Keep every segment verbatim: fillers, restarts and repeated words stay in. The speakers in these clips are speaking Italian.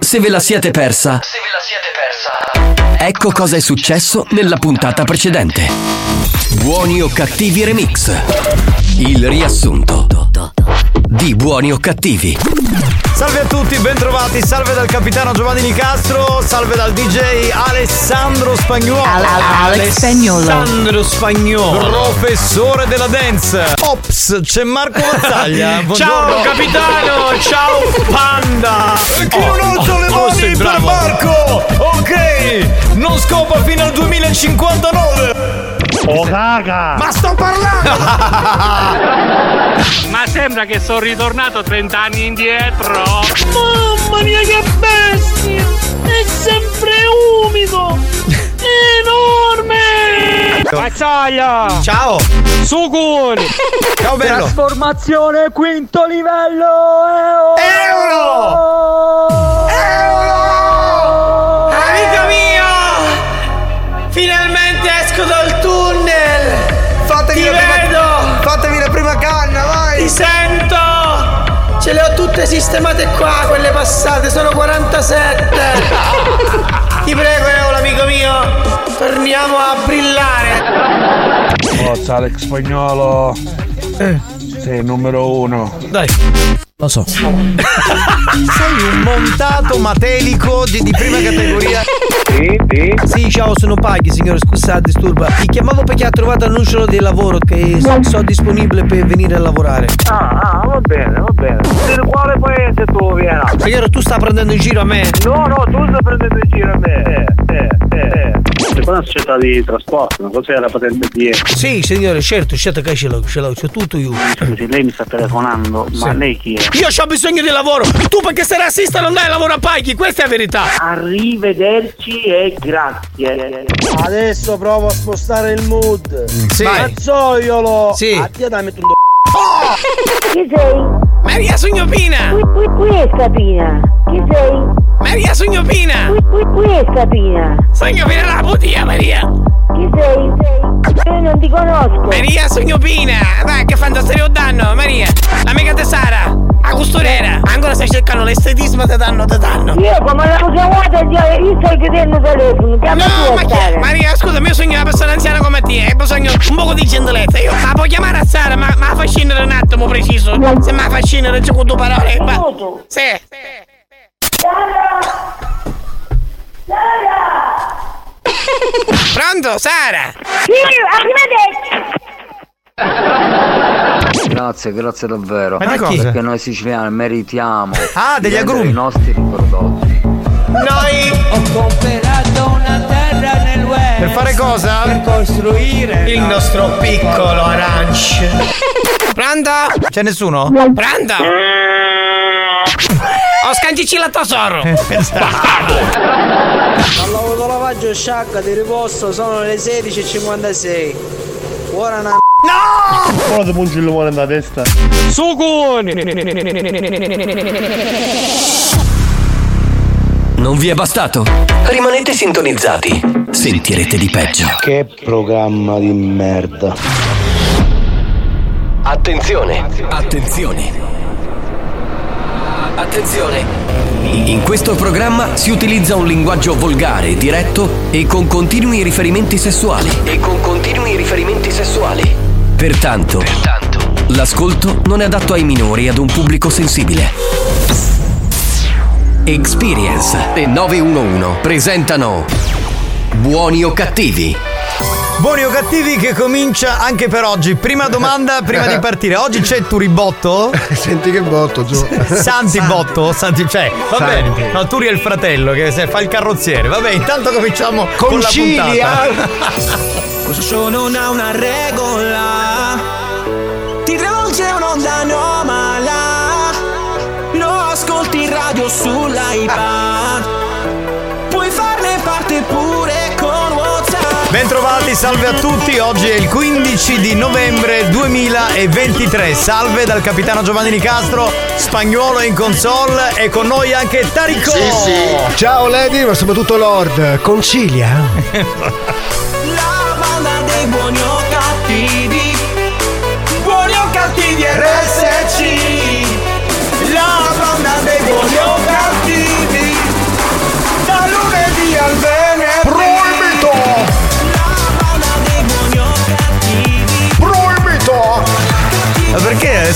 se ve la siete persa, se ve la siete persa, ecco cosa è successo nella puntata precedente. Buoni o cattivi remix. Il riassunto di Buoni o cattivi. Salve a tutti, bentrovati, salve dal capitano Giovanni Nicastro, salve dal D J Alessandro Spagnuolo. Alex Spagnolo. Alessandro Spagnolo, professore della dance. Ops, c'è Marco Mazzaglia. Ciao capitano, ciao panda. E chi non alza le mani per Marco? Ok, non scopa fino al duemilacinquantanove. Oh raga! Ma sto parlando! Ma sembra che sono ritornato trenta anni indietro. Mamma mia che bestia! È sempre umido! Enorme! Mazzaglia! Ciao! Suguri! Ciao bello! Trasformazione quinto livello! Euro! Euro! Amica mia! Finalmente esco dal tunnel! Fatevi Ti la prima, vedo! fatevi la prima canna, vai! Ti sento! Ce le ho tutte sistemate qua, quelle passate, sono quarantasette! Ti prego, Eolo, amico mio, torniamo a brillare! Forza Alex Spagnolo, eh. sei il numero uno. Dai! Lo so. Sei un montato matelico di, di prima categoria. Sì, sì. Sì, ciao, sono Paghi, signore, scusa, disturba. Ti chiamavo perché ha trovato annuncio di lavoro che sono disponibile per venire a lavorare. Ah, ah, va bene, va bene. Da quale paese tu vieni? Signore, tu stai prendendo in giro a me? No, no, tu stai prendendo in giro a me. Eh, eh, eh, eh. Sei qua una società di trasporto, non cos'è la patente D E? Sì, signore, certo, certo che ce l'ho, ce l'ho, c'è tutto io. Scusi, lei mi sta telefonando, ma Sì. lei chi è? Io ho bisogno di lavoro, tu perché sei razzista non dai lavoro a Paghi, questa è la verità. Arrivederci e grazie. Adesso provo a spostare il mood! Sì. Mazzoiolo! Sì. A te da metto un do... Chi sei? Maria Sognopina! Qui, qui, qui è Scapina. Chi sei? Maria Sognopina! Qui, qui, qui è Scapina. Sognopina la putia, Maria! Chi sei? Io non ti conosco. Maria Sognopina! Dai, che fantastico danno, Maria! L'amica tesara! La costurera! Ancora stai cercando l'estetismo te danno, te danno! Io come l'avevo chiamata, io sto chiedendo il telefono. Chiama No, tu ma a chi? Sara. Maria, scusami, io sogno una persona anziana come te, hai bisogno un poco di gentilezza. Io ma puoi chiamare a Sara, ma, ma fa scendere un attimo preciso. Se ma fa scendere c'è con due parole. Ma... Minuto. Sì. Sara! Sara! Pronto, Sara? Sì, arrivederci! Grazie, grazie davvero. Ma di cosa? Perché noi siciliani meritiamo Ah, degli di vendere agrumi. i nostri prodotti. Noi ho comprato una terra nel West. Per fare cosa? Per costruire il nostro piccolo arance. Pronto? C'è nessuno? Pronto? Ho scancicciato tesoro. Al lavoro lavaggio sciacca di riposto sono le sedici e cinquantasei. Ora una No! Ora ti pungi il limone nella testa. Suguri! Non vi è bastato? Rimanete sintonizzati. Sentirete di peggio. Che programma di merda. Attenzione, attenzione. Attenzione. In questo programma si utilizza un linguaggio volgare, diretto e con continui riferimenti sessuali. E con continui riferimenti sessuali. Pertanto, Pertanto, l'ascolto non è adatto ai minori e ad un pubblico sensibile. Experience e nove uno uno presentano Buoni o cattivi? Buoni o cattivi che comincia anche per oggi. Prima domanda prima di partire. Oggi c'è Turibotto? Senti che botto, Gio. Santi Botto? Santi, cioè, va Santi. bene. No, Turi è il fratello che se fa il carrozziere. Vabbè, intanto cominciamo con la puntata. Questo show non ha una regola. Ti travolge un'onda anomala. Lo ascolti in radio sull'iPad. Puoi farne parte pure con WhatsApp. Bentrovati, salve a tutti. Oggi è il quindici di novembre duemilaventitré. Salve dal capitano Giovanni Nicastro. Spagnuolo in console e con noi anche Tarico. Sì, sì. Ciao Lady, ma soprattutto Lord. Concilia? La banda dei buoni o cattivi. Buoni o cattivi R S C. La banda dei buoni o cattivi.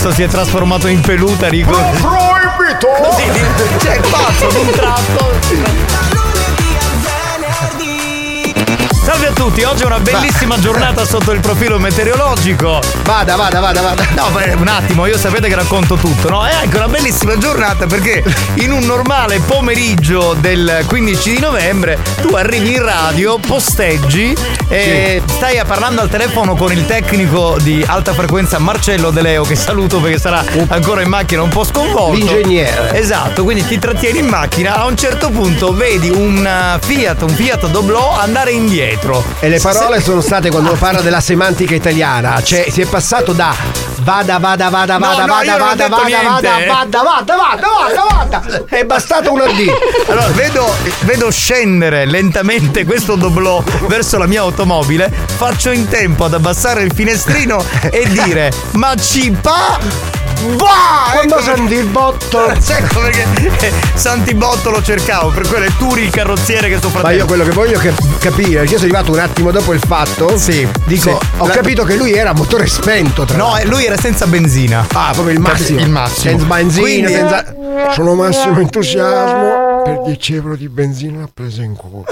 questo si è trasformato in peluta, Rico. Proibito! Così, cioè, pazzo, d'un tratto. Salve a tutti, oggi è una bellissima giornata sotto il profilo meteorologico. Vada, vada, vada, vada. No, beh, un attimo, io sapete che racconto tutto, no? È anche una bellissima giornata perché in un normale pomeriggio del quindici di novembre tu arrivi in radio, posteggi e sì. stai parlando al telefono con il tecnico di alta frequenza Marcello De Leo, che saluto perché sarà ancora in macchina un po' sconvolto. L'ingegnere. Esatto, quindi ti trattieni in macchina, a un certo punto vedi un Fiat, un Fiat Doblò andare indietro. E le parole Se... sono state quando parla della semantica italiana, cioè si è passato da vada vada vada no, vada no, vada vada vada vada vada vada vada vada è bastato una D. Allora vedo, vedo scendere lentamente questo Doblò verso la mia automobile, faccio in tempo ad abbassare il finestrino e dire ma ci pa va! Quando ecco senti il botto! Ecco perché eh, Santi Botto lo cercavo, per quello è Turi il carrozziere che sto fratello. Ma io quello che voglio cap- capire, perché io sono arrivato un attimo dopo il fatto. Sì. Dico, sì. ho La... capito che lui era a motore spento. Tra no, l'altro. lui era senza benzina. Ah, proprio il massimo. Il massimo. Senza benzina, quindi... senza. Sono massimo entusiasmo. Per dieci euro di benzina l'ha presa in culo.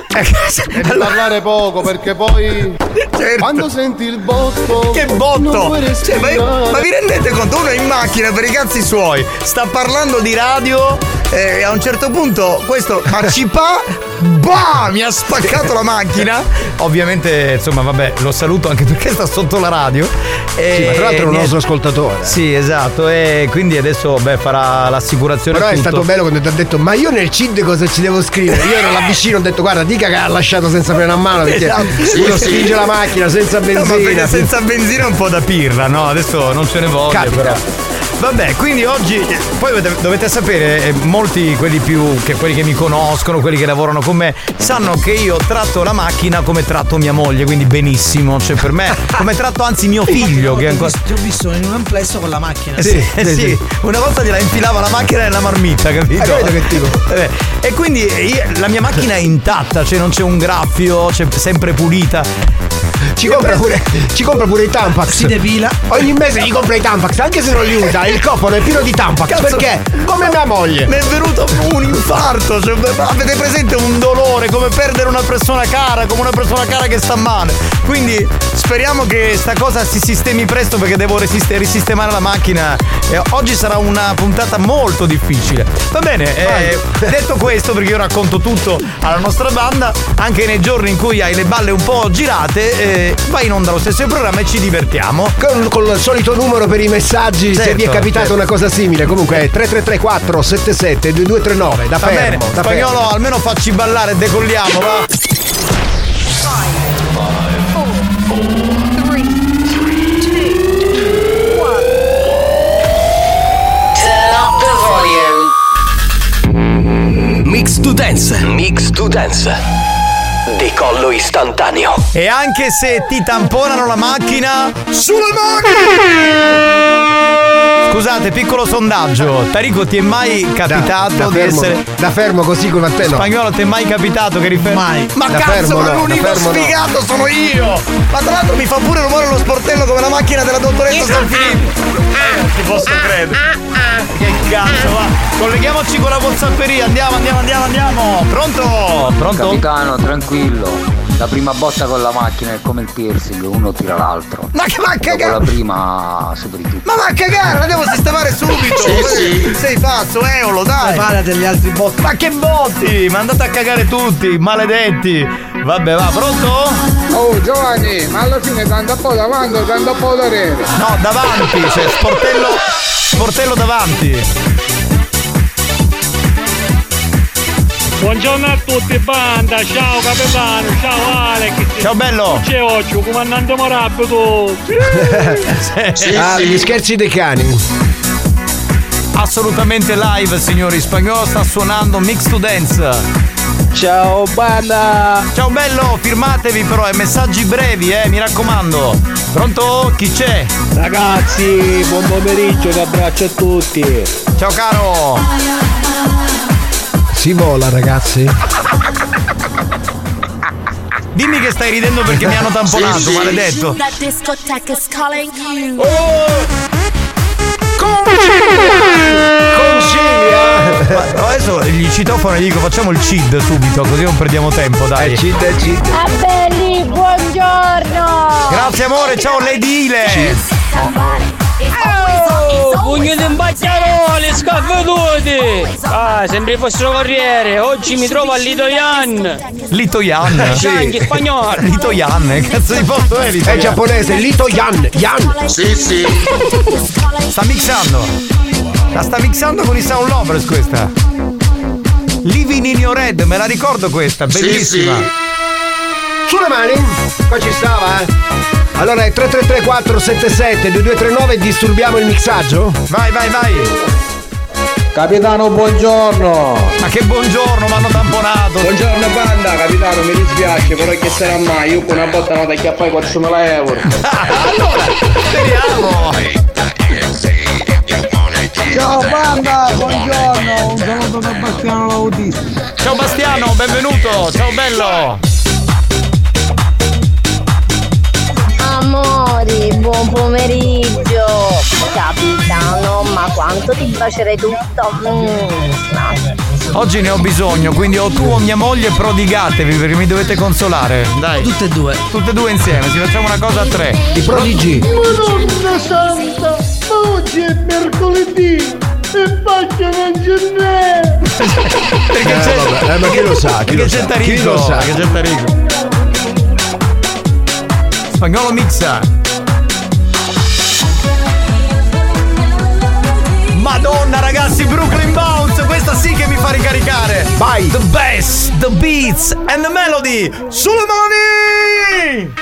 E parlare poco perché poi certo. Quando senti il botto. Che botto! Cioè, ma, io, ma vi rendete conto? Uno è in macchina per i cazzi suoi, sta parlando di radio e a un certo punto questo ma ci pa bah, mi ha spaccato la macchina. Ovviamente insomma vabbè, lo saluto anche perché sta sotto la radio e sì, ma tra l'altro è un nostro ascoltatore. Sì, esatto, e quindi adesso beh farà l'assicurazione. Però tutto. È stato bello quando ti ha detto ma io nel C I D cosa ci devo scrivere? Io ero là vicino, ho detto guarda dica che ha lasciato senza freno a mano perché esatto, uno sì, spinge sì. la macchina senza benzina. No, ma perché senza benzina è un po' da pirla, no? Adesso non ce ne voglio. Capita. Però. Vabbè, quindi oggi poi dovete, dovete sapere, eh, molti quelli più che quelli che mi conoscono, quelli che lavorano con me, sanno che io tratto la macchina come tratto mia moglie, quindi benissimo, cioè per me come tratto anzi mio figlio che ancora ti ho visto in un amplesso con la macchina. Eh sì, eh sì, sì. Una volta gliela infilava la macchina nella marmitta, capito? Eh, che tipo. Eh, e quindi io, la mia macchina è intatta, cioè non c'è un graffio, c'è sempre pulita. Ci compra, pure, ci compra pure i Tampax. Si depila. Ogni mese gli compra i Tampax, anche se non li usa. Il cofano è pieno di Tampax. Cazzo, perché? Come mia moglie. Mi è venuto un infarto. Cioè, avete presente un dolore, come perdere una persona cara, come una persona cara che sta male. Quindi speriamo che sta cosa si sistemi presto perché devo resiste, risistemare la macchina. E oggi sarà una puntata molto difficile. Va bene, eh, detto questo, perché io racconto tutto alla nostra banda, anche nei giorni in cui hai le balle un po' girate, eh, vai in onda lo stesso programma e ci divertiamo. Con, con il solito numero per i messaggi, certo, se vi è capitata certo. una cosa simile. Comunque è tre tre tre quattro sette sette due due tre nove. Da va fermo. Bene. Da Spagnolo, fermo. almeno facci ballare e decolliamo, va. Mix to Dance, Mix to Dance. Decollo istantaneo. E anche se ti tamponano la macchina, sulle mani! Scusate, piccolo sondaggio. Tarico, ti è mai capitato da, da di fermo, essere da fermo così come a te no? Spagnolo, ti è mai capitato che rifer- Mai. Ma da cazzo, fermo, ma no, l'unico sfigato no. sono io! Ma tra l'altro mi fa pure rumore lo sportello come la macchina della dottoressa San Filippo. Non ci posso credere. Che cazzo, va. Colleghiamoci con la WhatsApperia. Andiamo, andiamo, andiamo, andiamo. Pronto? Pronto? Capitano, tranquillo. La prima botta con la macchina è come il piercing, uno tira l'altro. Ma che va a cagare? La prima superi tutto. Ma va a cagare, la devo sistemare subito. Sì, sì. Sei pazzo, Eolo, dai. Parla degli altri botti. Ma che botti? Ma andate a cagare tutti, maledetti. Vabbè, va, pronto? Oh Giovanni, ma alla fine tanto po' davanti o tanto po' da rete? No, davanti, cioè sportello. Sportello davanti. Buongiorno a tutti banda, ciao capitano, ciao Alex. Ciao bello. C'è oggi, comandante Morabito tu. sì, ah, sì. Gli scherzi dei cani. Assolutamente live, signori. Spagnolo sta suonando Mix to Dance. Ciao banda. Ciao bello, firmatevi però, è messaggi brevi, eh, mi raccomando. Pronto? Chi c'è? Ragazzi, buon pomeriggio, un abbraccio a tutti. Ciao caro. Si vola, ragazzi. Dimmi che stai ridendo perché mi hanno tamponato, sì, sì. Maledetto. Oh! Concilia! Ma adesso gli citofono e gli dico facciamo il C I D subito, così non perdiamo tempo, dai. È C I D, è C I D. Ah, belli, buongiorno! Grazie amore, ciao Lady Ile! Oh, pugno di imbacchiaroli, scaffetuti! Ah, sembri fossero corriere. Oggi mi trovo a Litoyan. Litoyan? Sì, anche spagnolo. Litoyan, che cazzo di posto è Litoyan? È giapponese, Litoyan, Yan. Sì, sì. Sta mixando. La sta mixando con i Sound Lovers questa. Living in Your Head, me la ricordo questa, bellissima. Sì, sì. Sulle mani, qua ci stava, eh. Allora è tre tre tre quattro sette sette due due tre nove e disturbiamo il mixaggio? Vai, vai, vai. Capitano, buongiorno. Ma che buongiorno, mi hanno tamponato. Buongiorno banda, capitano, mi dispiace, però che sarà mai? Io con una botta non ti chiappai quattromila euro. Allora, speriamo. Ciao banda, buongiorno, un saluto da Bastiano l'autista. Ciao Bastiano, benvenuto, ciao bello. Amori, buon pomeriggio. Capitano, ma quanto ti bacerei tutto. Mm. Oggi ne ho bisogno, quindi o tu o mia moglie prodigatevi perché mi dovete consolare. Dai. Tutte e due. Tutte e due insieme, ci facciamo una cosa a tre. I prodigi. Madonna santa, ma oggi è mercoledì e faccio non ce n'è. Perché eh, c'è. Vabbè, eh, ma chi lo sa? Chi perché lo c'è sa? Tarico. Chi lo sa? Perché c'è Tarico. Spagnolo mixa. Madonna ragazzi, Brooklyn Bounce, questa sì che mi fa ricaricare. Vai. The best, the beats and the melody. Sulle mani!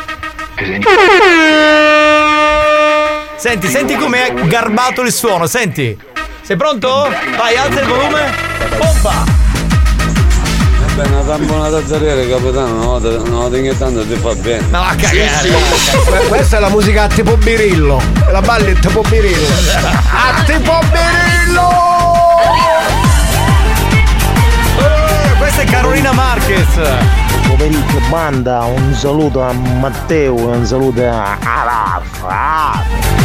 Senti, senti com'è garbato il suono, senti. Sei pronto? Vai, alza il volume. Pompa. Beh, una tamponata zazzariere, capitano, no, no, tanto ti fa bene. Ma va a cagare. Sì, sì. Questa è la musica a tipo birillo. La balla è tipo birillo. A tipo birillo! Eh, questa è Carolina Marquez. Pomeriggio banda, un saluto a Matteo e un saluto a Araf.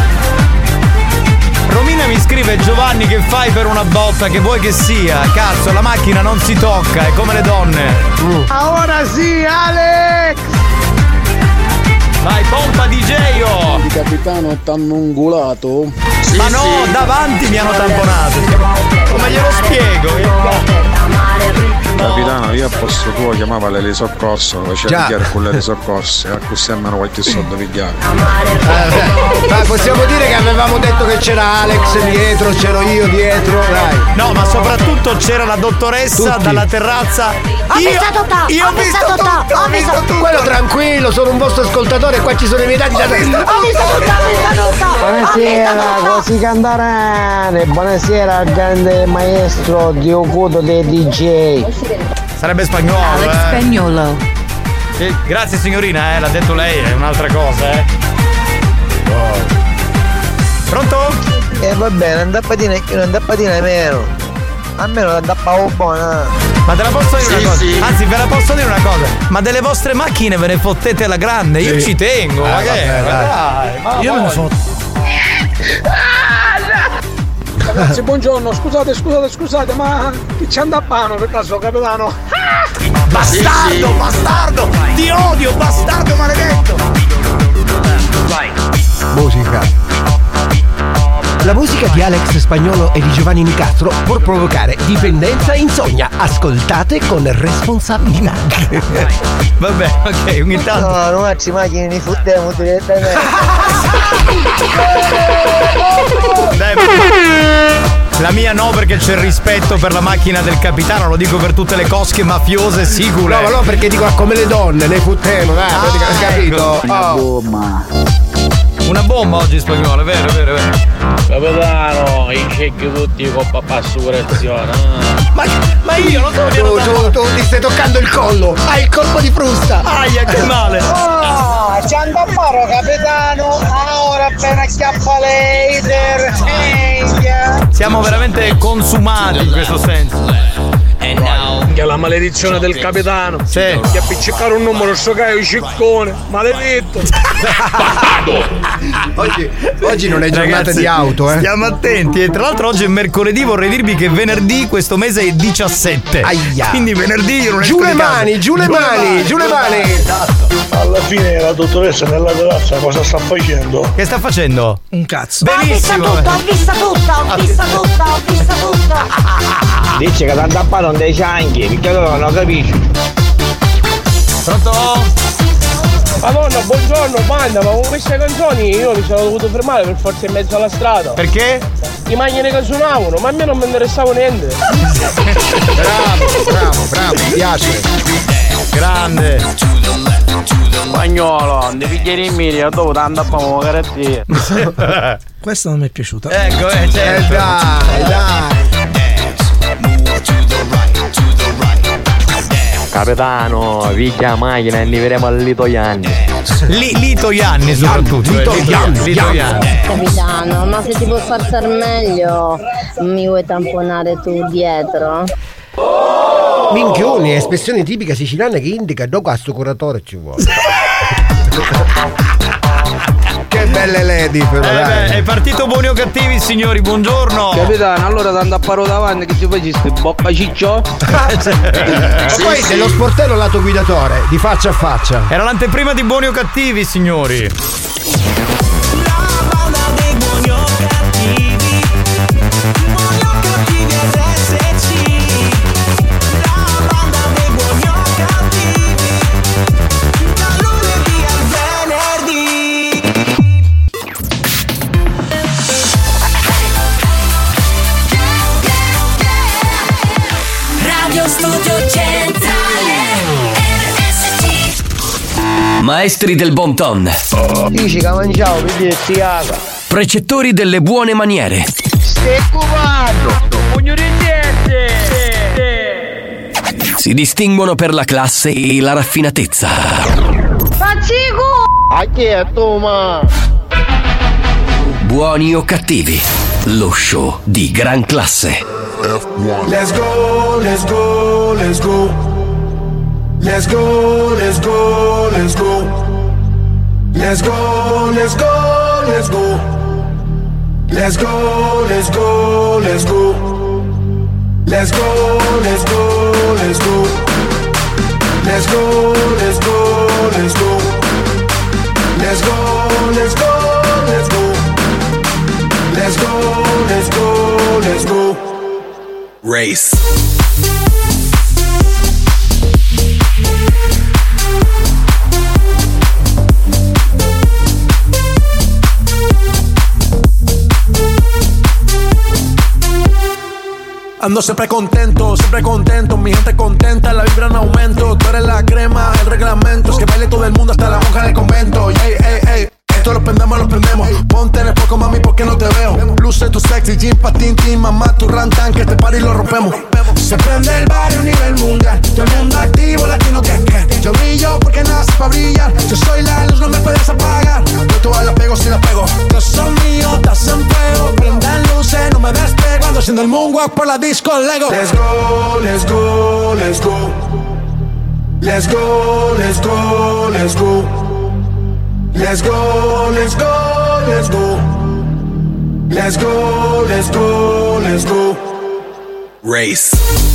Romina mi scrive: Giovanni, che fai per una botta, che vuoi che sia? Cazzo, la macchina non si tocca, è come le donne. Mm. Ora sì, Alex! Vai, pompa D J! -o. Il capitano t'hanno ungulato? Sì, ma no, sì. Davanti mi hanno tamponato. Come glielo spiego? Capitano, io a posto tuo chiamava le soccorso, faceva chiaro con le soccorse, a così almeno qualche soldo pigliare. Eh, ma possiamo dire che avevamo detto che c'era Alex dietro, c'ero io dietro, dai. No, ma soprattutto c'era la dottoressa Tutti. dalla terrazza. Ho io, visto tutto, io ho visto tutto, ho visto tutto. Quello tranquillo, sono un vostro ascoltatore, qua ci sono i miei dati da testa. Ho visto tutto, ho visto tutto. Buonasera, così cantarane. Buonasera al grande maestro Diogudo dei D J. Sarebbe spagnolo, Alex eh. Spagnolo. Sì, grazie signorina, eh, l'ha detto lei, è un'altra cosa, eh. Wow. Pronto? Eh va bene, andà a patina, io non andà a patina meno. Almeno andà a buona. Ma te la posso dire Sì, una cosa? sì. Anzi, ve la posso dire una cosa. Ma delle vostre macchine ve ne fottete alla grande, io Sì. ci tengo, Eh, ma che? vabbè, Ma dai. dai, ma Io me ne poi- fotto. Ragazzi, buongiorno, scusate, scusate, scusate, ma chi ci anda a pano per caso, capitano? Bastardo, Sì, sì. bastardo! Ti odio, bastardo maledetto! Vai. Musica. La musica di Alex Spagnolo e di Giovanni Nicastro può provocare dipendenza e insonnia. Ascoltate con responsabilità. Vabbè, ok, ogni tanto. No, non ci macchine ne fottiamo direttamente. Dai, la mia no, perché c'è il rispetto per la macchina del capitano, lo dico per tutte le cosche mafiose sicure. No, ma no, perché dico come le donne, ne futtemo, dai, Ah, praticamente, capito? ecco. Oh. Una bomba oggi spagnolo, è vero, è vero, è vero. Capitano, i cecchi tutti con papà assicurazione. Ma, ma io non so. Tu, tu, tu ti stai toccando il collo, hai il colpo di frusta. Aia, che male. Oh, ci anda a paro, capitano. Ora appena chiappa laser. Eia. Siamo veramente consumati in questo senso. Che è la maledizione del capitano. Sì. Che appiccicare un numero sciocaio ciccone. Maledetto. oggi, oggi non è giornata Ragazzi, di auto, eh. Stiamo attenti. E tra l'altro oggi è mercoledì, vorrei dirvi che venerdì questo mese è diciassette. Aia. Quindi venerdì io non Giù esco le di casa. mani, giù le mani, giù le mani. Alla fine la dottoressa nella terrazza cosa sta facendo? Che sta facendo? Un cazzo. Benissimo. Ho vista tutta, ho vista tutta, ho vista tutta. Dice che t'ha tappato dei cianchi, perché loro non capisci. Pronto? Madonna, buongiorno, banda, ma con queste canzoni io mi sono dovuto fermare per forza in mezzo alla strada. Perché? I magnani che suonavano, ma a me non mi interessava niente. Bravo, bravo, bravo, mi piace. Grande. Spagnolo, non devi chiedere in media, dopo tanto appamo carattere. Questa non mi è piaciuta. Ecco, eh, certo. Eh, dai, dai. Capitano, viglia macchina e arriveremo al Lito Ianni. Li, Lito Ianni soprattutto. Lito eh, Ianni, Lito Ianni. Capitano, ma se ti posso alzare meglio, mi vuoi tamponare tu dietro? Minchioni, è espressione tipica siciliana che indica dopo a sto curatore ci vuole. Che belle lady però, Eh dai. beh, è partito Buoni o Cattivi, signori, buongiorno. Capitano, allora tanto apparo davanti che ci faceste bocca ciccio? E poi sei lo sportello lato guidatore, di faccia a faccia. Era l'anteprima di Buoni o Cattivi, signori. Studio Centrale R S C. Maestri del bon ton. Dici che mangiavo per dirti caga. Precettori delle buone maniere. Stai cubando. Pugno di niente. Si distinguono per la classe e la raffinatezza. Faccico! A chi è tu, ma? Buoni o Cattivi, lo show di gran classe. Let's go, let's go, let's go. Let's go, let's go, let's go. Let's go, let's go, let's go. Let's go, let's go, let's go. Let's go, let's go, let's go. Let's go, let's go, let's go. Let's go, let's go, let's go. Let's go, let's go, let's go. Race. Ando sempre contento, siempre contento, mi gente contenta, la vibra en aumento, tú eres la crema, el reglamento, es que baile todo el mundo hasta la monja del convento, ey, ey, ey. Esto lo prendemos, lo prendemos. Ponte en el poco, mami, porque no te veo. Luce tu sexy, jean, patín, team, mamá, tu rantan, que este party lo rompemos. Se prende el barrio a nivel mundial. Todo el mundo activo, latino, que que. Yo brillo porque nace para brillar. Yo soy la luz, no me puedes apagar. Yo todas las pego si las pego. Yo soy mío, estás en fuego. Prendan luces, no me despego. Ando haciendo el moonwalk por la disco Lego. Let's go, let's go, let's go. Let's go, let's go, let's go. Let's go, let's go, let's go. Let's go, let's go, let's go. Race.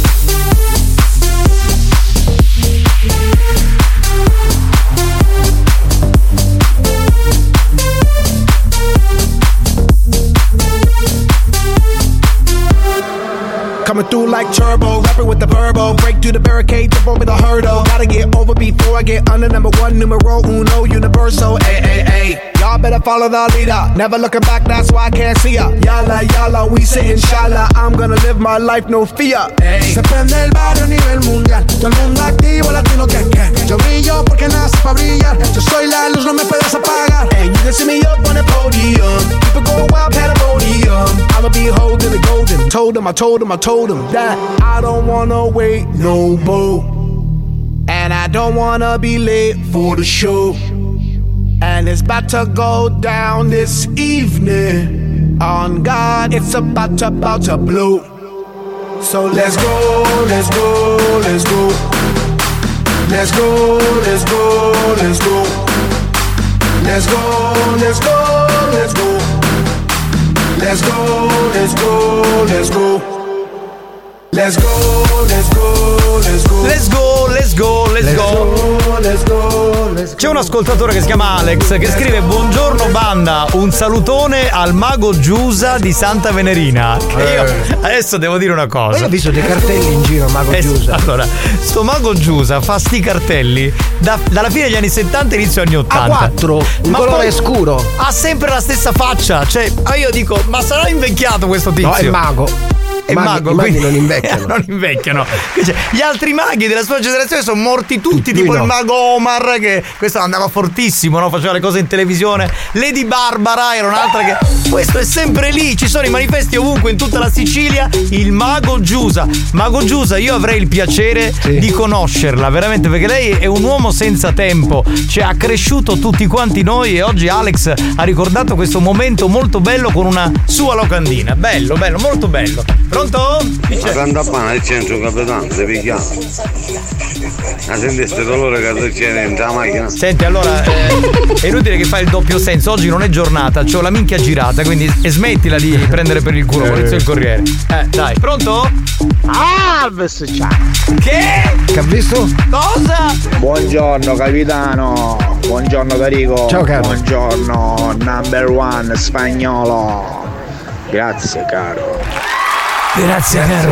Coming through like turbo, rapping with the verbo. Break through the barricade, jump over the hurdle. Gotta get over before I get under. Number one, numero uno, universal. Ay, ay, ay. Y'all better follow the leader. Never looking back, that's why I can't see ya. Yala, yala, we say inshallah. I'm gonna live my life, no fear. Ay. Se prende el barrio a nivel mundial. Todo el mundo activo, latino, que que. Yo brillo porque nace para brillar. Yo soy la luz, no me puedes apagar. Hey, you can see me up on the podium. People go wild, pandemonium. I'ma be holding the golden. Told him, I told him, I told him that I don't wanna wait no more. And I don't wanna be late for the show. And it's about to go down this evening. On God, it's about to, about to blow. So let's go, let's go, let's go. Let's go, let's go, let's go. Let's go, let's go, let's go. Let's go, let's go, let's go. Let's go, let's go, let's go. Let's go, let's go, let's go. Let's go, let's go. C'è un ascoltatore che si chiama Alex che scrive: buongiorno banda, un salutone al mago Giusa di Santa Venerina. Che io adesso devo dire una cosa. Ma io ho visto dei cartelli in giro, mago Eh, Giusa. Allora, sto mago Giusa fa sti cartelli da- dalla fine degli anni settanta e inizio anni ottanta. A quattro, un Ma colore poi scuro. Ha sempre la stessa faccia. Cioè, ah, io dico, ma sarà invecchiato questo tizio? No, è mago. È I maghi- mago, i maghi quindi- non invecchiano. non invecchiano. Cioè, gli altri maghi della sua generazione sono morti tutti, Lui tipo no. il mago Omar, che questo andava fortissimo, no? Faceva le cose in televisione. Lady Barbara era un'altra che. Questo è sempre lì, ci sono i manifesti ovunque in tutta la Sicilia. Il mago Giusa. Mago Giusa, io avrei il piacere di conoscerla, veramente, perché lei è un uomo senza tempo. Cioè, ha cresciuto tutti quanti noi e oggi Alex ha ricordato questo momento molto bello con una sua locandina. Bello, bello, molto bello. Pronto? La Sant'Appana del centro capitano, si picchiamo. Ma sentiste dolore che c'è dentro la macchina? Senti, allora, eh, è inutile che fai il doppio senso. Oggi non è giornata, c'ho la minchia girata, quindi e smettila di prendere per il culo, Maurizio il Corriere. Eh, dai, pronto? Alves, ciao. Che? Che ha visto? Cosa? Buongiorno capitano. Buongiorno Carico. Ciao, caro. Buongiorno number one spagnolo. Grazie caro. Grazie, caro.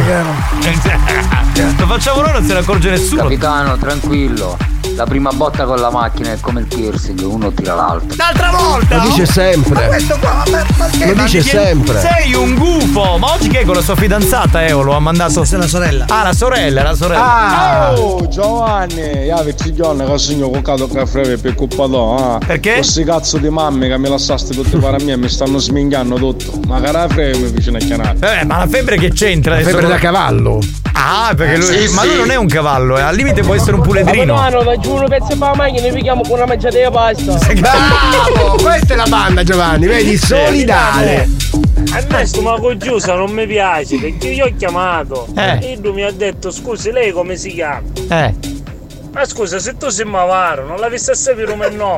Lo facciamo noi, non se ne accorge nessuno. Capitano, tranquillo. La prima botta con la macchina è come il piercing, uno tira l'altro. L'altra volta! Lo dice sempre. Ma questo qua, ma, ma che? Lo Ma dice mi viene- sempre. Sei un gufo! Ma oggi che è con la sua fidanzata, eh? Lo ha mandato. Questa è la sorella. Ah, la sorella, la sorella. Ah! Oh Giovanni, io avevo giorni che sogno con cato caffè per colpa tua, eh. Perché? Questi cazzo di mamme che mi lasciaste tutte per me mi stanno smingando tutto. Ma cara freme vicino a chianare. Eh, ma la febbre che c'entra? La adesso febbre non- da cavallo. Ah, perché lui. Sì, ma sì. lui non è un cavallo, eh. Al limite può essere un puledrino. Capitano, faccio uno pezzo per la macchina e picchiamo con una mangiata di pasta. Bravo! Questa è la banda, Giovanni, vedi? Solidale. A me sto mago Giusa non mi piace perché io ho chiamato Eh. e lui mi ha detto scusi lei come si chiama? Eh. Ma scusa se tu sei Mavaro non l'avessi a sapere come no.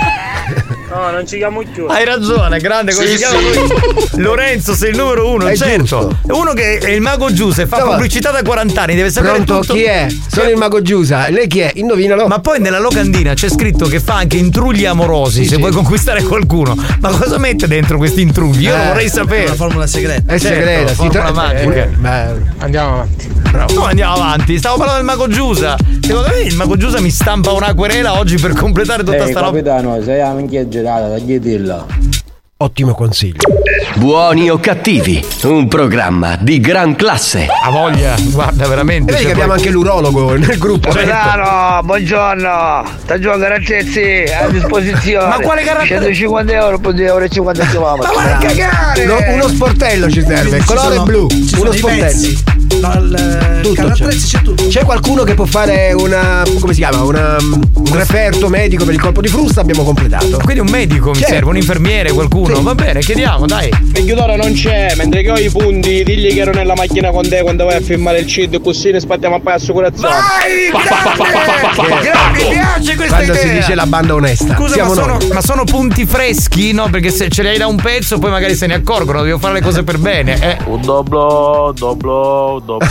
No, non ci chiamo più. Hai ragione, grande, come Sì, si chiama sì. lui? Lorenzo, sei il numero uno, È certo. giusto. È uno che è il mago Giusa e fa Dove? pubblicità da quaranta anni, deve sapere Pronto? tutto. Chi è? Sono il mago Giusa. Lei chi è? Indovinalo. Ma poi nella locandina c'è scritto che fa anche intrugli amorosi, Sì, se sì. vuoi conquistare qualcuno. Ma cosa mette dentro questi intrugli? Io lo Eh, vorrei È sapere. una formula segreta. È certo, segreta, si formula tra- magica. eh, beh, Andiamo avanti. No, andiamo avanti. Stavo parlando del mago Giusa. Secondo me il mago Giusa mi stampa una querela oggi per completare tutta sta roba. capitano, sei la minchia girata, tagliatella. ottimo consiglio. Buoni o cattivi, un programma di gran classe. Ha voglia, guarda, veramente. E vedi cioè, che abbiamo poi- anche l'urologo nel gruppo. Certo. Capitano, buongiorno. Sta giù Garatezzi a disposizione. Ma quale Garatezzi? centocinquanta euro per due euro e cinquanta chilometri. Ma vai a cagare! Lo- uno sportello ci serve, Quindi ci colore sono- blu. ci sono Uno i sportello. pezzi. No, il Tutto carattrezzi c'è tutto. C'è qualcuno che può fare una. Come si chiama? Una, un referto medico per il colpo di frusta? Abbiamo completato. Quindi un medico mi Certo. serve, un infermiere, qualcuno. Sì. Va bene, chiediamo, dai. Il chiudore non c'è, mentre che ho i punti, digli che ero nella macchina con te quando vai a firmare il C I D, così ne spattiamo poi assicurazione. Vai! Grande! Grande, mi piace questa Quando idea. si dice la banda onesta. Scusa, Siamo ma sono, noi. ma sono punti freschi, no? Perché se ce li hai da un pezzo poi magari se ne accorgono, devo fare le cose per bene. Eh. Un doblo, doblo, doblo.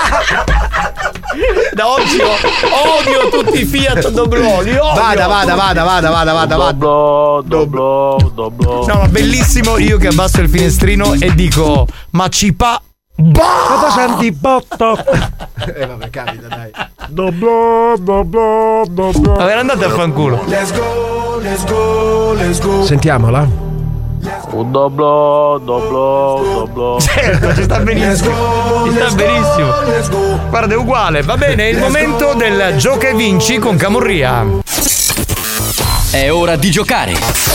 Da oggi io odio tutti i Fiat Doblò, li odio. Vada, vada, vada, vada, vada, vada, vada. Doblo, doblo, doblo. No, ma bellissimo io che abbasso il finestrino e dico, ma ci pa... Cosa senti botto? Eh vabbè, capita, dai. Doblo, doblo, doblo. Vabbè, andate a fanculo. Let's go, let's go, let's go. Sentiamola. Un doblo, doblo, doblo. Certo, ci sta benissimo. Ci sta benissimo. Guarda, è uguale. Va bene, è il momento del gioca e vinci con Camurria. È ora di giocare.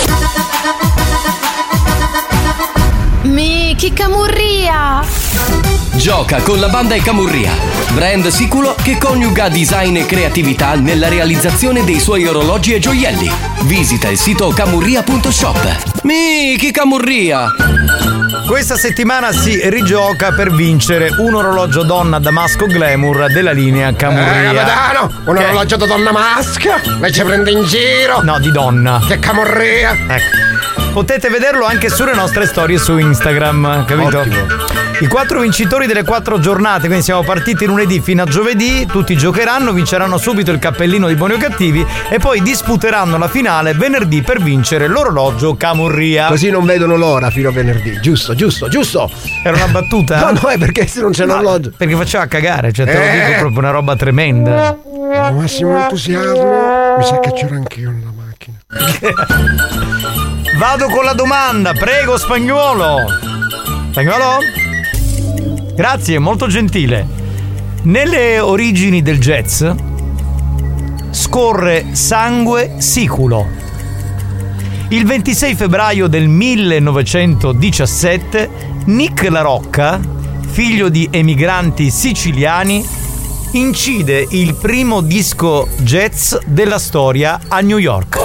Mi chi camurria! Gioca con la banda e Camurria, brand sicuro che coniuga design e creatività nella realizzazione dei suoi orologi e gioielli. Visita il sito camurria punto shop. Mi chi Camurria! Questa settimana si rigioca per vincere un orologio donna Damasco Glamour della linea Camurria. Eh, capitano, un che... orologio da donna maschia? Lei ci prende in giro? No, di donna. Che Camurria? Ecco. Potete vederlo anche sulle nostre storie su Instagram, capito? Ottimo. I quattro vincitori delle quattro giornate, quindi siamo partiti lunedì fino a giovedì, tutti giocheranno, vinceranno subito il cappellino di Buoni o Cattivi e poi disputeranno la finale venerdì per vincere l'orologio Camurria. Così non vedono l'ora fino a venerdì, giusto, giusto, giusto. Era una battuta? No, no, è perché se non c'è no, l'orologio. Perché faceva cagare, cioè te lo eh. dico proprio una roba tremenda. Con massimo entusiasmo, mi sa che c'ero anch'io nella macchina. Vado con la domanda, prego Spagnuolo. Spagnuolo? Grazie, molto gentile. Nelle origini del jazz scorre sangue siculo. Il ventisei febbraio del millenovecentodiciassette Nick La Rocca, figlio di emigranti siciliani, incide il primo disco jazz della storia a New York.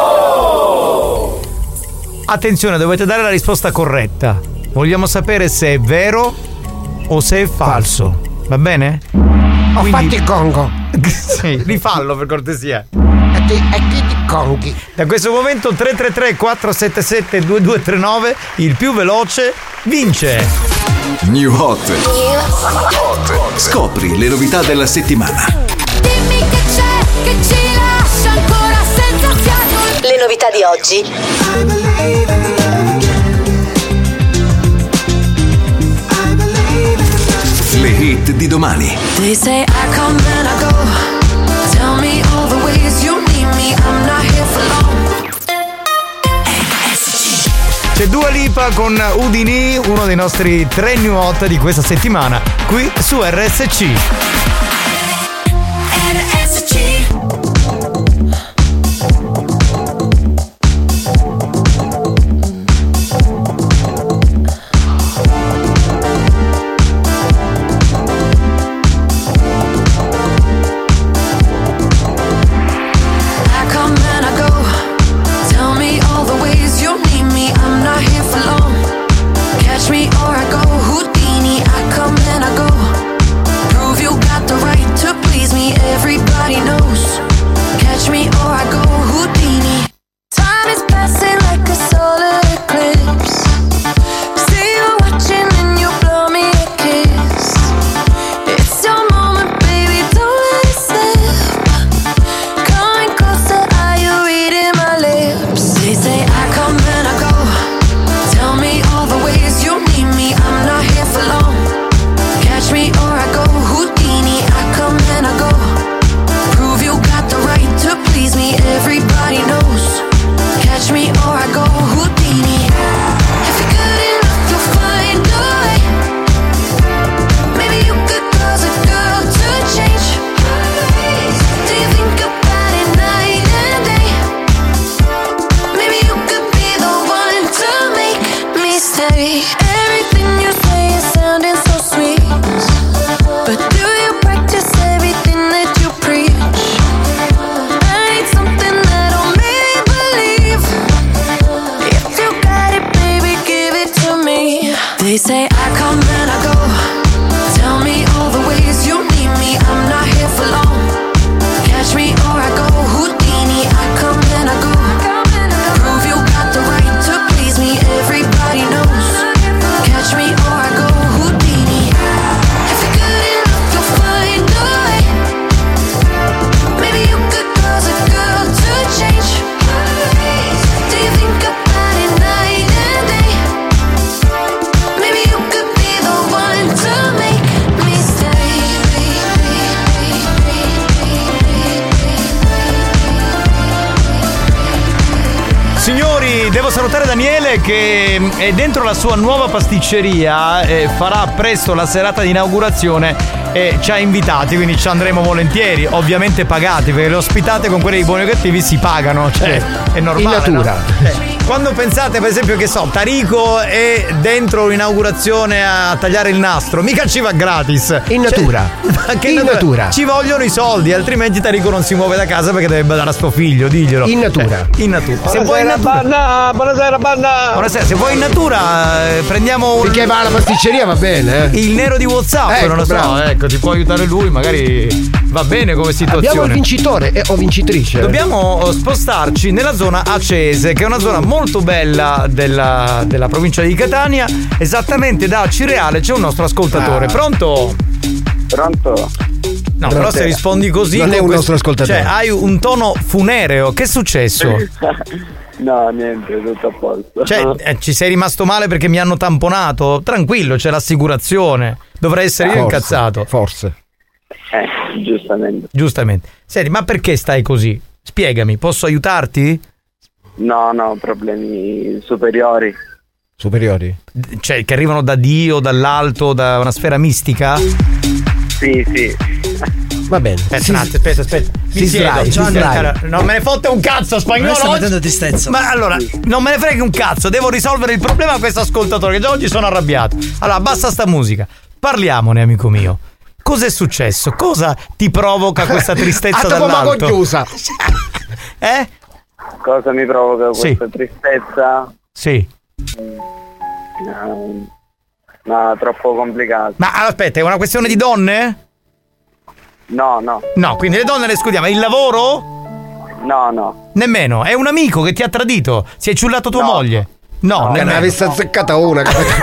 Attenzione, dovete dare la risposta corretta. Vogliamo sapere se è vero o se è falso. Va bene? Ho Quindi... fatto il Congo. Sì, rifallo per cortesia. E chi ti conghi? Da questo momento tre tre tre quattro sette sette due due tre nove, il più veloce vince. New Hot. Scopri le novità della settimana. Dimmi che c'è, che ci lascia ancora senza fiato. Le novità di oggi. Le hit di domani. They say I come and I go. Tell me all the ways you need me. I'm not here for long. C'è Dua Lipa con Udini, uno dei nostri tre new hot di questa settimana, qui su R S C. R S C. They say I come and I go. Tell me all the ways you need me. I'm not here for long. Catch me or I go Houdini. I come and I go. Prove you got the right to please me. Everybody knows. Catch me or I go Houdini. If you're good enough, you'll find a way. Maybe you could cause a girl to change. Do you think about it night and day? Maybe you could be the one to make me stay. Signori, devo salutare Daniele che è dentro la sua nuova pasticceria e farà presto la serata di inaugurazione e ci ha invitati, quindi ci andremo volentieri, ovviamente pagati, perché le ospitate con quelli di Buoni o Cattivi si pagano, cioè è normale. In natura. No? Eh, quando pensate per esempio che so, Tarico è dentro l'inaugurazione a tagliare il nastro, mica ci va gratis. In natura. Cioè, che in natura. natura. Ci vogliono i soldi, altrimenti Tarico non si muove da casa perché deve badare a sto figlio, diglielo. In natura. Eh, in natura. Buonasera, se vuoi in natura. Banna, buonasera, banna. Buonasera, se vuoi in natura eh, prendiamo un... Perché va alla pasticceria va bene, eh. Il nero di WhatsApp, ecco, non lo bravo. so, ecco, ti può aiutare lui, magari va bene come situazione. Abbiamo il vincitore eh, o vincitrice. Dobbiamo spostarci nella zona Acese, che è una zona molto bella della, della provincia di Catania. Esattamente da Cireale c'è un nostro ascoltatore. Ah. Pronto? Pronto? No, però se rispondi così non è un questo, nostro ascoltatore. Cioè, hai un tono funereo. Che è successo? No, niente, tutto a posto. Cioè, eh, ci sei rimasto male perché mi hanno tamponato? Tranquillo, c'è l'assicurazione. Dovrei essere io forse, incazzato. Forse. Eh, giustamente. Giustamente. Senti, ma perché stai così? Spiegami, posso aiutarti? No, no, problemi superiori. Superiori? Cioè, che arrivano da Dio, dall'alto, da una sfera mistica? Sì, sì. Va bene. Aspetta, si, aspetta, aspetta. Mi si siedo. sdrai, si sdrai. Non me ne fotte un cazzo, spagnolo. Ma sta mettendo tristezza. Ma allora, non me ne frega un cazzo. Devo risolvere il problema a questo ascoltatore, che già oggi sono arrabbiato. Allora, basta sta musica. Parliamone, amico mio. Cos'è successo? Cosa ti provoca questa tristezza dall'alto? chiusa. Eh? Cosa mi provoca questa sì. tristezza? Sì. No, no, troppo complicato. Ma aspetta, è una questione di donne? No, no. No, quindi le donne le escludiamo. Il lavoro? No, no. Nemmeno. È un amico che ti ha tradito. Si è ciullato tua no. moglie. No, no ne avessi azzeccata una.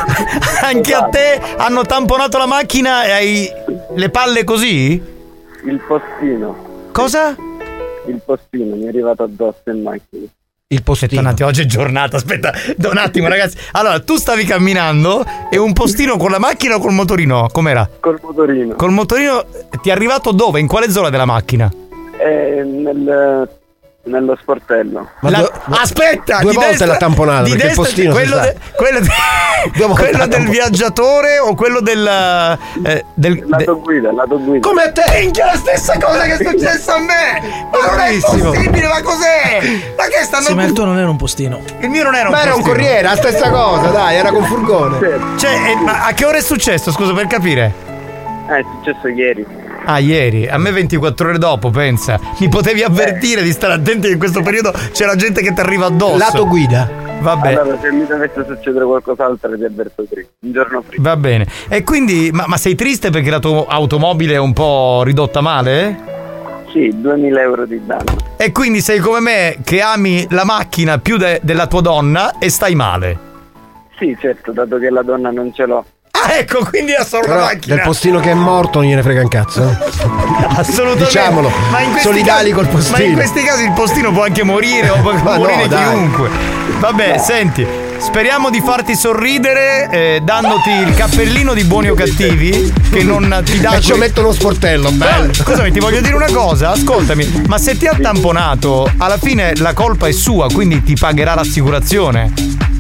Anche a te hanno tamponato la macchina e hai le palle così? Il postino. Cosa? Il postino mi è arrivato addosso in macchina. Il postino. Aspetta un attimo, oggi è giornata, aspetta un attimo ragazzi. Allora, tu stavi camminando e un postino con la macchina o col motorino? Com'era? Col motorino. Col motorino ti è arrivato dove? In quale zona della macchina? Eh, nel... nello sportello. Ma la, do, aspetta, due di volte destra, l'ha tamponato di perché destra, il postino quello, de, quello, de, quello del viaggiatore o quello del eh, del lato guida, lato guida. Come a te? Minchia, la stessa cosa che è successa a me. Ma non è possibile, ma cos'è? Ma che stanno sì, ma il tuo non era un postino. Il mio non era un ma postino. Ma era un corriere, la stessa cosa, dai, era con furgone. Cioè, eh, ma a che ora è successo, scusa per capire? Eh, è successo ieri. Ah, ieri, a me ventiquattro ore dopo, pensa. Mi potevi avvertire eh. di stare attenti che in questo periodo c'è la gente che ti arriva addosso. Lato guida. Vabbè. Allora, se mi dovesse succedere qualcos'altro ti avverto prima, un giorno prima. Va bene. E quindi, ma, ma sei triste perché la tua automobile è un po' ridotta male? Sì, duemila euro di danno. E quindi sei come me che ami la macchina più de- della tua donna e stai male? Sì, certo, dato che la donna non ce l'ho. Ah, ecco, quindi ha solo però la macchina. Del postino che è morto non gliene frega un cazzo. Assolutamente. Diciamolo. Ma in solidali casi, col postino. Ma in questi casi il postino può anche morire o può ma morire no, chiunque. Vabbè, no. Senti, speriamo di farti sorridere eh, dandoti il cappellino di Buoni o Cattivi che non ti dà. E ci metto uno sportello, bello. No, scusami, ti voglio dire una cosa, ascoltami, ma se ti ha tamponato, alla fine la colpa è sua, quindi ti pagherà l'assicurazione.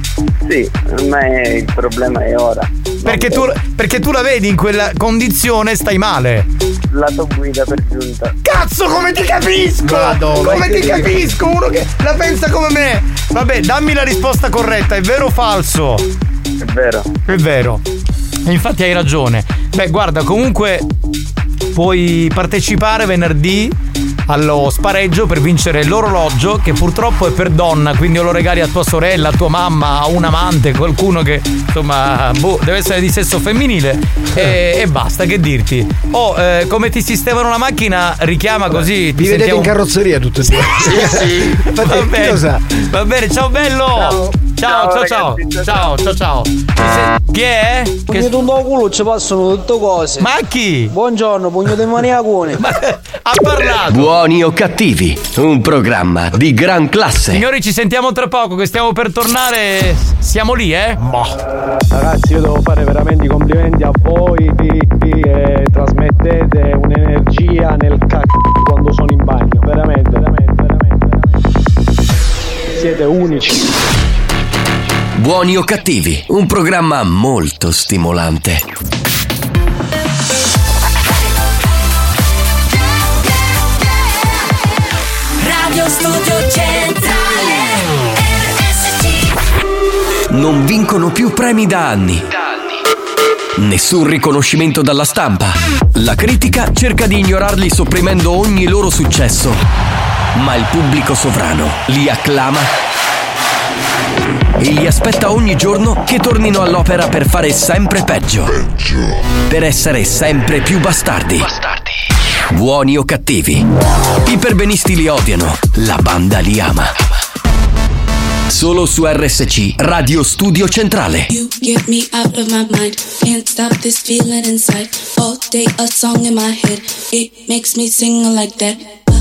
Sì, ma il problema è ora. Perché tu, perché tu la vedi in quella condizione, stai male. Lato guida per giunta. Cazzo, come ti capisco! Madonna, come ti capisco? Uno che la pensa come me. Vabbè, dammi la risposta corretta, è vero o falso? È vero. È vero. E infatti hai ragione. Beh, guarda, comunque puoi partecipare venerdì allo spareggio per vincere l'orologio che purtroppo è per donna, quindi o lo regali a tua sorella, a tua mamma, a un amante, qualcuno che insomma boh, deve essere di sesso femminile e, e basta, che dirti. O eh, come ti sistemano la macchina, richiama così. Vi vedete in carrozzeria tutte e due. Sì, sì. Va bene. Lo sa. Va bene, ciao bello. Ciao. Ciao, ciao, ciao, ciao, ciao, ciao, ciao. Chi è? Che tu da culo ci passano tutte cose. Ma chi? Buongiorno, pugno di maniacone. Ha parlato. Buoni o cattivi, un programma di gran classe. Signori, ci sentiamo tra poco che stiamo per tornare. Siamo lì, eh? Boh. Ragazzi, io devo fare veramente i complimenti a voi che trasmettete un'energia nel c***o quando sono in bagno. Veramente, veramente, veramente, veramente. Siete unici. Buoni o cattivi, un programma molto stimolante. Radio Studio Centrale R S C. Non vincono più premi da anni. Nessun riconoscimento dalla stampa. La critica cerca di ignorarli sopprimendo ogni loro successo. Ma il pubblico sovrano li acclama e li aspetta ogni giorno che tornino all'opera per fare sempre peggio. Per essere sempre più bastardi. Bastardi. Buoni o cattivi. I perbenisti li odiano, la banda li ama. Solo su R S C, Radio Studio Centrale. You get me out of my mind. Can't stop this feeling inside. All day a song in my head. It makes me sing like that.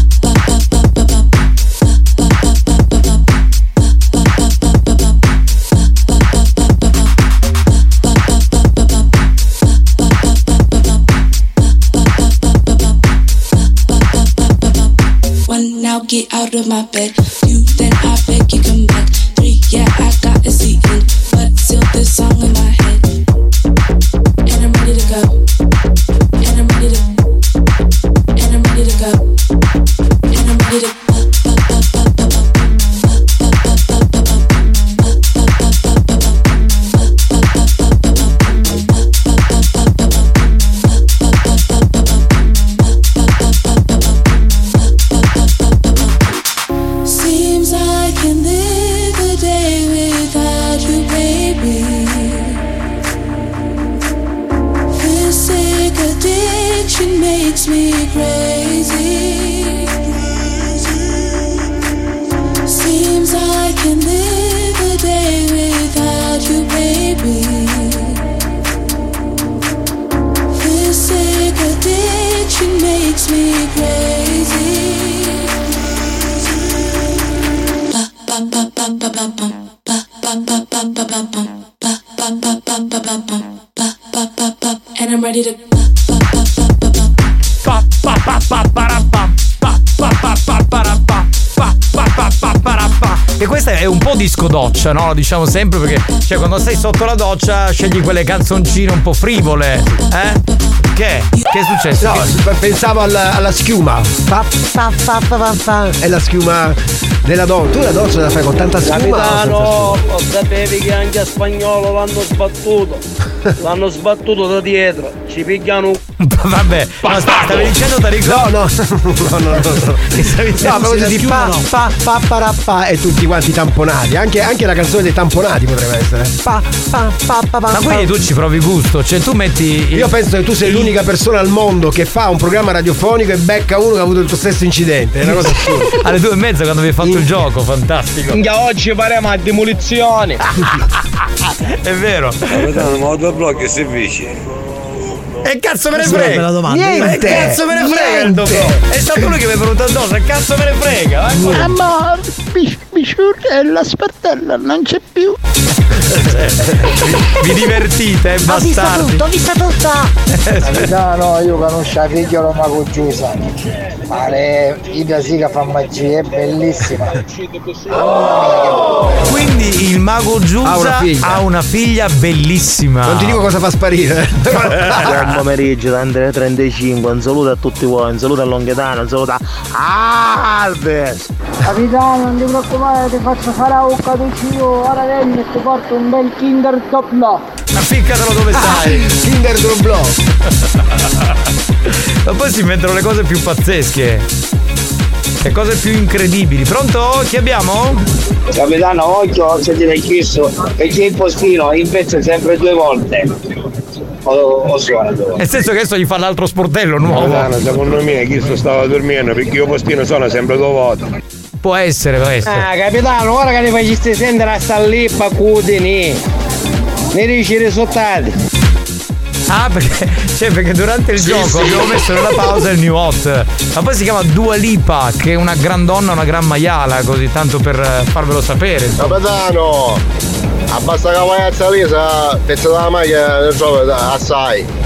One, now get out of my bed. Two, then I beg you come back. Three, yeah, I got a seat in, but still this song in my head. And I'm ready to go. And I'm ready to. And I'm ready to go. And I'm ready to. Seems I can live a day without you, baby. This sick addiction makes me crazy. Seems I can live a day without you, baby. This sick addiction makes me crazy. And I'm ready to. E questa è un po' disco doccia, no? Lo diciamo sempre perché, cioè, quando stai sotto la doccia scegli quelle canzoncine un po' frivole, eh? Che? Che è successo? No, che... pensavo alla, alla schiuma. Pa, pa, pa, pa, pa, pa. È la schiuma della doccia. Tu la doccia la fai con tanta schiuma? Capitano, lo sapevi che anche a Spagnolo l'hanno sbattuto. L'hanno sbattuto da dietro. Ci pigliano. Vabbè, ma stavi dicendo da ricordo? No, no, no, no, no. Che stavi dicendo? No, ma di pa, no. pa, pa, pa, pa, e tutti quanti tamponati. Anche, anche la canzone dei tamponati potrebbe essere. Pa, pa, pa, pa, pa, ma quindi tu ci provi gusto, cioè tu metti. Io penso che tu sei l'unica persona al mondo che fa un programma radiofonico e becca uno che ha avuto il tuo stesso incidente. È una cosa assurda. Alle due e mezza quando vi hai fatto il gioco, fantastico. Minchia, oggi faremo a demolizione. È vero. Capitano, ma due blocchi si avvicina. E cazzo me ne frega! Niente! E cazzo me ne frega il dopo! È stato lui che mi è venuto addosso, e cazzo me ne frega! Mamma, la spartella non c'è più! Vi divertite, eh, bastardi! Ho visto tutto, ho visto tutto! No, no, io conosco la figliola Mago Giusa, ma lei, Ida Siga fa magia, è bellissima. Oh! Quindi il Mago Giusa ha una figlia, ha una figlia bellissima. Non ti dico cosa fa sparire. Buon pomeriggio, Andrea trentacinque, un saluto a tutti voi, un saluto a Longhetano, un saluto a Alves. Capitano, non ti preoccupare, ti faccio fare un caducino, ora venni e ti porto un bel Kinder Dopplo. Ma ficcatelo dove stai? Kinder Dopplo. Ma poi si inventano le cose più pazzesche, le cose più incredibili. Pronto? Chi abbiamo? Capitano, occhio se ti l'hai chiesto, perché il postino invece sempre due volte. O, o suona. Nel senso che adesso gli fa l'altro sportello nuovo. Capitano, secondo me chi stava dormendo perché io postino sono sempre due volte. Può essere, può essere. Ah, capitano, ora che ti faceste sentire a sta lì, pacudini. Ne dici risultati. Ah, perché, cioè, perché durante il sì, gioco sì. abbiamo messo nella pausa il New Hot. Ma poi si chiama Dua Lipa, che è una gran donna, una gran maiala, così tanto per farvelo sapere. Capitano, abbassa la ragazza Lisa, pezzo della maglia del gioco assai.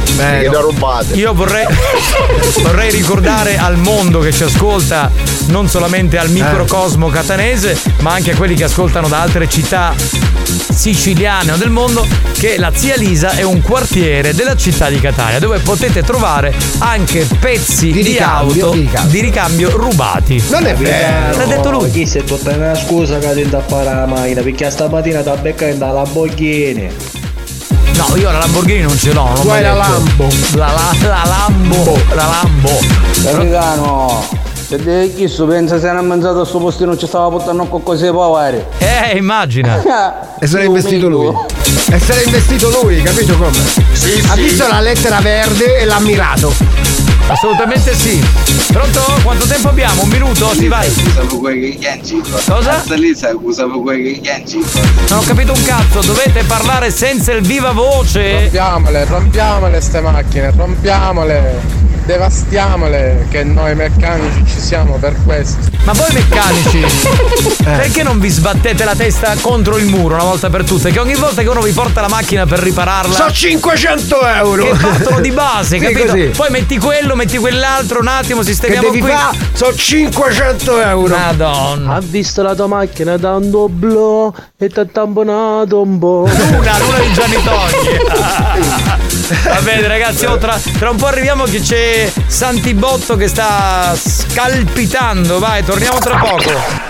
Beh, da rubate. Io vorrei vorrei ricordare al mondo che ci ascolta, non solamente al microcosmo catanese, ma anche a quelli che ascoltano da altre città siciliane o del mondo, che la Zia Lisa è un quartiere della città di Catania dove potete trovare anche pezzi di, di ricambio, auto di ricambio. di ricambio rubati. Non è vero. L'ha detto lui. Chi se tu per una scusa che ti tappare la macchina perché stamattina ti becca in dalla Lamborghini. No, io la Lamborghini non ce l'ho, non Tu hai la Lambo. La, la, la Lambo, la Lambo. Capitano, se devi chiesto, pensa se non mangiato a sto postino ci stava portando qualcosa di pavare. Eh, immagina. E se l'ha investito lui. E se l'ha investito lui, capito come? Sì, ha sì. visto la lettera verde e l'ha ammirato. Assolutamente sì. Pronto? Quanto tempo abbiamo? Un minuto? Si vai. Cosa? Non ho capito un cazzo, dovete parlare senza il viva voce. Rompiamole, rompiamole ste macchine, rompiamole. Devastiamole, che noi meccanici ci siamo per questo. Ma voi meccanici, perché non vi sbattete la testa contro il muro una volta per tutte? Che ogni volta che uno vi porta la macchina per ripararla sono cinquecento euro che partono di base, sì, capito? così. Poi metti quello, metti quell'altro, un attimo, sistemiamo che devi qui. fa? Sono cinquecento euro. Madonna. Ha visto la tua macchina da un doblò e ti ha tamponato un po'. Luna, Luna di Gianni Togni. Va bene ragazzi, oh, tra, tra un po' arriviamo che c'è Santibotto che sta scalpitando. Vai, torniamo tra poco.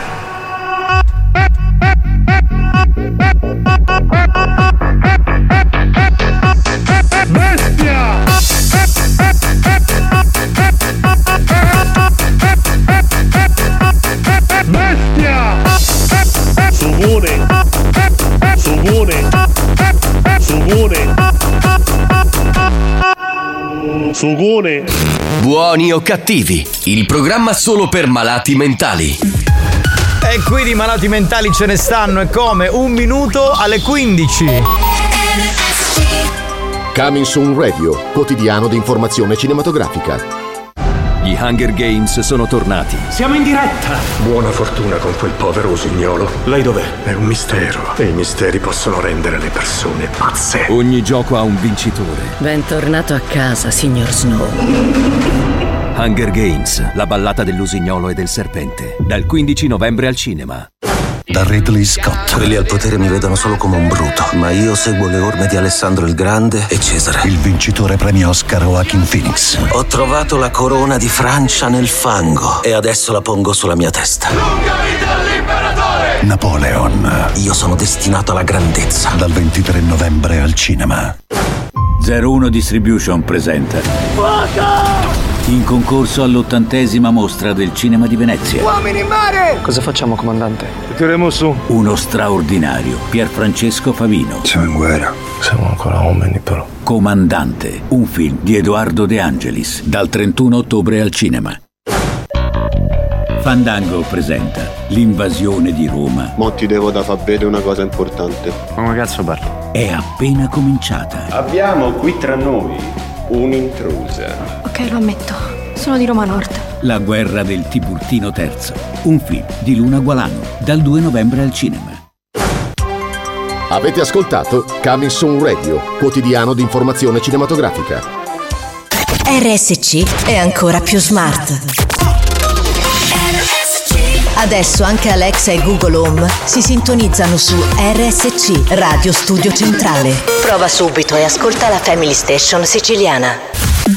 Bestia! Bestia! Subone! Subone! Subone! Sugone. Buoni o cattivi, il programma solo per malati mentali. E qui di malati mentali ce ne stanno, e come? Un minuto alle quindici. Coming Soon Radio, quotidiano di informazione cinematografica. Gli Hunger Games sono tornati. Siamo in diretta! Buona fortuna con quel povero usignolo. Lei dov'è? È un mistero. E i misteri possono rendere le persone pazze. Ogni gioco ha un vincitore. Bentornato a casa, signor Snow. Hunger Games, la ballata dell'usignolo e del serpente. Dal quindici novembre al cinema. Da Ridley Scott. Quelli al potere mi vedono solo come un bruto, ma io seguo le orme di Alessandro il Grande e Cesare. Il vincitore premio Oscar Joaquin Phoenix. Ho trovato la corona di Francia nel fango e adesso la pongo sulla mia testa. Lunga vita all'imperatore! Napoleon. Io sono destinato alla grandezza. Dal ventitré novembre al cinema. zero uno Distribution presenta. Fuoco! In concorso all'ottantesima mostra del cinema di Venezia. Uomini in mare! Cosa facciamo, comandante? Tireremo su. Uno straordinario Pierfrancesco Favino. Siamo in guerra. Siamo ancora uomini, però. Comandante, un film di Edoardo De Angelis, dal trentuno ottobre al cinema. Fandango presenta L'invasione di Roma. Mo ti devo da far vedere una cosa importante. Ma come cazzo parlo? È appena cominciata. Abbiamo qui tra noi un'intrusa. Ok, lo ammetto. Sono di Roma Nord. La guerra del Tiburtino terzo. Un film di Luna Gualano, dal due novembre al cinema. Avete ascoltato Coming Soon Radio, quotidiano di informazione cinematografica. R S C è ancora più smart. Adesso anche Alexa e Google Home si sintonizzano su R S C, Radio Studio Centrale. Prova subito e ascolta la Family Station siciliana.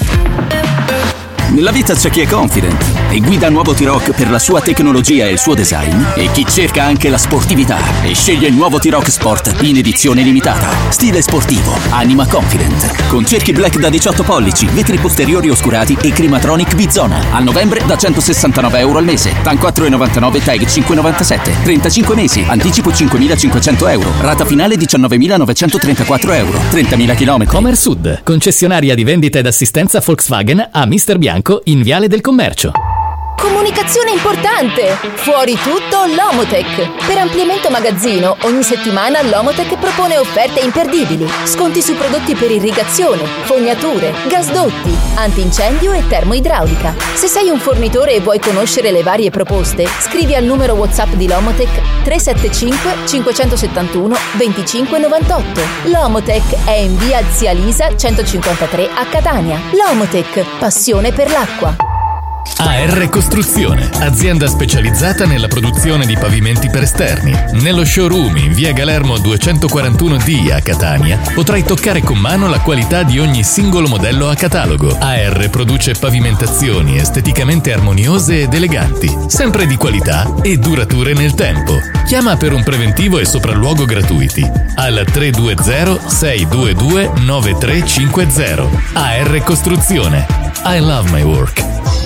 Nella vita c'è chi è confident e guida nuovo T-Roc per la sua tecnologia e il suo design, e chi cerca anche la sportività e sceglie il nuovo T-Roc Sport in edizione limitata. Stile sportivo, anima confident, con cerchi black da diciotto pollici, vetri posteriori oscurati e Climatronic Bizona. A novembre da centosessantanove euro al mese, T A N quattro virgola novantanove, Tag cinque virgola novantasette, trentacinque mesi, anticipo cinquemilacinquecento euro, rata finale diciannovemilanovecentotrentaquattro euro, trentamila chilometri. Comersud, concessionaria di vendita ed assistenza Volkswagen a Mister Bianco in Viale del Commercio. Comunicazione importante! Fuori tutto Lomotech! Per ampliamento magazzino, ogni settimana Lomotech propone offerte imperdibili. Sconti su prodotti per irrigazione, fognature, gasdotti, antincendio e termoidraulica. Se sei un fornitore e vuoi conoscere le varie proposte, scrivi al numero WhatsApp di Lomotech tre sette cinque cinque sette uno due cinque nove otto. Lomotech è in via Zia Lisa centocinquantatré a Catania. Lomotech, passione per l'acqua. A R Costruzione, azienda specializzata nella produzione di pavimenti per esterni. Nello showroom in via Galermo duecentoquarantuno D a Catania potrai toccare con mano la qualità di ogni singolo modello a catalogo. A R produce pavimentazioni esteticamente armoniose ed eleganti, sempre di qualità e durature nel tempo. Chiama per un preventivo e sopralluogo gratuiti al tre due zero sei due due nove tre cinque zero. A R Costruzione. I love my work.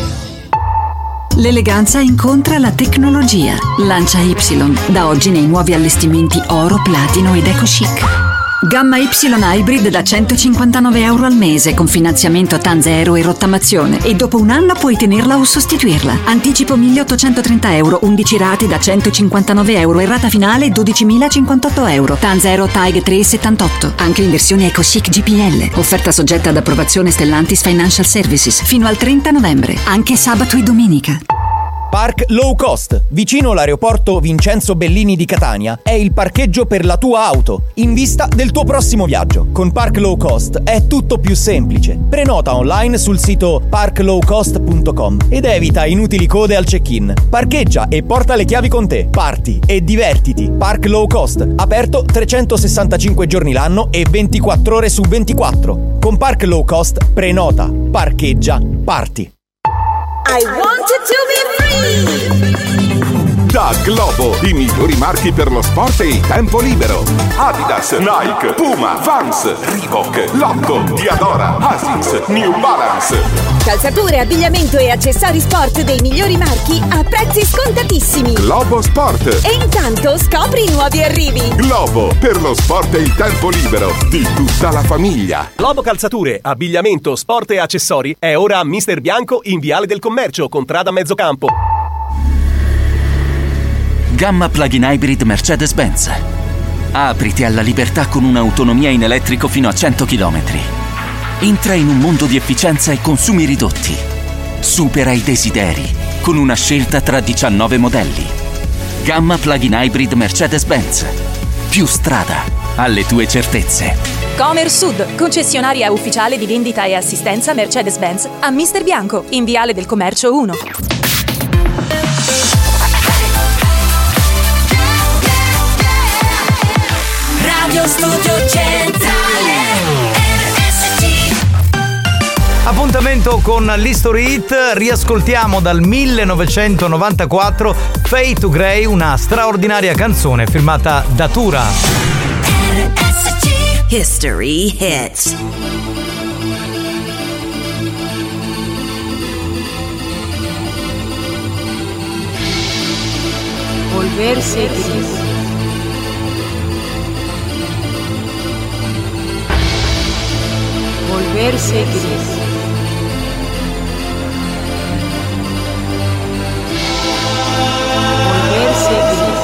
L'eleganza incontra la tecnologia. Lancia Y, da oggi nei nuovi allestimenti oro, platino ed eco chic. Gamma Y Hybrid da centocinquantanove euro al mese con finanziamento TAN zero e rottamazione, e dopo un anno puoi tenerla o sostituirla. Anticipo milleottocentotrenta euro, undici rate da centocinquantanove euro e rata finale dodicimilacinquantotto euro. TAN zero T A G tre settantotto, anche in versione Eco Chic G P L. Offerta soggetta ad approvazione Stellantis Financial Services fino al trenta novembre, anche sabato e domenica. Park Low Cost, vicino l'aeroporto Vincenzo Bellini di Catania, è il parcheggio per la tua auto, in vista del tuo prossimo viaggio. Con Park Low Cost è tutto più semplice. Prenota online sul sito park low cost punto com ed evita inutili code al check-in. Parcheggia e porta le chiavi con te. Parti e divertiti. Park Low Cost, aperto trecentosessantacinque giorni l'anno e ventiquattro ore su ventiquattro. Con Park Low Cost prenota, parcheggia, parti. I wanted to be free! Da Globo, i migliori marchi per lo sport e il tempo libero. Adidas, Nike, Puma, Vans, Reebok, Lotto, Diadora, Asics, New Balance. Calzature, abbigliamento e accessori sport dei migliori marchi a prezzi scontatissimi. Globo Sport. E intanto scopri i nuovi arrivi. Globo, per lo sport e il tempo libero di tutta la famiglia. Globo Calzature, abbigliamento, sport e accessori è ora a Mister Bianco in Viale del Commercio, contrada Mezzocampo. Gamma Plug-in Hybrid Mercedes-Benz. Apriti alla libertà con un'autonomia in elettrico fino a cento chilometri. Entra in un mondo di efficienza e consumi ridotti. Supera i desideri con una scelta tra diciannove modelli. Gamma Plug-in Hybrid Mercedes-Benz. Più strada alle tue certezze. Comer Sud, concessionaria ufficiale di vendita e assistenza Mercedes-Benz a Mister Bianco in Viale del Commercio uno. Radio Studio Centrale R S C. Appuntamento con l'History Hit, riascoltiamo dal millenovecentonovantaquattro Fade to Grey, una straordinaria canzone firmata Datura. R S C History Hits. Volverse gris. Volverse gris. Volverse gris.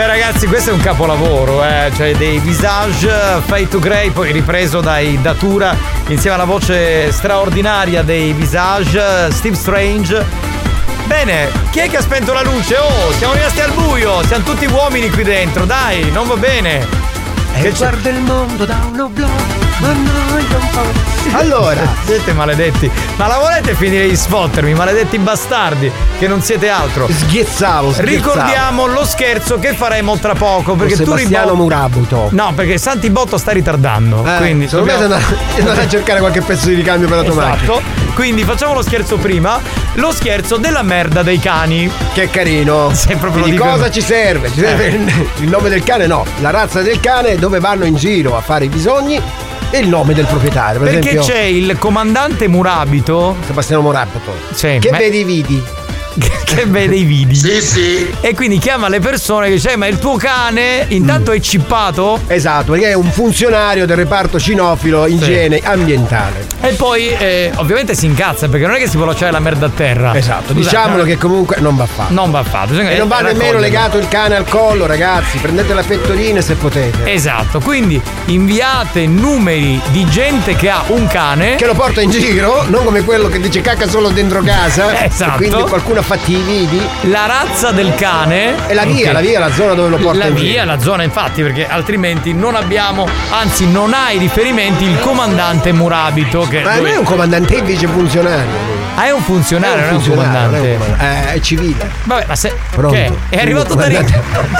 Beh ragazzi, questo è un capolavoro, eh? Cioè dei Visage, Fade to Grey, poi ripreso dai Datura insieme alla voce straordinaria dei Visage, Steve Strange. Bene, chi è che ha spento la luce? Oh, siamo rimasti al buio, siamo tutti uomini qui dentro, dai, non va bene. E che guarda il mondo da un oblò, ma noi non fa. Allora, siete maledetti. Ma la volete finire di sfottermi, maledetti bastardi, che non siete altro. Sghiezzavo, sghiezzavo. Ricordiamo lo scherzo che faremo tra poco, perché tu Sebastiano Murabuto. No, perché Santibotto sta ritardando. Eh, quindi secondo dobbiamo... me è andare a cercare qualche pezzo di ricambio per la tua macchina. Esatto. Quindi facciamo lo scherzo prima. Lo scherzo della merda dei cani. Che carino. Se proprio di dico... cosa ci serve? Ci serve eh. il nome del cane, no. La razza del cane, dove vanno in giro a fare i bisogni. E il nome del proprietario, per perché esempio, c'è il comandante Murabito. Sebastiano Murabito. Sì, che ma... vedi vidi. Che vede i video. Sì, sì. E quindi chiama le persone che dice: ma il tuo cane intanto mm. è chippato? Esatto, perché è un funzionario del reparto cinofilo igiene sì. ambientale. E poi eh, ovviamente si incazza, perché non è che si può lasciare la merda a terra. Esatto, Scusate, diciamolo no? che comunque non va fatto. Non va fatto. E non va nemmeno legato il cane al collo, ragazzi. Prendete la pettorina se potete. Esatto, quindi inviate numeri di gente che ha un cane, che lo porta in giro, non come quello che dice cacca solo dentro casa. Esatto. E quindi qualcuno ha fatti i vidi. La razza del cane. E la via, okay. la via, la zona dove lo porta La in via, giro. la zona infatti, perché altrimenti non abbiamo, anzi non hai riferimenti il comandante Murabito che ma dove... non è un comandante, è vice funzionario. Ah, è un funzionario, è un non è un comandante. È, un comandante. Eh, è civile. Vabbè, ma se. Pronto? Che? È arrivato da lì.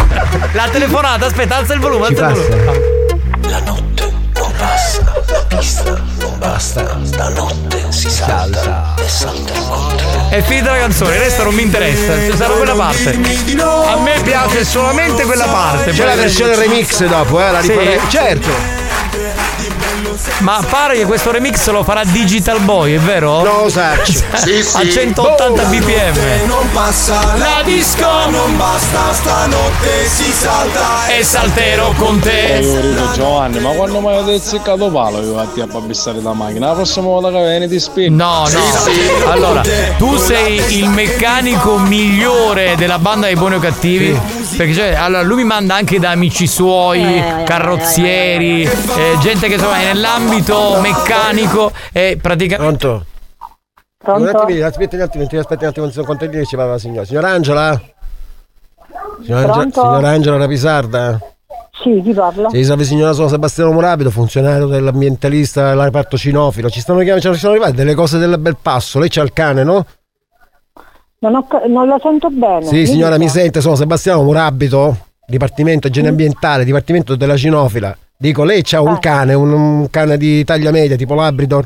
La telefonata, aspetta, alza il volume, alza il volume. La notte non passa, la pista non basta, stanotte si salta e salta il monte. È finita la canzone, il resto non mi interessa, c'è solo quella parte. A me piace solamente quella parte. C'è la versione remix dopo, eh? La rifare... Sì. Certo. Ma pare che questo remix lo farà Digital Boy, è vero? No, sacci. Sì, sì. A centottanta B P M. Non passa la disco, non basta, stanotte si salta e salterò con te. Io dico Giovanni, ma quando mai avete zeccato palo io vatti a babissare la macchina? La prossima volta che vieni ti spiego. No, no. Sì, sì. Allora, tu sei il meccanico migliore della banda dei buoni o cattivi. Sì. Perché cioè, allora lui mi manda anche da amici suoi, eh, carrozzieri, eh, gente che insomma è nell'ambito meccanico e praticamente. Pronto? Pronto? Un aspetti un attimo, aspetti un attimo, non sono contenti che ci parla la signora. Signora Angela? Signora, Ange- signora Angela Rapisarda? Sì, chi parla? Sì, salve signora, sono Sebastiano Murabito, funzionario dell'ambientalista del reparto cinofilo. Ci stanno chiamando, ci sono arrivate delle cose del bel passo. Lei c'ha il cane, no? Non, ho, non la sento bene. Sì, signora, mi sente, sono Sebastiano Murabito, Dipartimento Igiene mm. Ambientale, Dipartimento della Cinofila. Dico, lei c'ha un eh. cane, un, un cane di taglia media, tipo Labrador?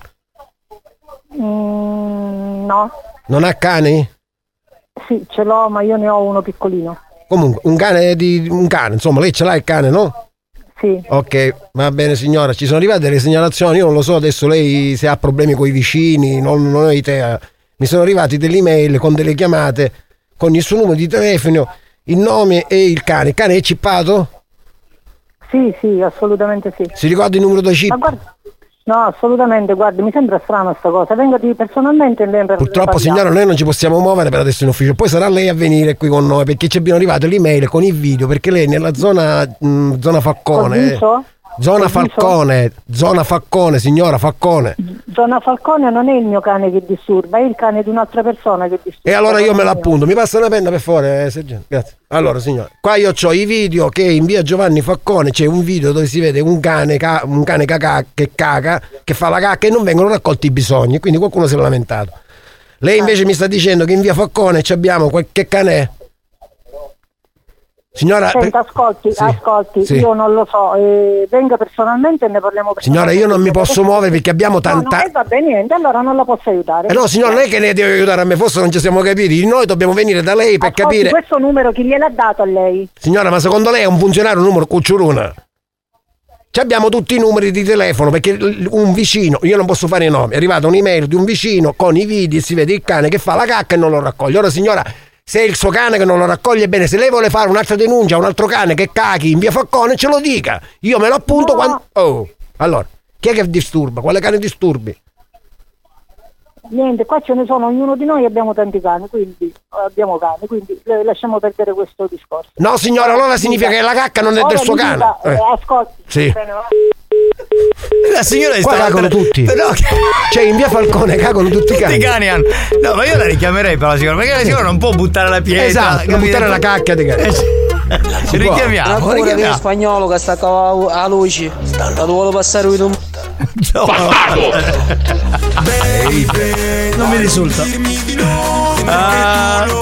Mm, no. Non ha cani? Sì, ce l'ho, ma io ne ho uno piccolino. Comunque, un cane di. un cane, insomma, lei ce l'ha il cane, no? Sì. Ok, va bene signora, ci sono arrivate delle segnalazioni, io non lo so adesso lei se ha problemi con i vicini, non, non ho idea. Mi sono arrivati delle email con delle chiamate, con il suo numero di telefono, il nome e il cane. Il cane è chippato? Sì, sì, assolutamente sì. Si ricorda il numero da chip? Ma guarda, no, assolutamente, guardi, mi sembra strana sta cosa. Vengo personalmente in lei per Purtroppo signora noi non ci possiamo muovere per adesso in ufficio, poi sarà lei a venire qui con noi perché ci abbiamo arrivato l'email con i video, perché lei è nella zona mh, zona Falcone. Eh, zona Falcone, zona Falcone, signora Falcone. Zona Falcone non è il mio cane che disturba, è il cane di un'altra persona che disturba. E allora io me l'appunto, mi passa una penna per favore, eh, grazie. Allora signora, qua io ho i video che in via Giovanni Falcone c'è un video dove si vede un cane, ca- un cane caca, che caca, che fa la cacca e non vengono raccolti i bisogni, quindi qualcuno si è lamentato. Lei invece ah. mi sta dicendo che in via Falcone ci abbiamo qualche cane. Signora, senta, ascolti, sì, ascolti, sì. io non lo so, eh, venga personalmente e ne parliamo. Signora, io non mi posso muovere perché abbiamo tanta. No, no, eh, va bene, niente, allora non la posso aiutare. Eh no, signora, non è che lei deve aiutare a me, forse non ci siamo capiti. Noi dobbiamo venire da lei per ascolti, capire. Questo numero chi gliel'ha dato a lei? Signora, ma secondo lei è un funzionario un numero cucciuruna? Ci abbiamo tutti i numeri di telefono perché un vicino, io non posso fare i nomi, è arrivata un'email di un vicino con i video e si vede il cane che fa la cacca e non lo raccoglie. Ora signora, se è il suo cane che non lo raccoglie bene, se lei vuole fare un'altra denuncia a un altro cane che cachi in via Falcone, ce lo dica. Io me lo appunto no. quando. Oh, allora, chi è che disturba? Quale cane disturbi? Niente, qua ce ne sono, ognuno di noi abbiamo tanti cani, quindi abbiamo cani, quindi eh, lasciamo perdere questo discorso. No signora, allora significa che la cacca non è Ora del suo mi cane. dica, Eh. eh, ascolti. Sì. Bene, va. La signora è Qua stata cagano tutti. Però... Cioè in via Falcone cagano tutti i Tutti cani. i cani hanno. No, ma io la richiamerei per la signora, perché la signora non può buttare la pietra. Esatto, non capito? buttare la cacca di cane. Ci richiamiamo, Ancora richiamiamo. in spagnolo che sta a a luci. La vuole passare un Non mi risulta. Ah.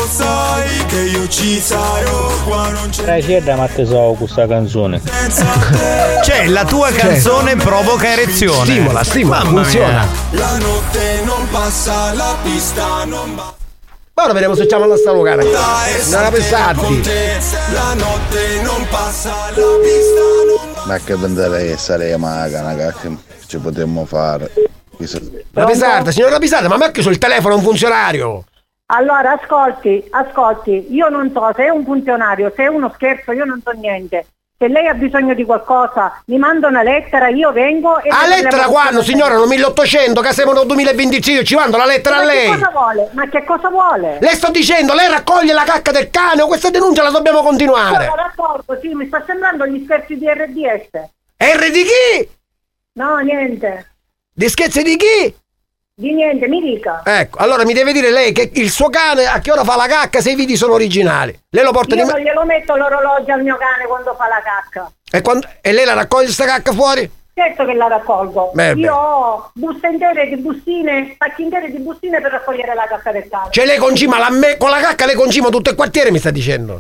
Eh, c'è da Matteo so questa canzone. Cioè, la tua canzone provoca erezione. Stimola, stimola, Mamma funziona. mia. La notte non passa, la pista non va. Ma ora vediamo se c'è la sta locale. Non la pensarti. La notte non passa, la pista non va. Ma che pensare che saremo a cana che ci potremmo fare? La pesarda, signora Pisarda, ma mi ha chiuso il telefono a un funzionario. Allora, ascolti, ascolti, io non so se è un funzionario, se è uno scherzo, io non so niente. Se lei ha bisogno di qualcosa, mi manda una lettera, io vengo e... A lettera quando, signora? Non milleottocento, che siamo nel duemilaventicinque, io ci mando la lettera Ma a lei. che cosa vuole? Ma che cosa vuole? Le sto dicendo, lei raccoglie la cacca del cane o questa denuncia la dobbiamo continuare? Sono d'accordo, sì, mi sta sembrando gli scherzi di R D S. R di chi? No, niente. Di scherzi di chi? Di niente, mi dica. Ecco, allora mi deve dire lei che il suo cane a che ora fa la cacca se i viti sono originali. Lei lo porta Io di... non glielo metto l'orologio al mio cane quando fa la cacca. E, quando... e lei la raccoglie sta cacca fuori? Certo che la raccolgo. Beh, Io beh. ho buste intere di bustine, pacchi interi di bustine per raccogliere la cacca del cane. Cioè lei concima la me... con la cacca lei concima tutto il quartiere, mi sta dicendo?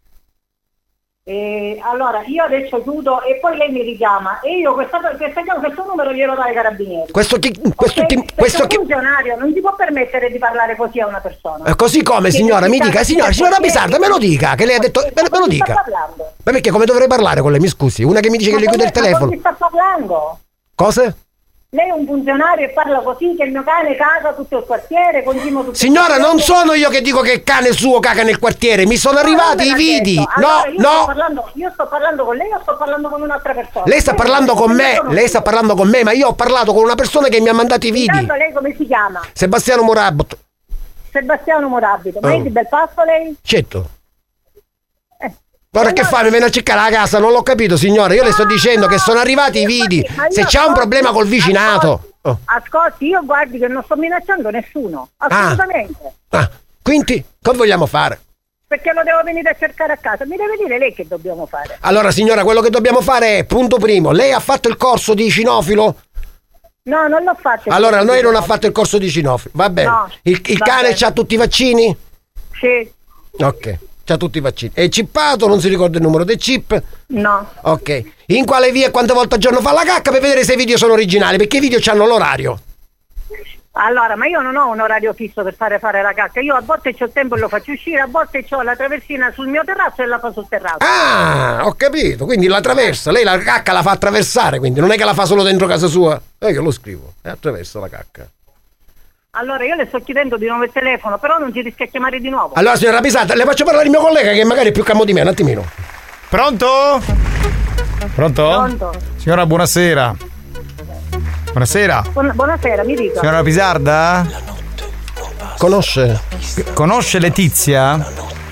E allora io adesso chiudo e poi lei mi richiama e io questa, questa, questo numero glielo dai ai carabinieri. Questo chi... questo Ok? chi... Perché questo un chi... funzionario non si può permettere di parlare così a una persona. Eh, così come, Che signora, mi si dica, sa- signora, signora perché- Pisarda, me lo dica, che lei ha detto, me, me lo Con chi sta dica. parlando? Ma perché come dovrei parlare con lei, mi scusi? Una che mi dice che Ma le con chiude il me- ma con telefono. chi sta parlando? Cosa? Lei è un funzionario e parla così che il mio cane caga tutto il quartiere, continuo tutto Signora, il non quartiere. sono io che dico che il cane suo caga nel quartiere, mi sono No, arrivati i non me l'ha vidi. detto. No, Allora, io Sto no. parlando, io sto parlando con lei o sto parlando con un'altra persona? Lei sta parlando con me, lei sta parlando con me, ma io ho parlato con una persona che mi ha mandato i vidi. Intanto lei come si chiama? Sebastiano Morabito. Sebastiano Morabito. Ma Oh. è di Belpasto lei? Certo. Ora che fa? Mi viene a cercare la casa? Non l'ho capito, signora. Io le sto dicendo che sono arrivati i vidi. Ma io Se c'è un ascolti, problema col vicinato. Oh. Ascolti, io guardi che non sto minacciando nessuno. Assolutamente. Ah, quindi, cosa vogliamo fare? Perché lo devo venire a cercare a casa. Mi deve dire lei che dobbiamo fare. Allora, signora, quello che dobbiamo fare è, punto primo, lei ha fatto il corso di cinofilo? No, non l'ho fatto. Allora, noi non ha fatto il corso di cinofilo. Va bene. No, il il va cane bene. c'ha tutti i vaccini? Sì. Ok, c'ha tutti i vaccini. È chippato, non si ricorda il numero del chip? No. Ok. In quale via e quante volte al giorno fa la cacca per vedere se i video sono originali? Perché i video hanno l'orario. Allora, ma io non ho un orario fisso per fare fare la cacca. Io a volte c'ho tempo e lo faccio uscire, a volte ho la traversina sul mio terrazzo e la fa sul terrazzo. Ah, ho capito. Quindi la traversa. Lei la cacca la fa attraversare, quindi non è che la fa solo dentro casa sua. Eh, io lo scrivo. E attraversa la cacca. Allora, io le sto chiedendo di nuovo il telefono, però non si rischia a chiamare di nuovo. Allora, signora Pisarda, le faccio parlare il mio collega che magari è più cammo di me. Un attimino. Pronto? Pronto? Pronto? Signora, buonasera. Buonasera. Buon- buonasera, mi dica. Signora Pisarda? Conosce? Conosce Letizia?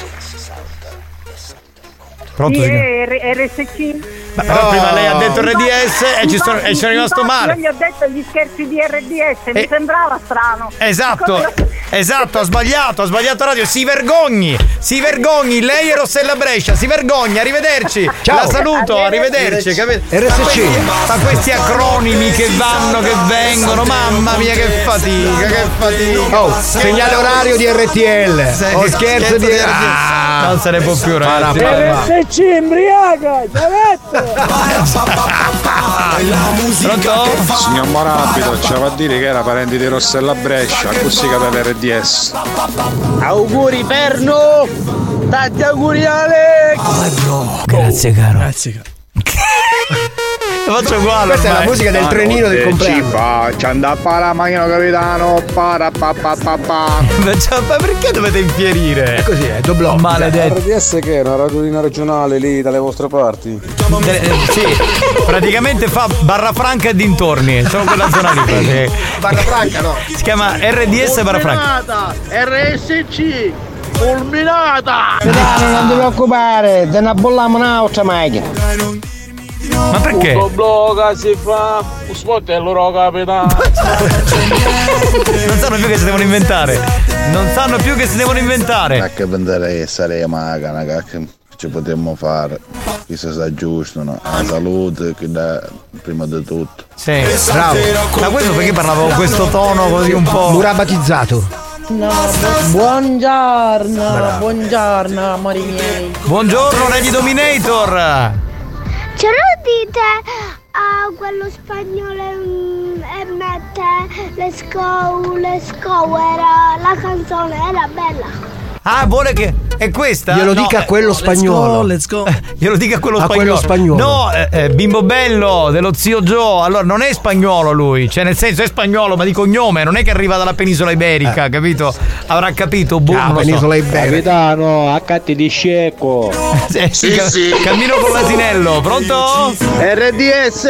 Pronto, Sì, signora? è R- R S C? Ma però prima lei ha detto R D S e ci sono, e ci sono rimasto Infatti, male. Io gli ho detto gli scherzi di R D S, mi Eh, sembrava strano. Esatto, Cosa- esatto, ha sbagliato, ha sbagliato radio. Si vergogni, si vergogni. Lei è Rossella Brescia, si vergogni. Arrivederci. Ciao. La saluto, arrivederci. capito? R S C. Ma questi acronimi che vanno, che vengono, mamma mia, che fatica, che fatica. Oh, segnale orario di R T L. O scherzo di Ah, non se ne può più, ragazzi. R S C imbriaca, ciavetto! Pronto? Signor Morabito, ci va a dire che era parente di Rossella Brescia, così che l'R D S. Auguri Perno! Tanti auguri Alex! Grazie, caro. Grazie, caro. Lo faccio uguale. Questa ormai. è la musica del trenino del compleanno. Ci faccia andare a la macchina capitano. Para pa pa pa pa. Ma perché dovete infierire? È così, è doblò. Maledetto. R D S che è una radioina regionale lì dalle vostre parti? Eh, sì, praticamente fa Barra Franca e dintorni. Sono quella zona lì. Sì. Barra Franca, no? Si chiama R D S Barra Franca. R S C fulminata! Capitano, non ti preoccupare, te ne bolliamo un'altra macchina. Ma perché? Un blocca si fa un sportello ro capitano. Non sanno più che si devono inventare. Non sanno più che si devono inventare. Ma che pensare che saremo magana, che ci potremmo fare? Che si sa giusto, no? La salute, che da prima di tutto. Sì, bravo. Ma questo perché parlavo con questo tono così un po'. Murabatizzato. No, buongiorno, Bravo. buongiorno amori miei. Buongiorno Lady Dominator. Ce lo dite a quello spagnolo mm, e mette le scow, le scow era, la canzone era bella. Ah, vuole che. È questa? Glielo dica a quello spagnolo. Let's go, let's go. Glielo dica a quello a spagnolo. quello spagnolo. No, eh, eh, Bimbo Bello dello zio Joe. Allora, non è spagnolo lui. Cioè, nel senso, è spagnolo, ma di cognome. Non è che arriva dalla penisola iberica, eh. capito? Avrà capito. Boh, ah, penisola so. iberica. Capitano, accatti di scecco. sì, sì, sì, sì. Cammino con l'asinello. Pronto? R D S.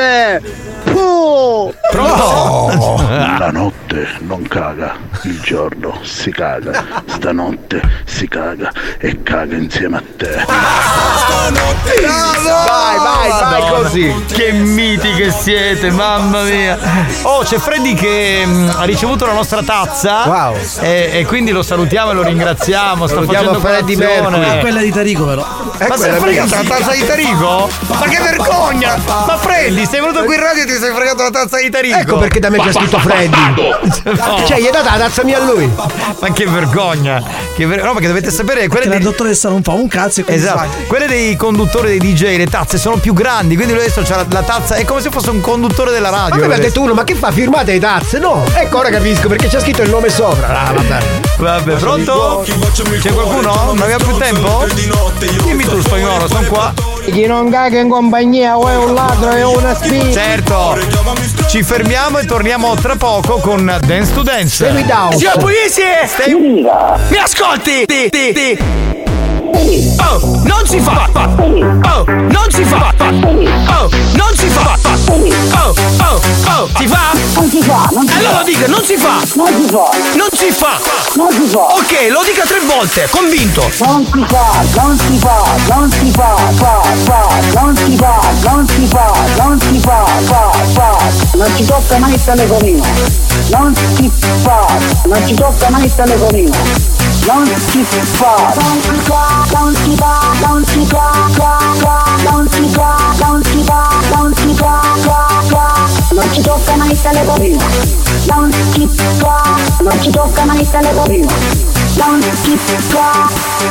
Puh. Pronto? No. La notte non caga, il giorno si caga. Stanotte si caga e caga insieme a te. Stanotte vai, vai, vai così. Che miti che siete, mamma mia. Oh, c'è Freddy che mh, ha ricevuto la nostra tazza. Wow. E, e quindi lo salutiamo e lo ringraziamo. Sta salutiamo facendo Freddy Mercury. È quella di Tarico però. È ma sei fregato la tazza di Tarico? Ma che vergogna! Ma Freddy, sei venuto qui in radio e ti sei fregato la tazza di Tarico. Ecco perché da me c'è scritto Freddy. No. Cioè, gli hai dato la tazza mia a lui. Ma che vergogna. Che ver- no, perché dovete sapere quelle dei... la dottoressa non fa un cazzo e esatto. Fa. Quelle dei conduttori, dei D J, le tazze sono più grandi, quindi lui adesso c'ha la, la tazza, è come se fosse un conduttore della radio. Ma mi ha detto uno, ma che fa? Firmate le tazze? No, ecco ora capisco perché c'è scritto il nome sopra. Ah, vabbè. Vabbè, pronto? C'è qualcuno? Non abbiamo più tempo? Dimmi tu spagnolo, sono qua. Chi non caga in compagnia o è un ladro è una spia. Certo. Ci fermiamo e torniamo tra poco con Dance to Dance. Stay down. Signor Puglisi! Stai... Mi ascolti? Ti, ti, ti. Oh, non si fa! Oh, non si fa! Oh, non si fa! Oh, oh, oh, si fa? Non si fa, non si allora fa. dica, non si fa! Non si fa. Non si fa! Non si fa. Ok, lo dica tre volte, convinto! Non si fa, non si fa, non si fa, fa, fa, non si fa, non si fa, non si fa, fa, fa. Non ci tocca mai il telefonino. Non si fa, non ci tocca mai il telefonino. Non si fa, non si fa, non si fa, non si fa, fa, fa, non si fa, non si fa, non si fa, fa, fa. Non ci tocca mai il telefonino. Non si fa, non ci tocca mai il telefonino. Non si fa.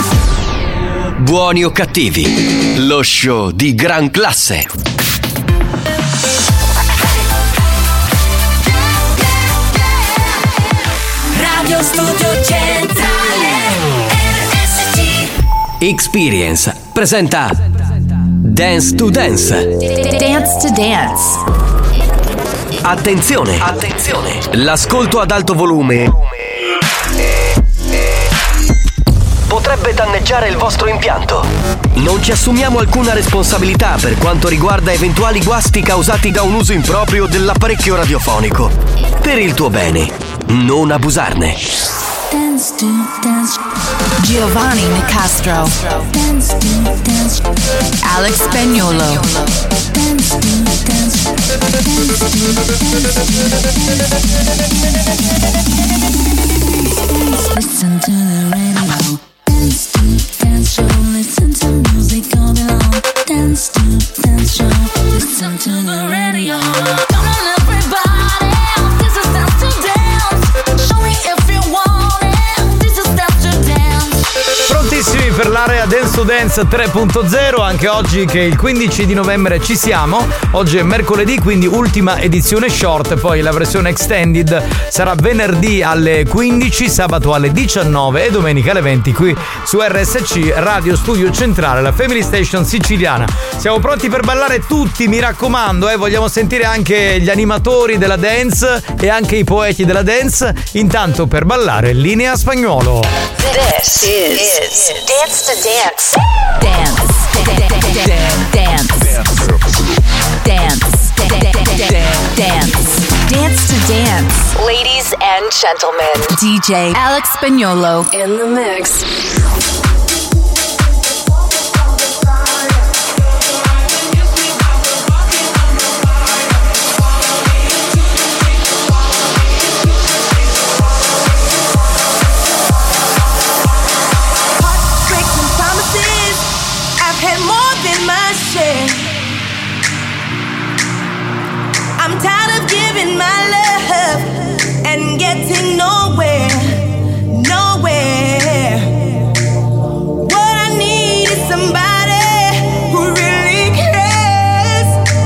Buoni o cattivi, lo show di gran classe. Radio Studio Centrale R S C. Experience presenta Dance to Dance. Dance to Dance. Attenzione, attenzione. L'ascolto ad alto volume potrebbe danneggiare il vostro impianto. Non ci assumiamo alcuna responsabilità per quanto riguarda eventuali guasti causati da un uso improprio dell'apparecchio radiofonico. Per il tuo bene, non abusarne. Dance to dance. Giovanni Nicastro. Dance to dance. Alex Spagnuolo. Dance to dance. Dance to listen to the radio. Dance to dance show. Listen to music all day long. Dance to dance show. Listen to the radio. Come on everybody. This is dance to dance. Show me if you want it. This is dance to dance. Prontissimi per l'area Dance Dance to Dance tre punto zero, anche oggi che è il quindici di novembre ci siamo. Oggi è mercoledì, quindi ultima edizione short, poi la versione extended sarà venerdì alle quindici, sabato alle diciannove e domenica alle venti qui su R S C Radio Studio Centrale, la Family Station siciliana. Siamo pronti per ballare tutti, mi raccomando, eh, vogliamo sentire anche gli animatori della dance e anche i poeti della dance. Intanto per ballare linea Spagnuolo. This is Dance to Dance. Dance. Dance. Dance. Dance. Dance to Dance. Ladies and gentlemen, D J Alex Spagnuolo in the mix. I'm tired of giving my love and getting nowhere, nowhere. What I need is somebody who really cares.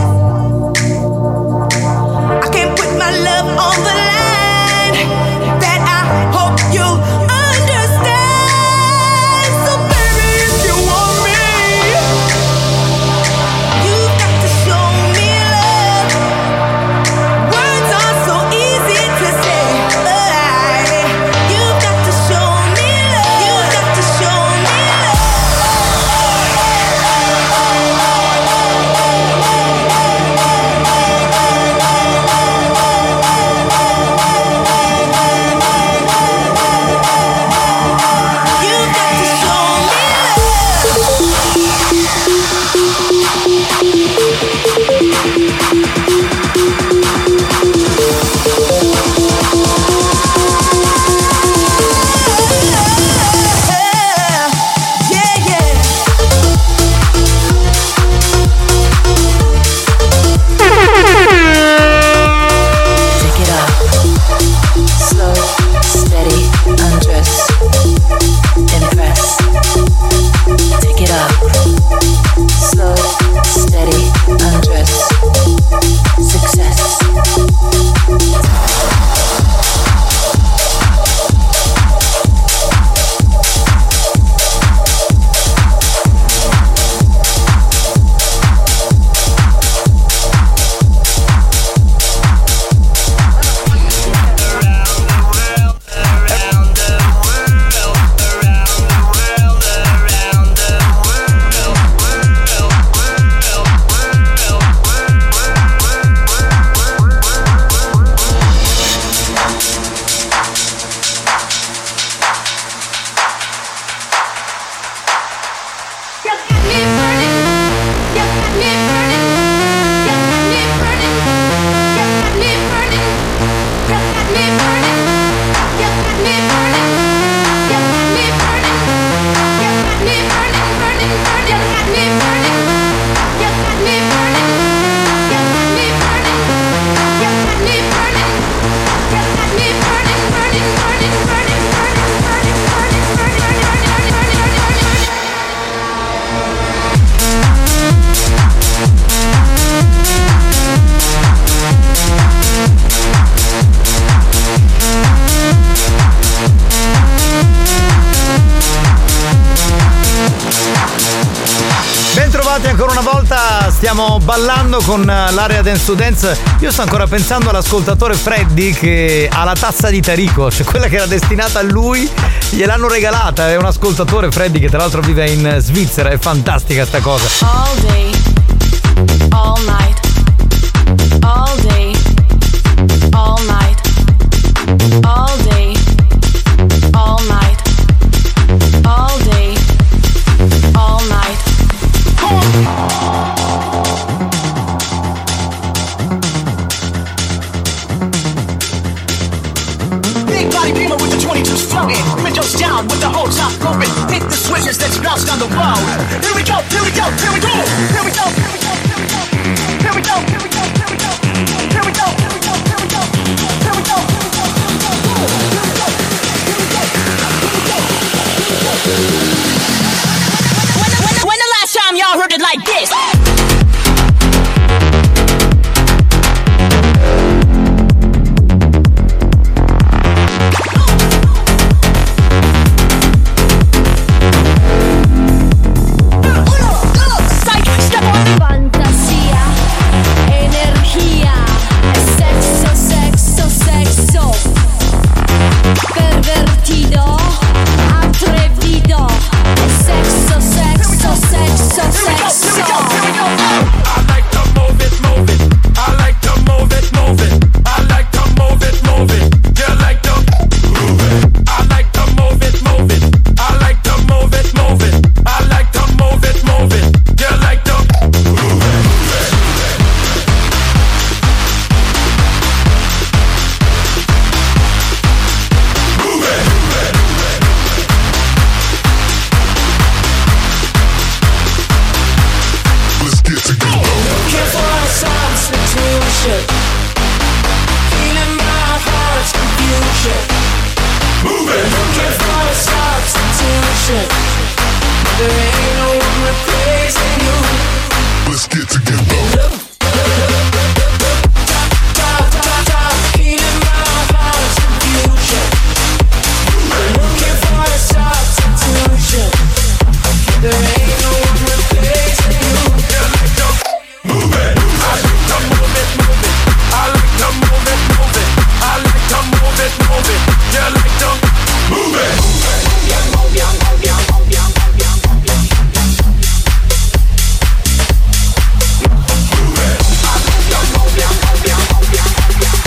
I can't put my love on the line, that I hope you'll understand. So baby, if you want me, you've got to show me love. Words are so easy to say, but you've got to show me love. You've got to show me You've got to show me Take it up. Slow, steady, undress. Impress. Take it up. Slow, steady, undress. Success. Bentrovati ancora una volta, stiamo ballando con l'area Dance to Dance. Io sto ancora pensando all'ascoltatore Freddy che ha la tazza di Tarico, cioè quella che era destinata a lui, gliel'hanno regalata. È un ascoltatore, Freddy, che tra l'altro vive in Svizzera. È fantastica sta cosa. All day, all night, all day, all night, all day, all night, all day, all night. Big body beamer with the twenty-two floating. Windows down with the whole top open. Hit the switches that's bounced on the road. Here we go, here we go, here we go, here we go, here we go, here we go, here we go, here we go, here we go, here we go, here we go, here we go, here we go, here we go. like this. Fantasia, energia, sexo, sexo, sexo, pervertido, atrevido, sexo, sexo, sexo, sexo. I like to move it, move it. I like to move it, move it. I like to move it, move it. You like to move it. I like to move it, move it. I like to move it, move it. I like to move it, move it. You like to move it. Let's get together. Looking for a substitution, feeling my heart's confusion. Move it. Looking for a substitution, there ain't no one replacing you. Let's get together. Feeling my heart's confusion. Looking for a substitution, there ain't no one replacing you. Move it. I like to move it, move it. I like to move it, move it. I like to move it, move it. You like to move it. Move ya, move ya, move ya, move ya, move ya, move ya. Move it. I like to move ya, move ya, move ya, move ya,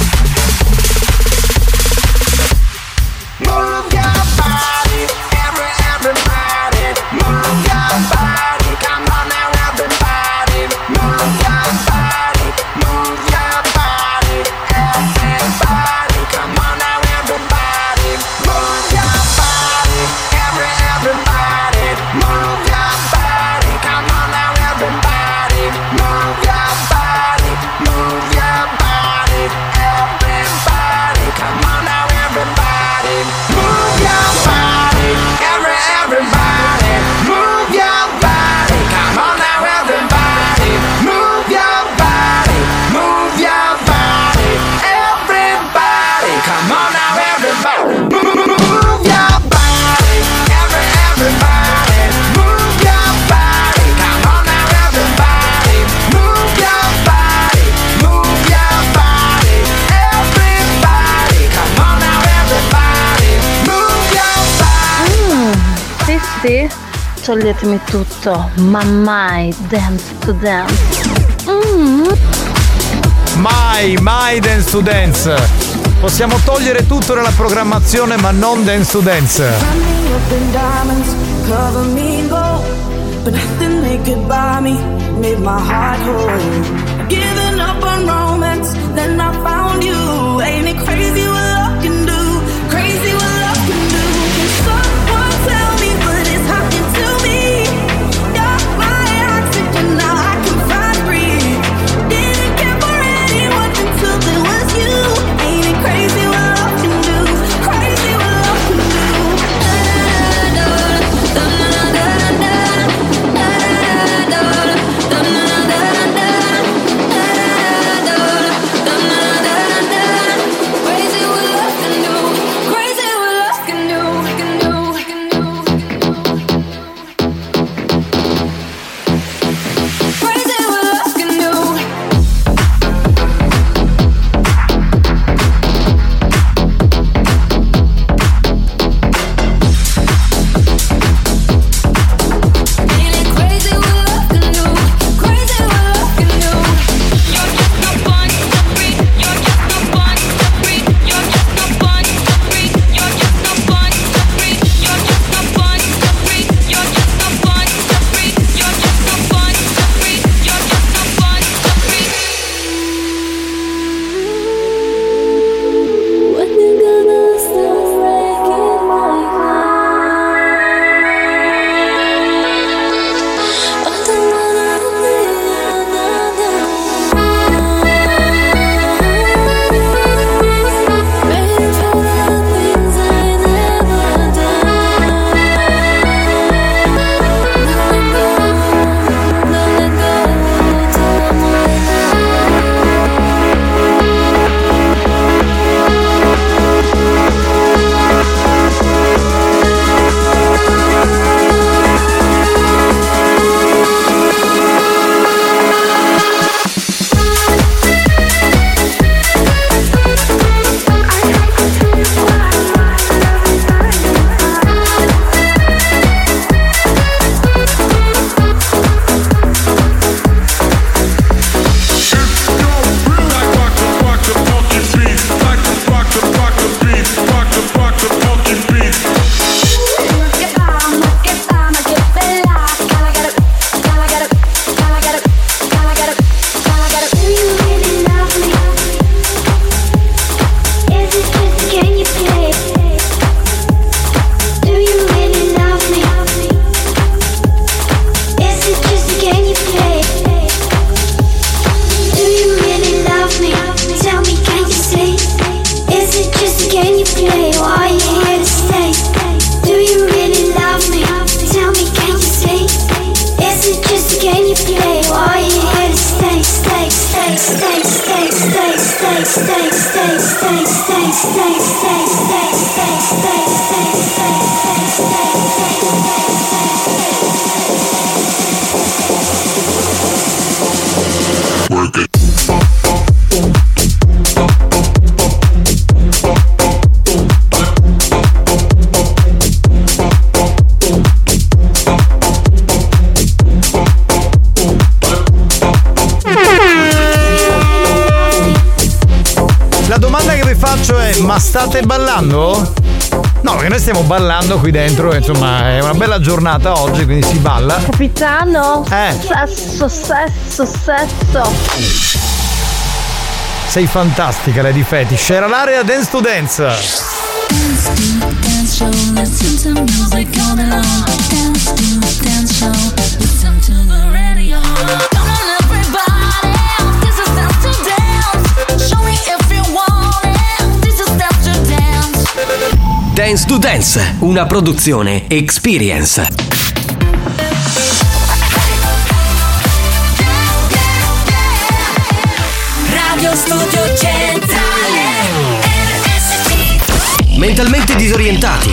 move ya. Move your body, every everybody. Move your body, come on now, everybody. Move your body, move your body, everybody. Come on now, everybody. Move your body, every everybody. Move your body, come on now, everybody. Move your body, move your body, everybody. Come on now, everybody. Move your body, every everybody. Move your body, come on now, everybody. Move your body, move your body, everybody. Come on now, everybody. Move your body, every everybody. Move your body, come on now, everybody. Move your body, move your body, everybody. Come on now, everybody. Move your body. Sì, sì, toglietemi tutto, ma mai dance to dance. Mm. Mai, mai Dance to Dance. Possiamo togliere tutto nella programmazione, ma non Dance to Dance. Me up in diamonds, cover me in gold, but nothing they could buy me made my heart whole. Giving up on romance, then I found you. Ain't it crazy what love can do? Crazy what love can do. Can someone tell me what is happening to me? You're my oxygen, now I can find breathe. Didn't care for anyone until there was you. Ain't it crazy what love can do? Crazy what love can do. Da-da-da-da-da, da-da-da-da-da, da-da-da-da-da, da-da-da-da-da. stai ballando? No, perché noi stiamo ballando qui dentro, insomma, è una bella giornata oggi, quindi si balla. Capitano? Eh. Sesso, sesso, sesso. Sei fantastica, Lady Fetish. Era l'area Dance to Dance. Dance to dance show, listen to music all day long. Dance to dance show, listen to the radio. Come on everybody, this is dance to dance. Show me if you want it, this is dance to dance. Dance to Dance, una produzione Experience. Radio Studio Centrale R S C. Mentalmente disorientati,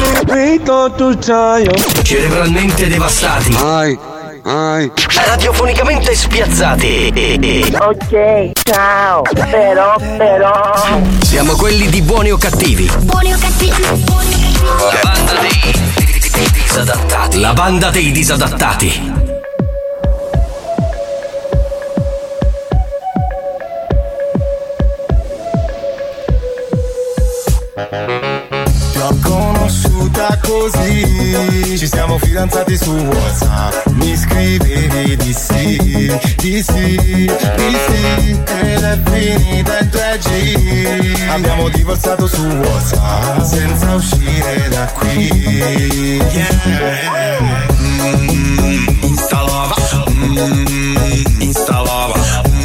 cerebralmente devastati, radiofonicamente spiazzati. Ok, ciao. Però, però. Siamo quelli di Buoni o Cattivi. Buoni o cattivi, buoni o cattivi. La banda dei disadattati. La banda dei disadattati. Ti ho conosciuta così, ci siamo fidanzati su WhatsApp. Mi scrivevi di sì, di sì, di sì, ed è finita in tre G. Abbiamo divorziato su WhatsApp senza uscire da qui. Yeah. Mm, instalava, mm, instalava,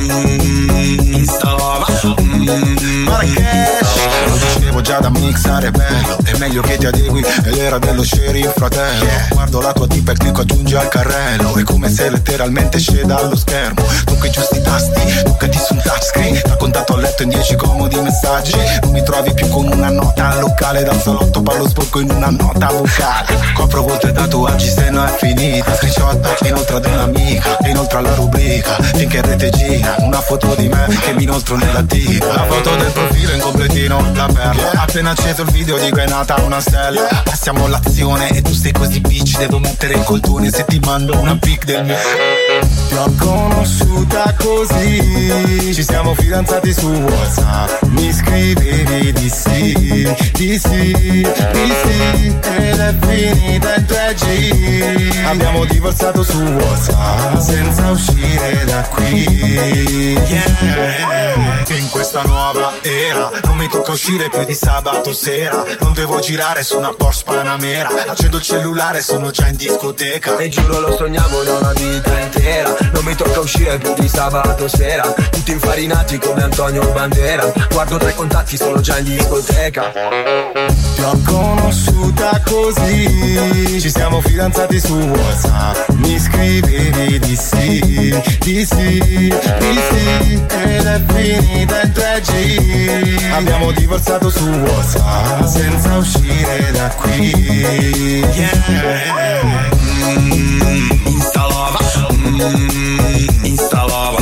mm, instalava, mm, Marrakesh. Lo dicevo già da mixare bello, è meglio che ti adegui, è l'era dello sheriff fratello. Yeah. Guardo la tua tipa e clicco aggiungi al carrello, è come se letteralmente sceda allo schermo. Tu che giusti tasti, tu che ti su un touchscreen, da contatto a letto in dieci comodi messaggi. Non mi trovi più con una nota al locale, dal salotto parlo sporco in una nota vocale. Copro volte tatuaggi se no è finita, screenshot inoltre dell'amica, inoltre alla rubrica, finché rete gira una foto di me che mi inoltro nella tira. La foto del profilo in completino, la perla, appena acceso il video dico è nata una stella. Passiamo all'azione e tu sei così bitch, devo mettere il coltone se ti mando una pic del mio. Ti ho conosciuta così, ci siamo fidanzati su WhatsApp. Mi scrivevi di sì, di sì, di sì, ed è finita in tre G. Abbiamo divorziato su WhatsApp senza uscire da qui. Yeah. In questa nuova era non mi tocca uscire più di sabato sera. Non devo girare su una Porsche Panamera, accendo il cellulare, sono già in discoteca. E giuro lo sognavo da una vita intera. Non mi tocca uscire più di sabato sera. Tutti infarinati come Antonio Bandera. Guardo tra i contatti, sono già in discoteca. Ti ho conosciuta così, ci siamo fidanzati su WhatsApp. Mi scrivevi di sì, di sì, di sì, ed è finita in tre G. Abbiamo divorziato su WhatsApp senza uscire da qui. Yeah. Mm, instalava, mm, instalava,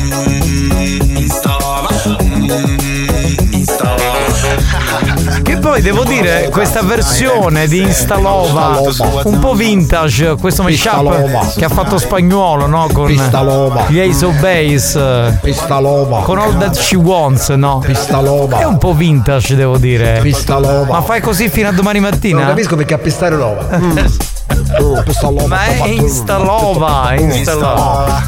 mm, instalava, mm, instalava. Che poi devo dire, questa versione di Instalova un po' vintage, questo mashup che ha fatto Spagnuolo, no? Con gli Ace of Base, con All That She Wants, no? È un po' vintage, devo dire. Ma fai così fino a domani mattina? Non capisco perché a pistare nuova. Mm. Ma è Instalova, Instalova.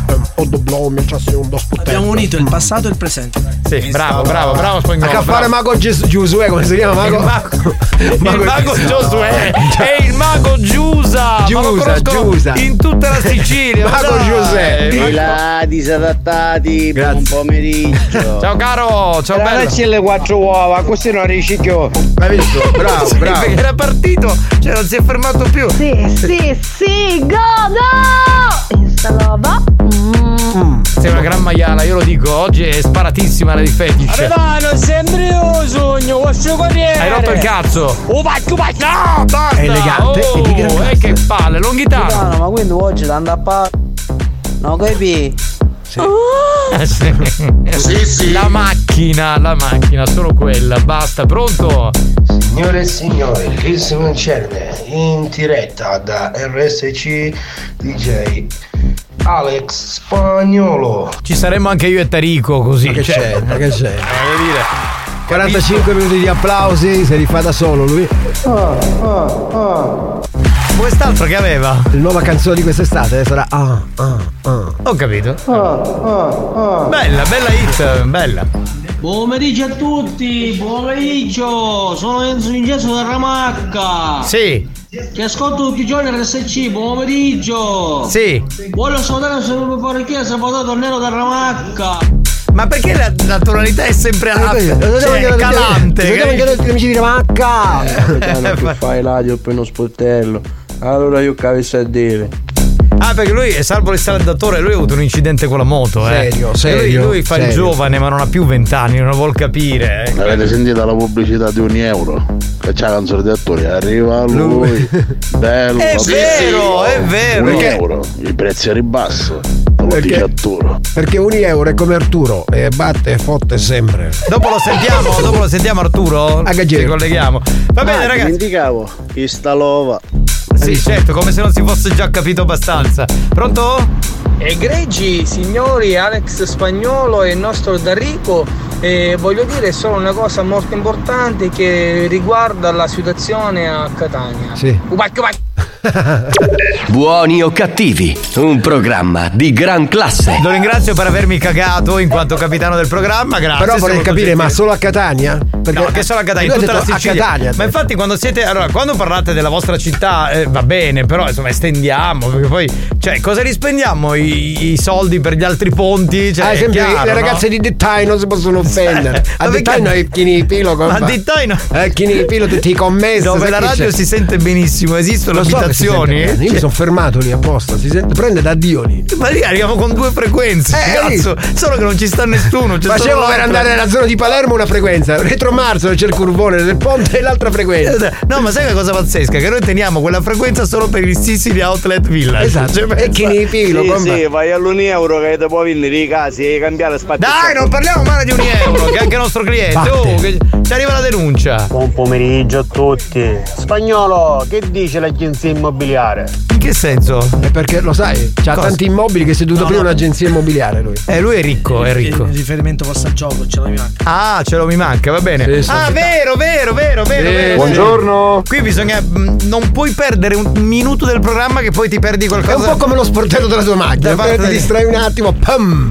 Abbiamo unito il passato e il presente. Sì, bravo, bravo, bravo Spagnolo. A fare Mago Giosuè, come si chiama Mago? Il mago, il mago Giosuè è il mago Giusa. Giusa, Giusa. In tutta la Sicilia. Mago Giuseppe. E là, disadattati, buon pomeriggio. Ciao caro, ciao bello. Ragazzi, le quattro uova, così non ricicchio. Hai visto? Bravo, sì, bravo. Perché era partito, cioè non si è fermato più. Sì, sì, sì, godo! Instalava. Mm. Sei una gran maiala, io lo dico, oggi è sparatissima la di Fetish. Arrivano, sembri un sogno, vostro corriere. Hai rotto il cazzo. Oh, vai, vai. No, basta. È elegante oh, e di gran E che palle, longhitano. No, ma quindi oggi l'anda a pa... No, capi? Sì. Oh. sì. Sì, sì. La macchina, la macchina, solo quella, basta, pronto? Signore e signori, il Simoncelme in diretta da R S C D J Alex Spagnolo. Ci saremmo anche io e Tarico così. Ma che cioè, c'è? Ma che c'è? Voglio dire, quarantacinque minuti di applausi, se li fa da solo lui. Oh, oh, oh. Quest'altro che aveva? La nuova canzone di quest'estate sarà ah, ah, ah. Ho capito. Oh, oh, oh. Bella, bella hit, bella. Buon pomeriggio a tutti, buon pomeriggio, sono Enzo Vincenzo da Ramacca. Sì. Che ascolto tutti i giorni R S C, buon pomeriggio. Sì. Voglio salutare se non mi pare chi è Salvatore Tornero da Ramacca. Ma perché la, la tonalità è sempre a, cioè, calante? Vediamo anche gli amici di Ramacca. Eh, tu fai l'adio per uno sportello. Allora io che avessi a dire. Ah, perché lui è salvo l'installatore, lui ha avuto un incidente con la moto, eh. Serio, serio. Lui, lui fa serio. il giovane, ma non ha più vent'anni, non lo vuol capire. Eh. Avete sentito la pubblicità di un euro? Che c'ha la canzone di attori, arriva lui, lui. bello. È vero, sì, è vero. Un Perché? euro, il prezzo è ribasso. Perché, Arturo. Perché un euro è come Arturo e batte e fotte sempre. Dopo lo sentiamo, dopo lo sentiamo Arturo? A Ci colleghiamo. Va ah, bene ragazzi. Dimenticavo, Istalova. Sì, certo, come se non si fosse già capito abbastanza. Pronto? Egregi signori, Alex Spagnolo e il nostro D'Arrico, eh, voglio dire solo una cosa molto importante che riguarda la situazione a Catania. Sì. Ubai, ubai. Buoni o cattivi, un programma di gran classe. Lo ringrazio per avermi cagato in quanto capitano del programma, grazie. Però vorrei capire, gentile. Ma solo a Catania? Perché no, che solo a Catania, in tutta la Sicilia. A Catania, ma infatti quando siete, allora, quando parlate della vostra città eh, va bene, però insomma estendiamo, perché poi, cioè, cosa rispendiamo i, i soldi per gli altri ponti? Cioè, ad esempio, chiaro, le no? ragazze di Dettaino non si possono offendere. A Dettaino è il Chinipilo. A Dettaino è il Chinipilo, tutti i commessi. Dove la radio si sente benissimo, esistono Lo so abitazioni. Io mi sono fermato lì apposta, si sente, prende da Dio lì. Ma lì arriviamo con due frequenze, eh, cazzo. Solo che non ci sta nessuno. Facevo per andare nella zona di Palermo una frequenza, retro Marzo c'è il curvone del ponte e l'altra frequenza. No, ma sai che cosa pazzesca? Che noi teniamo quella frequenza solo per il Sicily Outlet Village. Esatto, cioè, e chi ne pilo, sì, sì, vai all'un euro che ti può vendere i casi e cambiare spazio. Dai, non parliamo male di un euro, che è anche il nostro cliente. Oh, che ci arriva la denuncia. Buon pomeriggio a tutti. Spagnolo, che dice l'agenzia immobiliare? In che senso? È perché lo sai, c'ha Cosa? tanti immobili che si è dovuto aprire no, no. un'agenzia immobiliare lui. Eh, lui è ricco, è ricco. Il riferimento posta al gioco, ce lo mi manca. Ah, ce lo mi manca, va bene. Sì, ah, vero, vero, vero, vero, sì, vero. Buongiorno. Qui bisogna. Non puoi perdere un minuto del programma che poi ti perdi qualcosa. È un po' come lo sportello della tua macchina. Ti di... distrai un attimo, pam.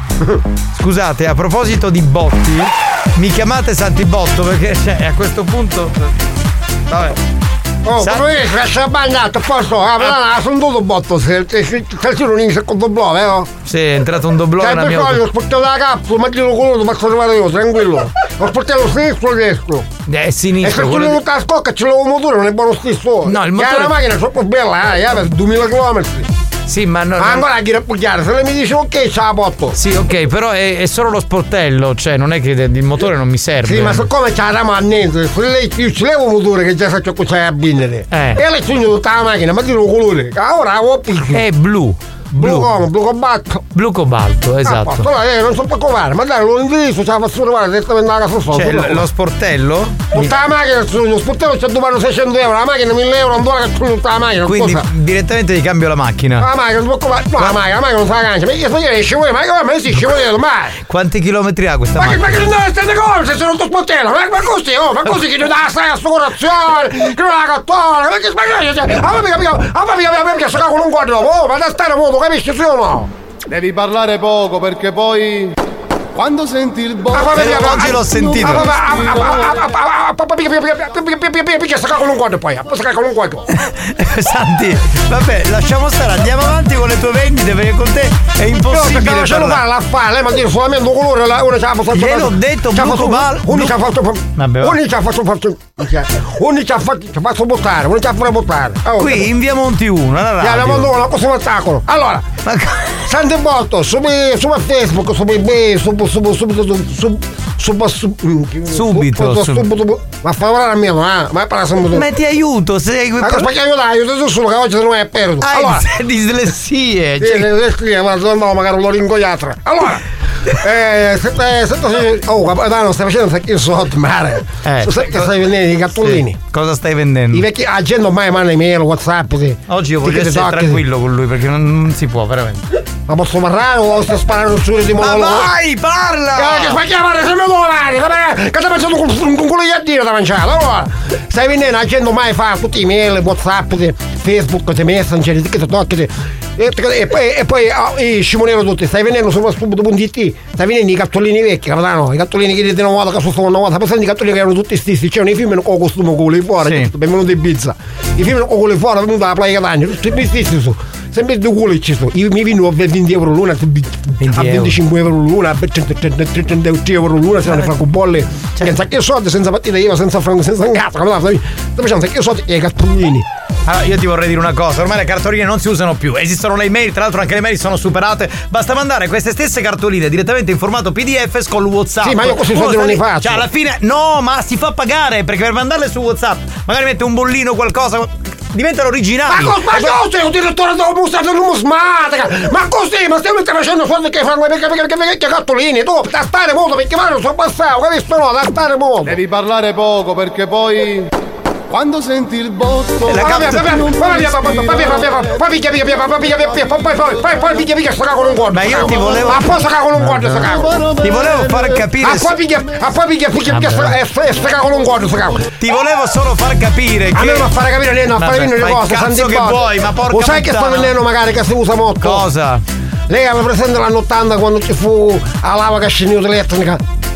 Scusate, a proposito di botti, mi chiamate Santibotto perché cioè, a questo punto. Vabbè. Oh, Sa- come dici, lascia bagnato, a posto, ah, ma sono dovuto botto, se tu non inizia con doblò, vero? Sì, è entrato un doblò nella mia auto. Lo sportello della capsula, ma glielo coloso, faccio arrivare io, tranquillo. Lo sportello sinistro o destro? Eh, sinistro. E se tu non la scocca, ce l'ho un motore, non è buono stesso. No, il motore. E la macchina è troppo bella, eh, per duemila chilometri. Sì, ma no, ma ancora a dire chiaro, se lei mi dice ok c'ha la botto. Sì, ok, però è, è solo lo sportello, cioè non è che il motore non mi serve. Sì, ma siccome c'ha la mannese, se lei più ci leva un motore che già sa ciò che c'è a bindere. Eh. E lei sogna tutta la macchina, ma dire un colore. Ora la è blu. Blu, come? Blu cobalto. Blu cobalto, esatto. Ah, allora, eh, non so preoccupare, ma dai, lo indirizzo, ce la faccio trovare direttamente alla casa sotto. Cioè, l- lo sportello? Tutta la macchina, lo sportello c'è dovuto seicento euro, la macchina mille euro, non vuole che tu tutta la macchina. Quindi cosa? Direttamente ti cambio la macchina. La macchina, non si preoccupare. No, la macchina, la macchina non sa la cancia. Ma io sto dire, scivolo, ma come si scivolo, mai? Quanti chilometri ha questa ma macchina? Ma che non deve stare con se sono tuo sportello? Ma, ma così, oh, ma così che non dà stare assicurazione, che non ha cartone, ma che sbaglio, cioè, a me mica, a me mica, a me mica sta con un quadro, oh, ma da stare moto, capisci tu o no? Devi parlare poco perché poi quando senti il botto oggi l'ho sentito perché sta con un quadro poi sta con un quadro. Santi, vabbè, lasciamo stare, andiamo avanti con le tue vendite perché con te è impossibile. Non ce lo fa la fa, lei mi dice solamente un colore, una ce l'ha fatto. Gliel'ho detto, blu cobalto. Uno ci ha fatto uno ci ha fatto uno ci ha fatto buttare, uno ci ha fatto buttare. Qui in via Monti uno, la radio. Via Monti uno, cosa spettacolo. Allora, Santi Botto, su su Facebook, su su Subito, subito, subito, subito, subito, ma fa lavorare a mio, ma ma parla sempre tu. Ma ti aiuto, sei. Ma cosa aiuto, aiuto solo che oggi non è perduto. Allora, dislessie, cioè dislessie, ma no, magari lo ringoiatra. Allora, eh, se se oh, capitano, stai facendo il sotto mare. Eh, che stai vendendo i cartolini? Cosa stai vendendo? I vecchi agendo mai manda email, WhatsApp, sì. Oggi io voglio essere tranquillo con lui perché non si può veramente. Ma posso parlare o sto sparando su di Ma monologo? vai, parla! Eh, ma chiamare sempre domani! Che ti mangiato con un culo di addino da mangiare? Allora, stai venendo, la gente mai fa tutti i mail, WhatsApp, Facebook, te Messenger, che ti tocchi. E, e poi, e poi oh, i scimonero tutti, stai venendo su subito punto it, stai venendo i cartolini vecchi, capitano, i cartolini che di una volta che sono una volta, poi senti i cartolini che erano tutti stessi, c'erano i film con costume con le fuori, sì. Benvenuti in Ibiza, i film con le fuori, venuti alla Playa Catania, tutti gli stessi su, sempre due culo ci sono, io mi vino a venti euro l'una, a venticinque euro l'una, a trenta euro l'una, se non ne francobolle, senza che soldi, senza partita I V A, senza franco, senza un cazzo, capitano, stai facendo che soldi e i cartolini. Allora, io ti vorrei dire una cosa, ormai le cartoline non si usano più, esistono le email, tra l'altro anche le mail sono superate, basta mandare queste stesse cartoline direttamente in formato P D F con WhatsApp. Sì, ma io così soldi non li faccio. Cioè alla fine, no, ma si fa pagare, perché per mandarle su WhatsApp magari mette un bollino, qualcosa, diventano originali. Ma, ma io sei un direttore della busta dell'umusmatica, ma così, ma stiamo facendo soldi che fanno le vecchie cartoline, tu, da stare molto, perché vanno sono passato, capisco no, da stare molto. Devi parlare poco, perché poi... Quando senti il botto, poi picchia picchia sta con un guardo. Ma io ti volevo. Ma poi sta con un guardo sta cago. Ti volevo far capire. Ma poi picchia, ma poi picchia picchia picchia sta con un guardo sta cago. Ti volevo solo far capire che. A me non fare capire niente, non fare venire le cose, cazzo che vuoi, ma porca. Lo sai che sta venendo magari che si usa molto? Cosa? Lei aveva presente l'anno ottanta quando ci fu la lava che scendeva elettrica?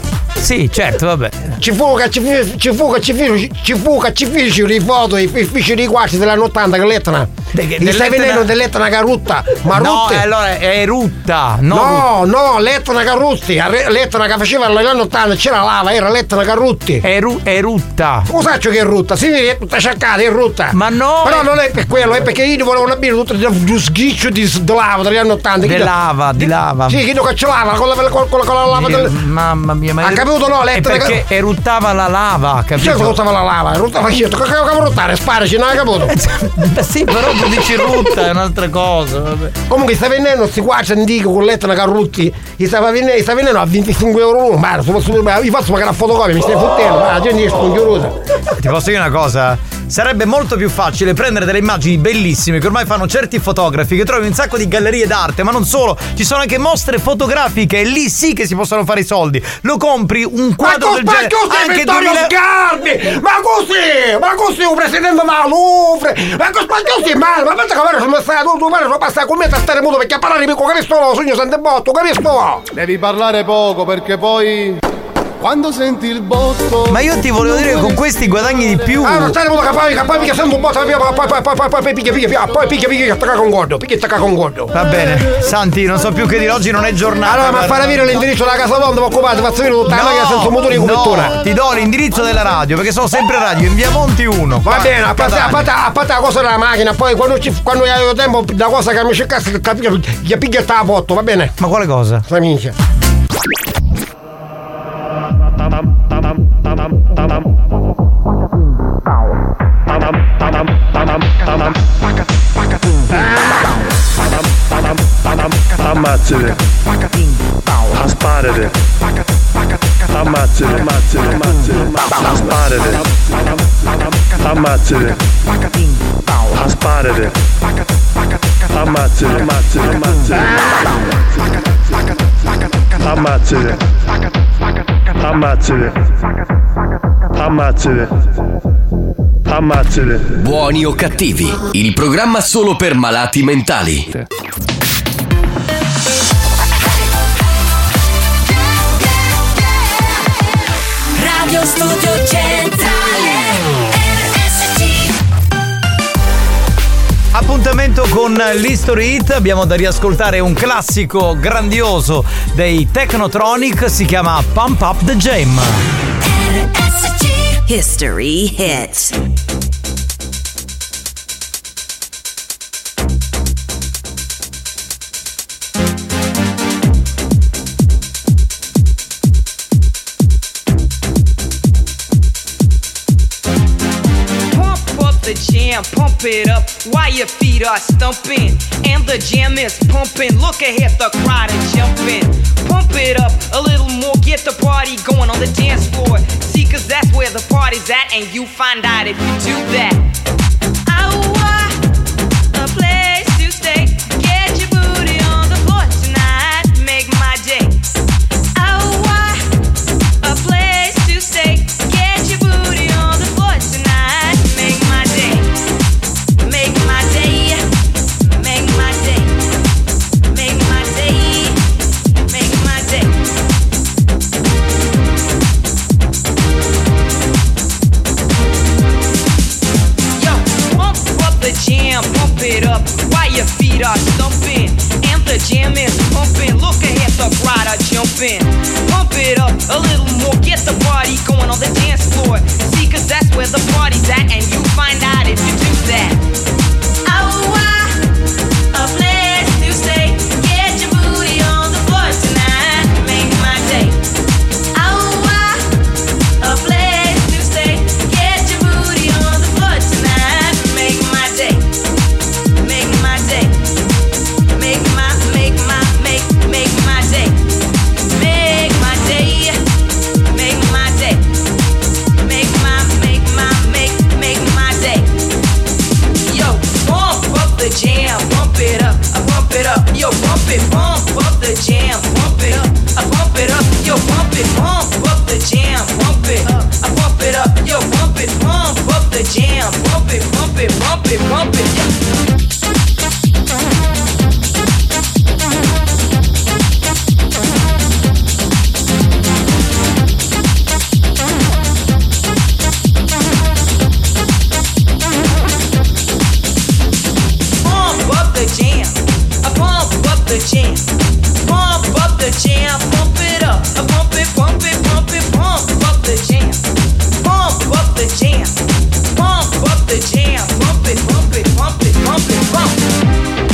Sì, certo, vabbè. Ci fu che ci fu ci fu che ci fu ci fu che ci feci le foto, i fici di quarti dell'anno ottanta che l'Etna. Gli stai venendo dell'Etna che rutta, ma no, rutte. allora è rutta, no, no, no l'Etna che rutti, l'Etna che faceva l'anno ottanta c'era lava, era l'Etna che rutti. È, ru- è rutta. Cos'accio che è rutta? Si vede tutta cercata, è rutta. Ma no! Però non è per quello, è perché io volevo una birra tutto di sghiccio di lava degli anni ottanta. Di lava, di lava. Sì, che che ce lava con la, con, con, con la lava del... Mamma mia, ma ha capito no? È perché che... eruttava la lava, capito? Certo eruttava la lava, eruttava io, che devo ruttare, sparaci, non hai capito? Sì, però tu dici rutta, è un'altra cosa, vabbè. Comunque sta venendo, sti qua c'è antico con l'Etna Carrutti, gli stava venendo, sta venendo a venticinque euro l'uno, ma io faccio magari una fotocopia, mi stai fottendo, ma la gente è scongiuruta. Ti posso dire una cosa? Sarebbe molto più facile prendere delle immagini bellissime che ormai fanno certi fotografi, che trovi un sacco di gallerie d'arte, ma non solo, ci sono anche mostre fotografiche, e lì sì che si possono fare i soldi. Lo compri un quadro del genere anche duemila Sgarbi, ma così, ma così un presidente da Louvre, ma così, ma ma pensa che ora sono stato, tu sono passato con me a stare muto perché a parlare piccolo, capisco lo sogno sente botto, capisco? Devi parlare poco perché poi quando senti il botto. Ma io ti volevo dire che con questi guadagni di più. Ah, non stai muto che poi che poi picchia sempre un botto, poi poi poi poi poi picchia picchia poi picchia picchia che stacca con gordo, picchia stacca con gordo. Va bene, Santi, non so più che dire, oggi non è giornata. Allora, ma fare avere l'indirizzo della casa d'onda, occupate, faccio venire tutta la macchina senza motore di copertura. No, ti do l'indirizzo della radio, perché sono sempre radio, in via Monti uno. Va bene, a parte a parte la cosa della macchina, poi quando ci quando avevo tempo da cosa che mi cercasse capire gli piglia sta a botto, va bene? Ma quale cosa? Sta minchia. Ammazzate, asparate, ammazzate, ammazzate, asparate, ammazzate, asparate, ammazzate, ammazzate, ammazzate, ammazzate, ammazzate. Buoni o cattivi, il programma solo per malati mentali. Radio Studio Centrale R S C. Appuntamento con l'History Hit, abbiamo da riascoltare un classico grandioso dei Technotronic, si chiama Pump Up the Jam. R S C History Hits. Jam, pump it up while your feet are stumping, and the jam is pumping. Look ahead, the crowd is jumping. Pump it up a little more, get the party going on the dance floor. See, cause that's where the party's at, and you find out if you do that. Oh, a place to stay. Get your booty on the floor. pump it up while your feet are stumping. And the jam is pumping. Look ahead, the crowd are jumping. Pump it up a little more. Get the party going on the dance floor. See, cause that's where the party's at. And you find out if you do that. Oh, I, a place to stay. Get your booty on the floor tonight. Make my day. Oh, I, a place to stay. Get your booty on the floor tonight. Make my day. Make my day. Make my, make my, make, make my day. Make my day. Make my day. Make my, make my, make, make my day. Yo, pump up the jam, pump it up, I pump it up. Yo, pump it, pump up the jam, pump it up, I pump it up. Yo, pump it, pump up the jam, pump it up, I pump it up. Yo, pump it, pump up the jam, pump it, pump it, pump it, pump it. Yeah. The jam, pump up the jam, pump it up, pump it, pump it, pump it, pump up the jam, pump up the jam, pump up the jam, pump it, pump it, pump it, pump it, pump it.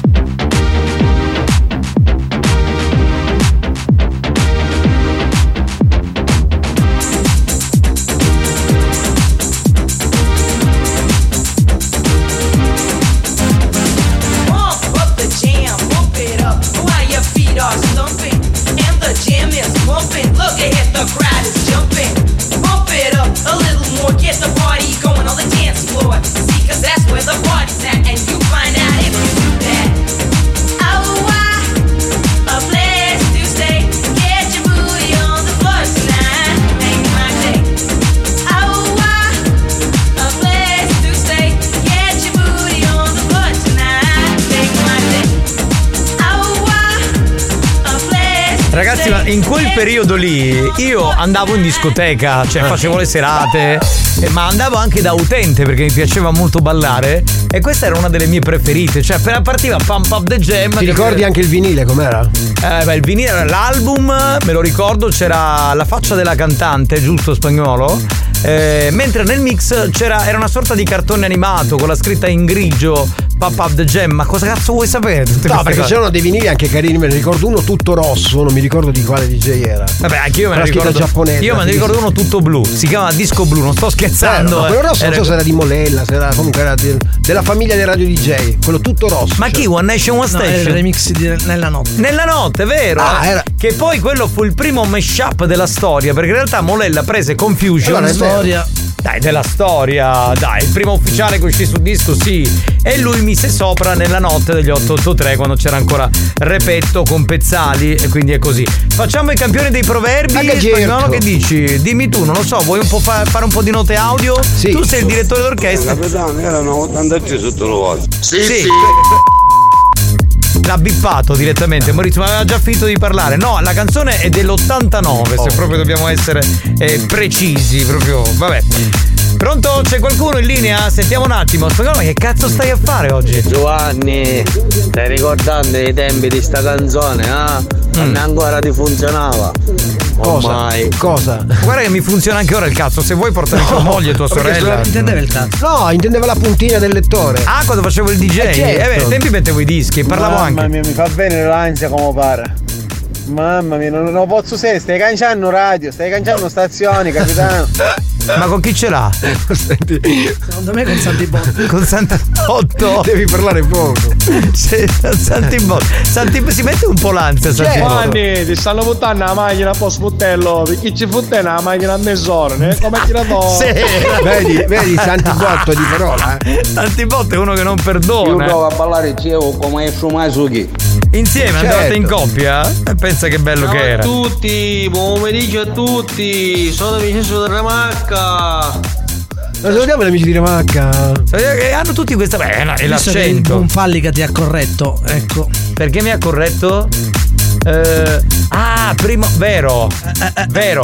Look ahead, the crowd is jumping. Pump it up a little more. Get the party going on the dance floor. See, cause that's where the party's at. And you find out if you do that. Oh, I, a place to stay. Get your booty on the floor tonight. Make my day. Oh, I, a place to stay. Get your booty on the floor tonight. Make my day. Oh, I, a place to stay. Ragazzi, ma in quel periodo lì io andavo in discoteca, cioè facevo le serate, eh, ma andavo anche da utente perché mi piaceva molto ballare e questa era una delle mie preferite, cioè appena partiva Pump Up the Jam. Ti ricordi che... anche il vinile com'era? Eh beh, il vinile era l'album, me lo ricordo, c'era la faccia della cantante, giusto spagnolo? Eh, mentre nel mix c'era era una sorta di cartone animato con la scritta in grigio Pump Up the Jam. Ma cosa cazzo vuoi sapere? Tutte no, perché cose? c'erano dei vinili anche carini, me ne ricordo uno tutto rosso, non mi ricordo di quale D J era. Vabbè, anche io me ne la ricordo giapponese. Io me ne ricordo uno tutto blu, si chiama Disco Blu, non sto scherzando. Eh, no, eh. quello rosso era... non so se era di Molella, se era comunque era di, della famiglia dei radio D J, quello tutto rosso. Ma cioè. Chi? One Nation One Station? No, era il remix di Nella Notte. Nella Notte, vero? Ah, era... Che poi quello fu il primo mashup della storia, perché in realtà Molella prese Confusion. Allora, storia. Dai, della storia, dai, il primo ufficiale che uscì su disco, sì. E lui mise sopra Nella Notte degli otto otto tre quando c'era ancora Repetto con Pezzali, e quindi è così. Facciamo i campioni dei proverbi. Spagnolo, che dici? Dimmi tu, non lo so, vuoi un po' fa- fare un po' di note audio? Sì. Tu sei il direttore d'orchestra. Capitano, erano ottantatré sotto lo voto. Sì, sì. sì. L'ha bippato direttamente, Maurizio, ma aveva già finito di parlare. No, la canzone è dell'ottantanove, oh. Se proprio dobbiamo essere eh, precisi, proprio, vabbè. Pronto? C'è qualcuno in linea? Sentiamo un attimo. Ma che cazzo stai a fare oggi? Giovanni, stai ricordando i tempi di sta canzone, eh? Non mm. ancora ti funzionava. Cosa? Ormai. Cosa? Guarda che mi funziona anche ora il cazzo. Se vuoi portare no, tua moglie e tua sorella. Intendeva il cazzo. No, intendeva la puntina del lettore. Ah, quando facevo il D J? Eh, certo. eh beh, ai tempi mettevo i dischi, parlavo Mamma anche. Mamma mia, mi fa venire l'ansia come pare. Mamma mia, non lo posso sapere, stai canciando radio, stai canciando stazioni, capitano. Ma con chi ce l'ha? Senti. Secondo me con Santibotto. Con Santibotto? Devi parlare poco. Sì, Santibotto. Santibotto. Si mette un po' l'ansia, Santibotto. Giovanni, ti stanno buttando la macchina a po' sputtello. Perché ci fotte una macchina a mezz'ora, né? Come tiratore. Sì. Vedi, vedi Santibotto di parola, eh? Santibotto è uno che non perdona. Io provo a ballare Cievo come Shumasuki. Insieme certo. Andate in coppia? E pensa che bello Ciao che era. Ciao a tutti, buon pomeriggio a tutti. Sono Vincenzo della Ramacca. Ma salutiamo gli amici di Ramacca. Che hanno tutti questa. Beh, è l'accento. Un Fallica ti ha corretto, ecco. Perché mi ha corretto? Eh, ah, primo. Vero. Eh, eh, vero.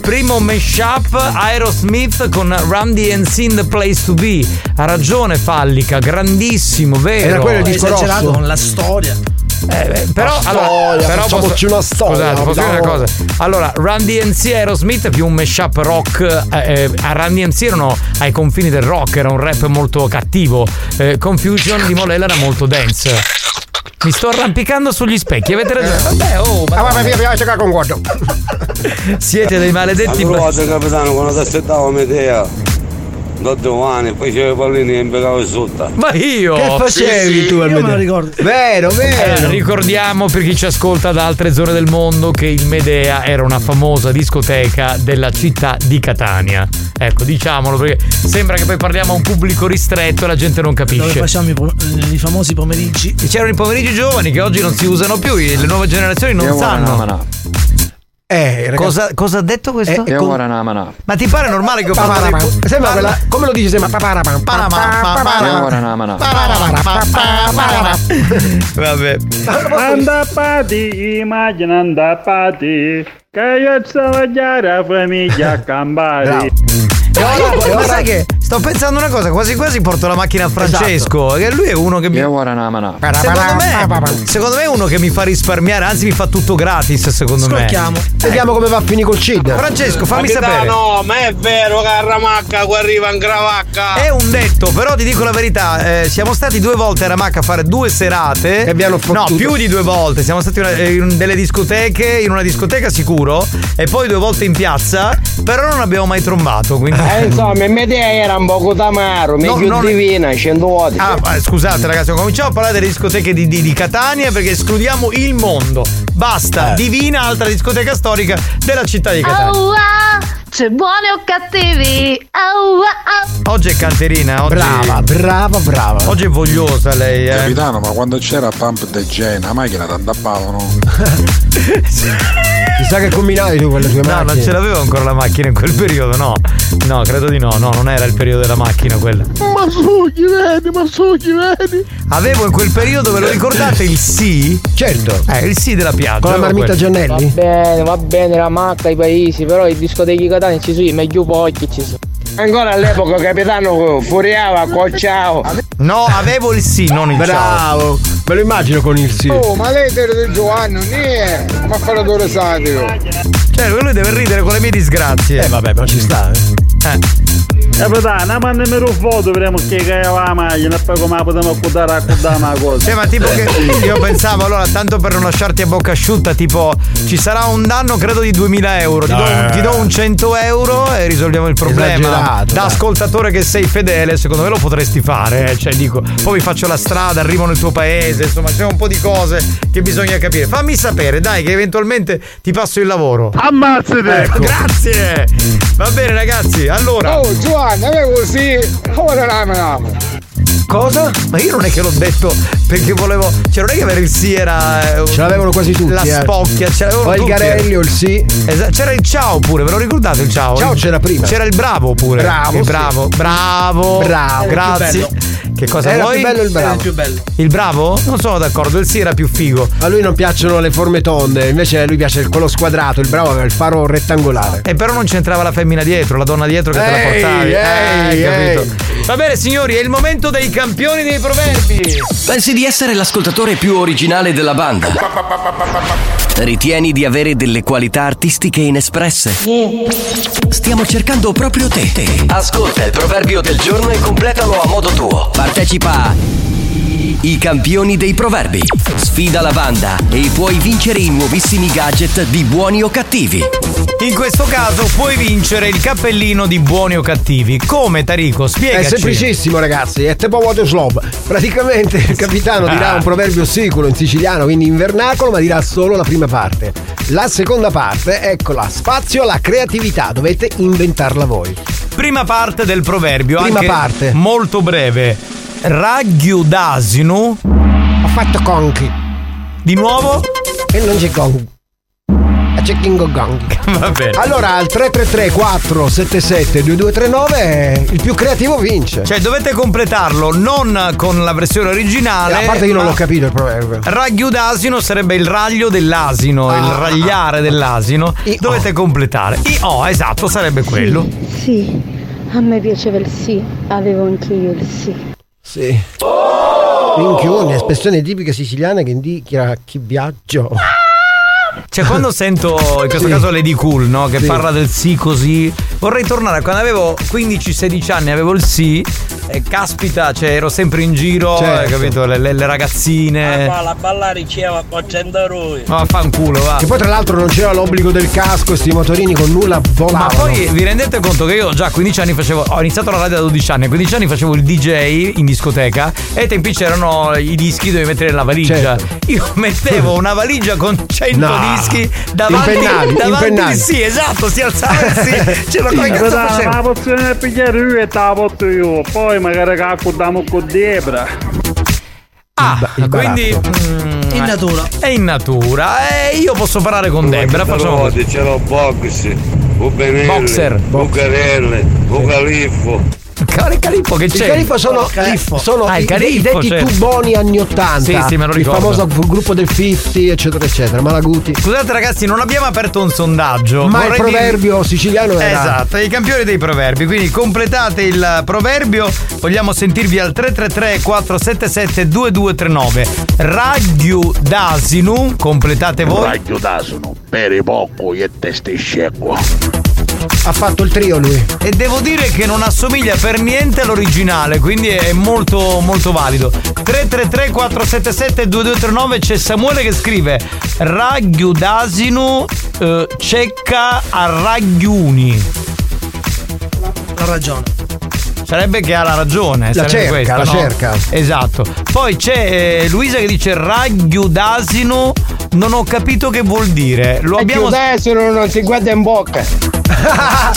primo mashup Aerosmith con Run D M C in The Place to Be. Ha ragione Fallica, grandissimo, vero? Era quello il disco esagerato rosso con la storia. Eh, beh, però La allora, storia, però facciamoci posso, una storia, scusate, posso dire una capitano. cosa. Allora, Run D M C e Aerosmith è più un mashup rock. Eh, eh, a Run D M C erano ai confini del rock, era un rap molto cattivo. Eh, Confusion di Mollella era molto dance. Mi sto arrampicando sugli specchi, avete ragione. Vabbè, oh, ma Ah, vabbè, via, via, via, concordo. siete dei maledetti. Una volta, capitano, quando ti aspettavo Medea da domani, poi c'era i pallini e impiegavo sotto. Ma io Che facevi Sì, sì, tu al io me lo Medea? ricordo. Vero, vero. Eh, ricordiamo per chi ci ascolta da altre zone del mondo che il Medea era una famosa discoteca della città di Catania. Ecco, diciamolo perché sembra che poi parliamo a un pubblico ristretto e la gente non Dove capisce. facciamo i, po- i famosi pomeriggi. E c'erano i pomeriggi giovani che oggi non si usano più, le nuove generazioni non Io sanno. ora no, Eh, ragazzi. Cosa, cosa ha detto questo? Eh, Eh, con- ora no, Ma ti pare normale che io Paparapam. parlo? Sembra quella, come lo dici? Sembra paparapam. Vabbè. Andapati, immagina andapati, che io so mangiare a famiglia a Cambari. E ora, ma sai che sto pensando una cosa, quasi quasi porto la macchina a Francesco, che lui è uno che mi secondo me, secondo me è uno che mi fa risparmiare, anzi mi fa tutto gratis, secondo me. Scocchiamo. Vediamo come va a finire col C I D. Francesco, fammi sapere. No, ma è vero che a Ramacca qua arriva in Gravacca. È un detto, però ti dico la verità, eh, siamo stati due volte a Ramacca a fare due serate. E abbiamo No, fottuto. più di due volte. Siamo stati una- in delle discoteche, in una discoteca sicuro, e poi due volte in piazza, però non abbiamo mai trombato, quindi. Eh, insomma, in media era un poco tamaro, No, meglio non- divina, cento volte. Ah, ma scusate ragazzi, cominciamo a parlare delle discoteche di, di- di Catania perché escludiamo il mondo. Basta, Eh. Divina, altra discoteca storica della città di Catania. Aua, c'è buoni o cattivi? Aua, Oggi è canterina, oggi. Brava, brava, brava. Oggi è vogliosa lei, eh. Capitano, ma quando c'era Pump the Gen, la macchina ti andappavano? Chissà che combinavi tu con le tue No, macchine. non ce l'avevo ancora la macchina in quel periodo, no. No, credo di no, no, non era il periodo della macchina quella. Ma su, chi vedi, ma su, chi vedi? Avevo in quel periodo, ve lo ricordate, il sì? Certo. Eh, il sì della piaggia. Con la avevo marmitta quello. Giannelli? Va bene, va bene la macca, i paesi, però i discotechi catani ci sono, meglio pochi ci sono. Ancora all'epoca capitano furiava, ciao. No, avevo il sì, non il ciao. Bravo. Me lo immagino con il sì. Oh, ma lei è di Giovanni, nie, ma fa la tua satiro. Cioè, lui deve ridere con le mie disgrazie. Eh vabbè, ma ci sta, eh. Eh. Capitano, mandami un foto, vedremo che è la macchina e poi come la potremo accudare a accudare una cosa. Cioè, ma tipo che io pensavo, allora, tanto per non lasciarti a bocca asciutta, tipo, ci sarà un danno credo di duemila euro. Ti, do, un, ti do un cento euro e risolviamo il problema. Esagerato, Da dai. ascoltatore che sei fedele, secondo me lo potresti fare. eh. Cioè, dico, poi vi faccio la strada, arrivo nel tuo paese, insomma, c'è un po' di cose che bisogna capire. Fammi sapere, dai, che eventualmente ti passo il lavoro. Ammazzate! Ecco, grazie! Va bene, ragazzi, allora. Oh, Giovanni, avevo sì, ora la menavo. Cosa? Ma io non è che l'ho detto perché volevo. Cioè, non è che avere il sì era. eh, Ce l'avevano quasi tutti. La eh. spocchia, ce l'avevano O il tutti. Garelli o il sì. Esatto, c'era il ciao pure, ve lo ricordate il ciao? Ciao Il- c'era prima. C'era il bravo pure. Bravo, Il sì. bravo, bravo. Bravo. Grazie. Che cosa Era vuoi? più bello il bravo. Era il più bello. Il bravo? Non sono d'accordo, il sì era più figo. A lui non piacciono le forme tonde, invece a lui piace quello squadrato, il bravo aveva il faro rettangolare. E però non c'entrava la femmina dietro, la donna dietro che te la Ehi, portavi. ehi, Eh, capito? Va bene signori, è il momento dei campioni dei proverbi. Pensi di essere l'ascoltatore più originale della banda? Ritieni di avere delle qualità artistiche inespresse? Stiamo cercando proprio te. Ascolta il proverbio del giorno e completalo a modo tuo. Partecipa a I campioni dei proverbi. Sfida la banda e puoi vincere i nuovissimi gadget di Buoni o Cattivi. In questo caso puoi vincere il cappellino di Buoni o Cattivi. Come, Tarico? Spiegaci. È semplicissimo, ragazzi, è tipo vuoto slob. Praticamente il capitano dirà un proverbio siculo in siciliano, quindi in vernacolo, ma dirà solo la prima parte. La seconda parte, eccola, spazio alla creatività, dovete inventarla voi. Prima parte del proverbio, Prima anche parte. molto breve. Ragghiu d'asino. Ho fatto conchi. Di nuovo? E non c'è conchi. c'è King Gong. Va bene. Allora al tre tre tre quattro sette sette due due tre nove il più creativo vince. Cioè dovete completarlo non con la versione originale. A parte che io non l'ho capito il proverbio. Raglio d'asino sarebbe il raglio dell'asino, ah, il ragliare dell'asino. I dovete completare. I oh, esatto, sarebbe quello. Sì, a me piaceva il sì, avevo anche io il sì. Sì. Minchione, espressione tipica siciliana che indica chi viaggio. Cioè quando sento in questo sì. caso Lady Cool, no? Che sì. parla del sì così, vorrei tornare a quando avevo quindici sedici anni, avevo il sì e caspita, cioè ero sempre in giro, certo. hai capito, le, le, le ragazzine. Ma la ballare diceva con cento euro. Ma fanculo, va. Che poi tra l'altro non c'era l'obbligo del casco e sti motorini con nulla volavano. Ma poi vi rendete conto che io già a quindici anni facevo, ho iniziato la radio a dodici anni, a quindici anni facevo il D J in discoteca e ai tempi c'erano i dischi dove mettere nella valigia. Certo. Io mettevo una valigia con cento no. dischi davanti, impennati, davanti impennati. Sì, esatto, si alzava sì. Cioè, ma come cazzo facevo? La pozione del pigliare io e te la porto io, poi magari calcoliamo con Debra. Ah, il quindi mm, in natura. È in natura. E io posso parlare con Debra. Facciamo così. C'è lo box, Ubenelli, Boxer, Bucarelle, Bucaliffo. Il Califfo che c'è? Il Califfo sono, Califfo. sono ah, il i, Califfo, i detti certo. tuboni anni ottanta. Sì, sì, me lo ricordo. Il famoso gruppo del cinquanta, eccetera, eccetera. Malaguti. Scusate ragazzi, non abbiamo aperto un sondaggio. Ma Vorrei il proverbio dire... siciliano era... Esatto, i campioni dei proverbi. Quindi completate il proverbio. Vogliamo sentirvi al tre tre tre quattro sette sette due due tre nove. Raggio d'asino, completate voi. Raggio d'asino, per poco e teste scecco. Ha fatto il trio lui. E devo dire che non assomiglia per niente all'originale, quindi è molto molto valido. tre tre tre quattro sette sette due due tre nove. C'è Samuele che scrive Raggio d'asino eh, cecca a raggiuni. Ha ragione. Sarebbe che ha la ragione. La cerca, questa, la no? cerca. Esatto. Poi c'è eh, Luisa che dice raggio d'asino. Non ho capito che vuol dire. Lo abbiamo. Raggio d'asino non si guarda in bocca. a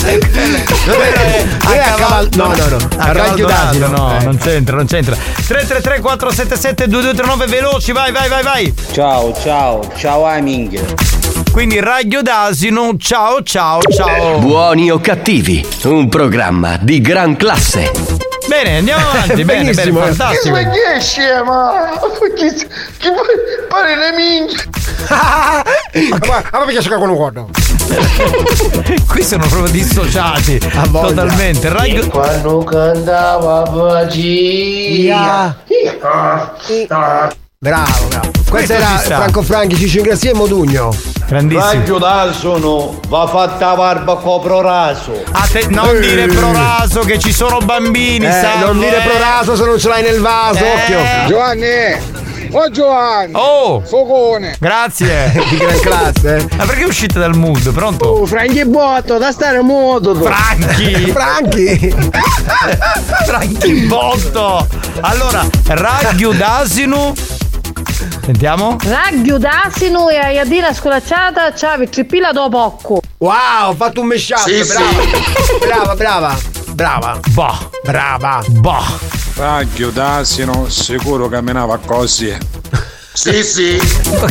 cavallo, no, no, no. A raggio d'asino, no, eh. non c'entra, non c'entra. tre tre tre quattro sette sette due due tre nove, veloci, vai, vai, vai, vai. Ciao, ciao, ciao Aming. Quindi raggio d'asino, ciao, ciao, ciao. Buoni o cattivi, un programma di gran classe. Bene, andiamo avanti, bene, bene, fantastico. Ma che è scema? Che, che pare le minchie. Ma mi piace con un guardo. Qui sono proprio dissociati totalmente. Raggio... Quando cantava Bagia. Bravo, bravo. Questo era Franco Franchi, Ciccio Ingrassia e Modugno. Grandissimo. Raggio d'asino va fatta barba con proraso. A te, non eh. dire proraso che ci sono bambini, eh, salvo, non dire eh. proraso se non ce l'hai nel vaso, eh. occhio. Giovanni. Oh Giovanni! Oh! Fogone! Grazie! Di gran classe, eh? Ma perché uscite dal mood? Pronto? Oh, Franchi Botto, da stare modo! Franchi! Franchi! Franchi Botto! Allora, raggio d'asino. Sentiamo? Raggio d'asino e aiadina scolacciata, ciao, tripila dopo poco. Wow, ho fatto un mashup, sì, brava. Sì. brava! Brava, brava! Bah! Brava! Bah! Raggio d'asino, sicuro camminava così. Sì, sì.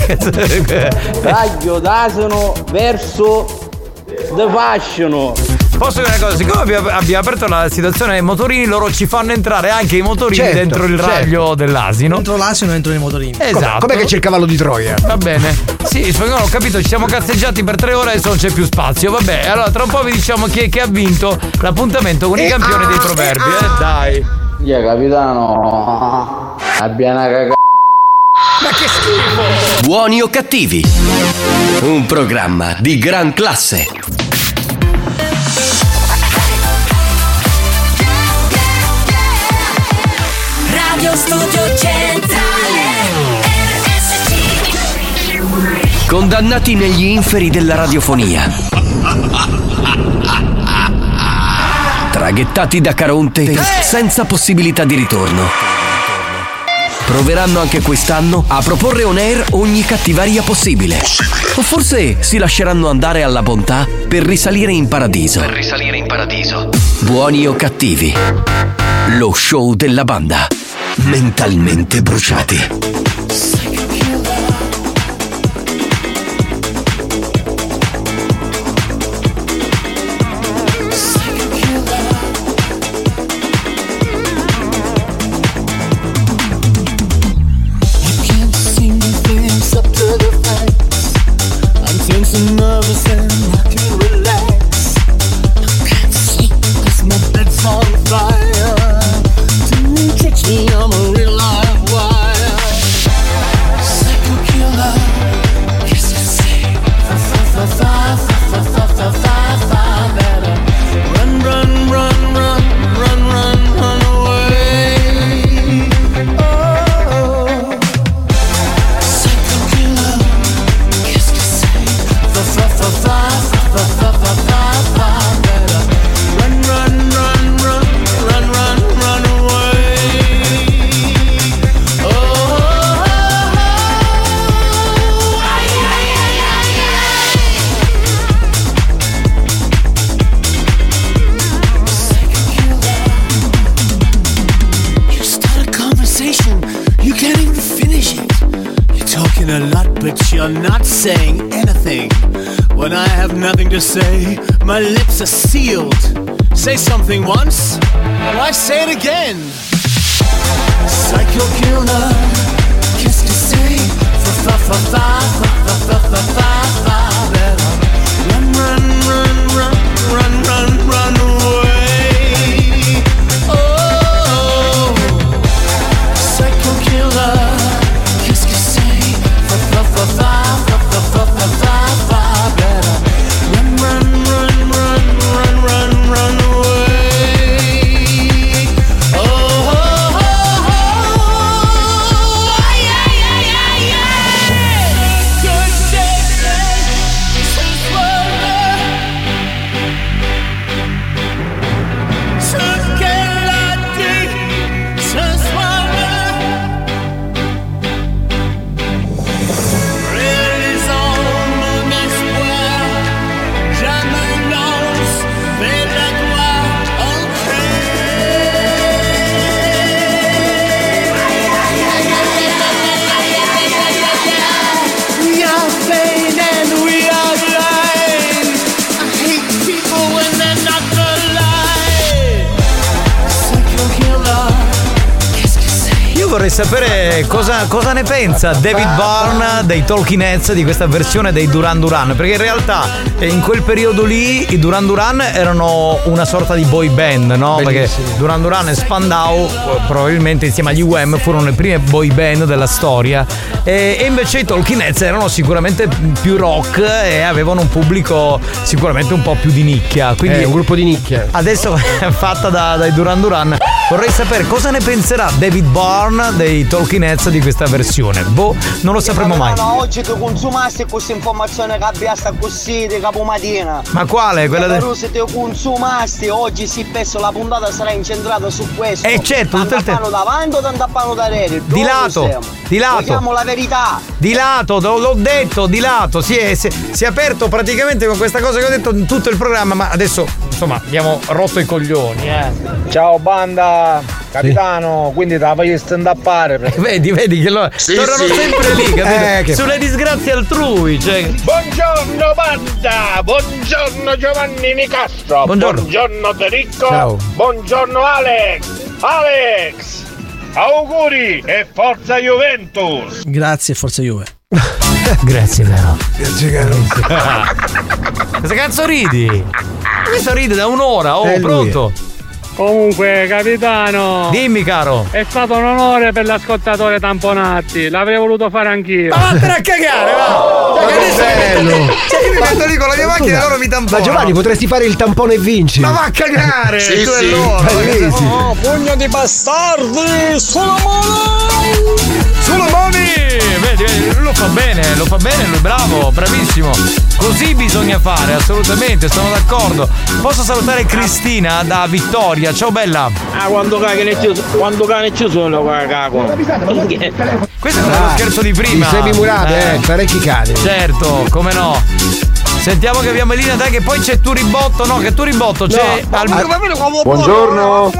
Raggio d'asino verso the fashion. Posso dire una cosa? Siccome abbiamo, abbiamo aperto la situazione dei motorini, loro ci fanno entrare anche i motorini certo, dentro il certo. raglio dell'asino. Dentro l'asino entrano i motorini. Esatto. Com'è che c'è il cavallo di Troia? Va bene. Sì, ho capito, ci siamo cazzeggiati per tre ore e adesso non c'è più spazio. Vabbè, allora tra un po' vi diciamo chi è che ha vinto l'appuntamento con e i campioni ah, dei proverbi. Eh, ah. Dai. Yeah, capitano. Abbia una cagata. Ma che schifo! Buoni o cattivi? Un programma di gran classe. Radio Studio Centrale R S C. Condannati negli inferi della radiofonia. Traghettati da Caronte senza possibilità di ritorno. Proveranno anche quest'anno a proporre on air ogni cattiveria possibile. O forse si lasceranno andare alla bontà per risalire in paradiso. Per risalire in paradiso. Buoni o cattivi? Lo show della banda. Mentalmente bruciati. talking a lot, but you're not saying anything. When I have nothing to say, my lips are sealed. Say something once, why say it again? Psycho killer, qu'est-ce que c'est? Fa fa fa fa fa fa fa fa fa. Run, run, run, run, run, run, run away. Oh, psycho killer, qu'est-ce que c'est? Fa fa fa fa fa fa fa fa fa fa. Run, run, run, run, run, run, run away. Oh, oh, oh, oh, yeah, yeah, yeah, yeah. Good shit, since we're ce qu'elle a dit ce soir-là, réalisant mon espoir, jamais lance vers la gloire entrée. We are vain and we are blind. I hate people when they're not alive. Psycho killer, qu'est-ce que c'est? Io vorrei sapere cosa, cosa ne pensa David Byrne dei Talking Heads di questa versione dei Duran Duran, perché in realtà eh, in quel periodo lì i Duran Duran erano una sorta di boy band, no? Bellissimo. Perché Duran Duran e Spandau eh, probabilmente insieme agli U M furono le prime boy band della storia, e, e invece i Talking Heads erano sicuramente più rock e avevano un pubblico sicuramente un po' più di nicchia, quindi Eh, un gruppo di nicchia. adesso è fatta da, dai Duran Duran. Vorrei sapere cosa ne penserà David Byrne dei Talking Heads di questa versione. Boh, non lo sapremo mai. No, oggi tu consumasti questa informazione che abbiamo così di capomattina. Ma quale? Quella del- Però se te consumasti oggi sì, penso la puntata sarà incentrata su questo. Eh, certo, tutto il tempo. Tanto davanti o tanto appano da rete? Di lato, di lato. Vogliamo la verità. Di lato, l'ho l'ho detto, di lato. Si è, si, si è aperto praticamente con questa cosa che ho detto in tutto il programma, ma adesso insomma abbiamo rotto i coglioni, eh. Ciao banda, capitano, quindi te la voglio stand-uppare. Vedi, vedi che lo, Sì, tornano sì. sempre lì, capito? Eh, che- Sulle disgrazie altrui, cioè. Buongiorno banda, buongiorno Giovanni Nicastro, Buongiorno. buongiorno Enrico, Ciao. buongiorno Alex, Alex, auguri e forza Juventus. Grazie, forza Juve. Grazie, vero. Grazie, caro. Cosa cazzo ridi? Questo ride da un'ora, oh, È lui. pronto? Comunque, capitano. Dimmi, caro. È stato un onore per l'ascoltatore Tamponatti. L'avrei voluto fare anch'io. Ma vattene a cagare, va! Ma che bello! Cioè, io mi metto lì con la mia macchina e loro mi tamponano. Ma Giovanni, potresti fare il tampone e vinci. Ma va a cagare! Sì, tu sì. e loro! Bellissimo. Oh, pugno di bastardi! Sulla mano! Sulle mani! Vedi, vedi, lui lo fa bene, lo fa bene, lui è bravo, bravissimo. Così bisogna fare, assolutamente, sono d'accordo. Posso salutare Cristina da Vittoria, ciao bella. Ah, quando caghi ne ci quando caghi ci sono qua cago. Questo era lo scherzo di prima. Di Sebi Murabe, eh, parecchi cani. Certo, come no. Sentiamo che abbiamo in linea, dai, che poi c'è Turibotto, no, che Turibotto c'è al... Buongiorno.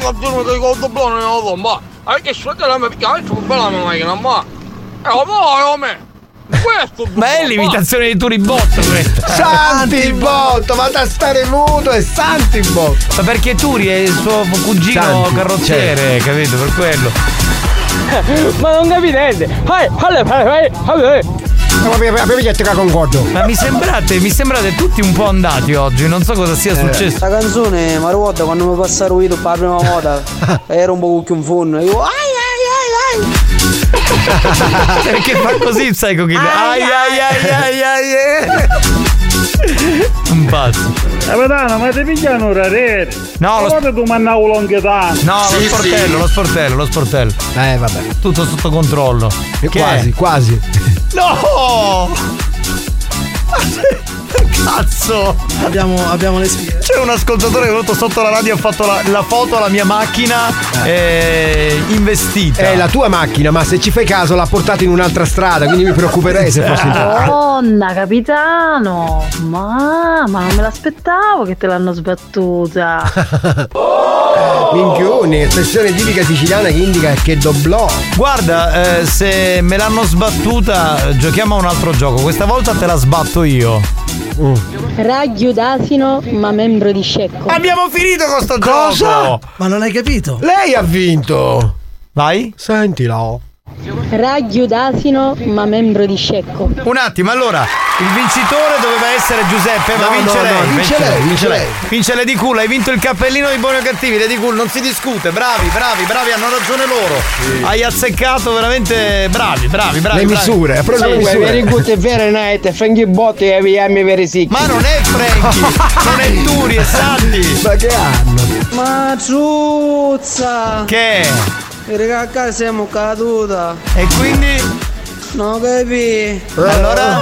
Ma è l'imitazione di Turibotto questa. Santi botto, vada a stare muto e Santi botto. Ma perché Turi è il suo cugino Santi, carrozziere, capito? Per quello. Ma non capite niente. Vai, vai, vai, vai. Abbiamo detto che concordo. Ma mi sembrate, mi sembrate tutti un po' andati oggi, non so cosa sia successo. Questa canzone mi ricorda quando mi passarono io per la prima volta. Era un po' più un funno. Io ai ai ai ai. Perché fa così il psycho killer? Ai ai ai ai ai ai. Un pazzo. Capitano, ma ti pigliano una rete? No, lo sp- tu mannavo longhitano. No, lo sportello, lo sportello, lo sportello. Eh, vabbè. Tutto sotto controllo. Che quasi, è? quasi. No! Cazzo! Abbiamo, abbiamo le spie. C'è un ascoltatore che è venuto sotto la radio e ha fatto la, la foto alla mia macchina eh, investita. È la tua macchina, ma se ci fai caso l'ha portata in un'altra strada, quindi mi preoccuperei se fossi in Madonna, capitano! Ma, ma non me l'aspettavo che te l'hanno sbattuta. Minchioni, espressione tipica siciliana che indica che doblò. Guarda, eh, se me l'hanno sbattuta, giochiamo a un altro gioco. Questa volta te la sbatto io. Mm. Raggio d'asino, ma membro di scecco. Abbiamo finito con sto Cosa? gioco. Ma non hai capito? Lei ha vinto. Vai. Sentilo. Raggio d'asino, ma membro di scecco. Un attimo, allora, il vincitore doveva essere Giuseppe, ma No, vince no, lei. no, vince lei, vince lei. Vince Lady Cool, hai vinto il cappellino di Buoni o Cattivi. Lady Cool, non si discute, bravi, bravi, bravi, hanno ragione loro. Sì. Hai azzeccato veramente bravi, bravi, bravi. Le bravi. misure, ha preso le misure. Very good e very night, Frankie Botti e Viami Very Sick. Ma non è Frankie, non è Turi, è Santi. Ma che hanno? Ma ciuzza! Che? Raga, a casa siamo caduta. E quindi? No, capi. Allora?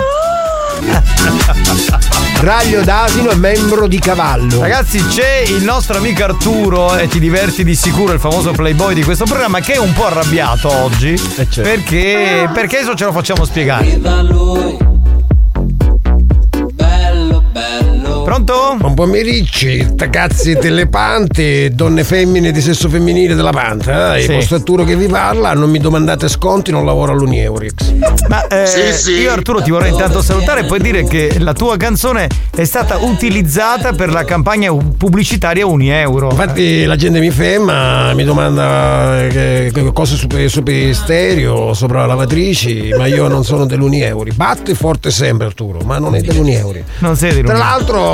Raglio d'asino e membro di cavallo. Ragazzi, c'è il nostro amico Arturo, e ti diverti di sicuro, il famoso playboy di questo programma, che è un po' arrabbiato oggi. Eh certo. Perché? Perché adesso ce lo facciamo spiegare. Pronto? Buon pomeriggio, ragazzi telepanti, donne femmine di sesso femminile della Panta. Eh? Sì. Il vostro Arturo che vi parla, non mi domandate sconti, non lavoro all'Unieurix. Ma eh, Sì, sì. io Arturo ti vorrei intanto salutare e poi dire che la tua canzone è stata utilizzata per la campagna pubblicitaria Unieuro. Infatti la gente mi ferma, mi domanda che, che cose su, su stereo, sopra la lavatrici, ma io non sono dell'Unieuri. Batte forte sempre Arturo, ma non è dell'Unieuri. Non sei di Tra Unieuro. l'altro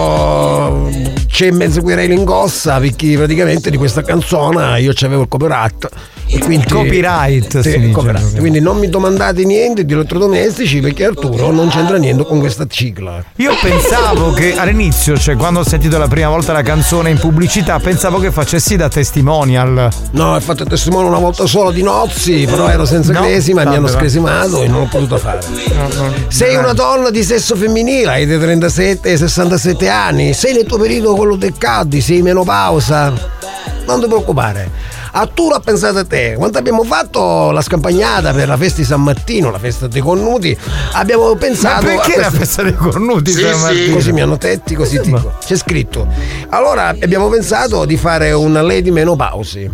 c'è mezzo querela in gossa perché praticamente di questa canzone io c'avevo il copyright. E quindi, Copyright, sì, si dice. copyright. Quindi non mi domandate niente di elettrodomestici perché Arturo non c'entra niente con questa cicla. Io pensavo che all'inizio, cioè quando ho sentito la prima volta la canzone in pubblicità, pensavo che facessi da testimonial. No, ho fatto testimone una volta solo di nozzi, però ero senza No, cresima, mi vabbè, hanno va. scresimato e non ho potuto fare. No, no. Sei una donna di sesso femminile, hai dai trentasette ai sessantasette anni, sei nel tuo periodo quello del caldo, sei in menopausa, non ti preoccupare. Arturo ha pensato a te. Quando abbiamo fatto la scampagnata per la festa di San Martino, la festa dei cornuti, abbiamo pensato. Ma perché a la festa dei cornuti Sì, San sì. Martino? Così mi hanno tetti, così dico. C'è scritto. Allora abbiamo pensato di fare una lady menopausi.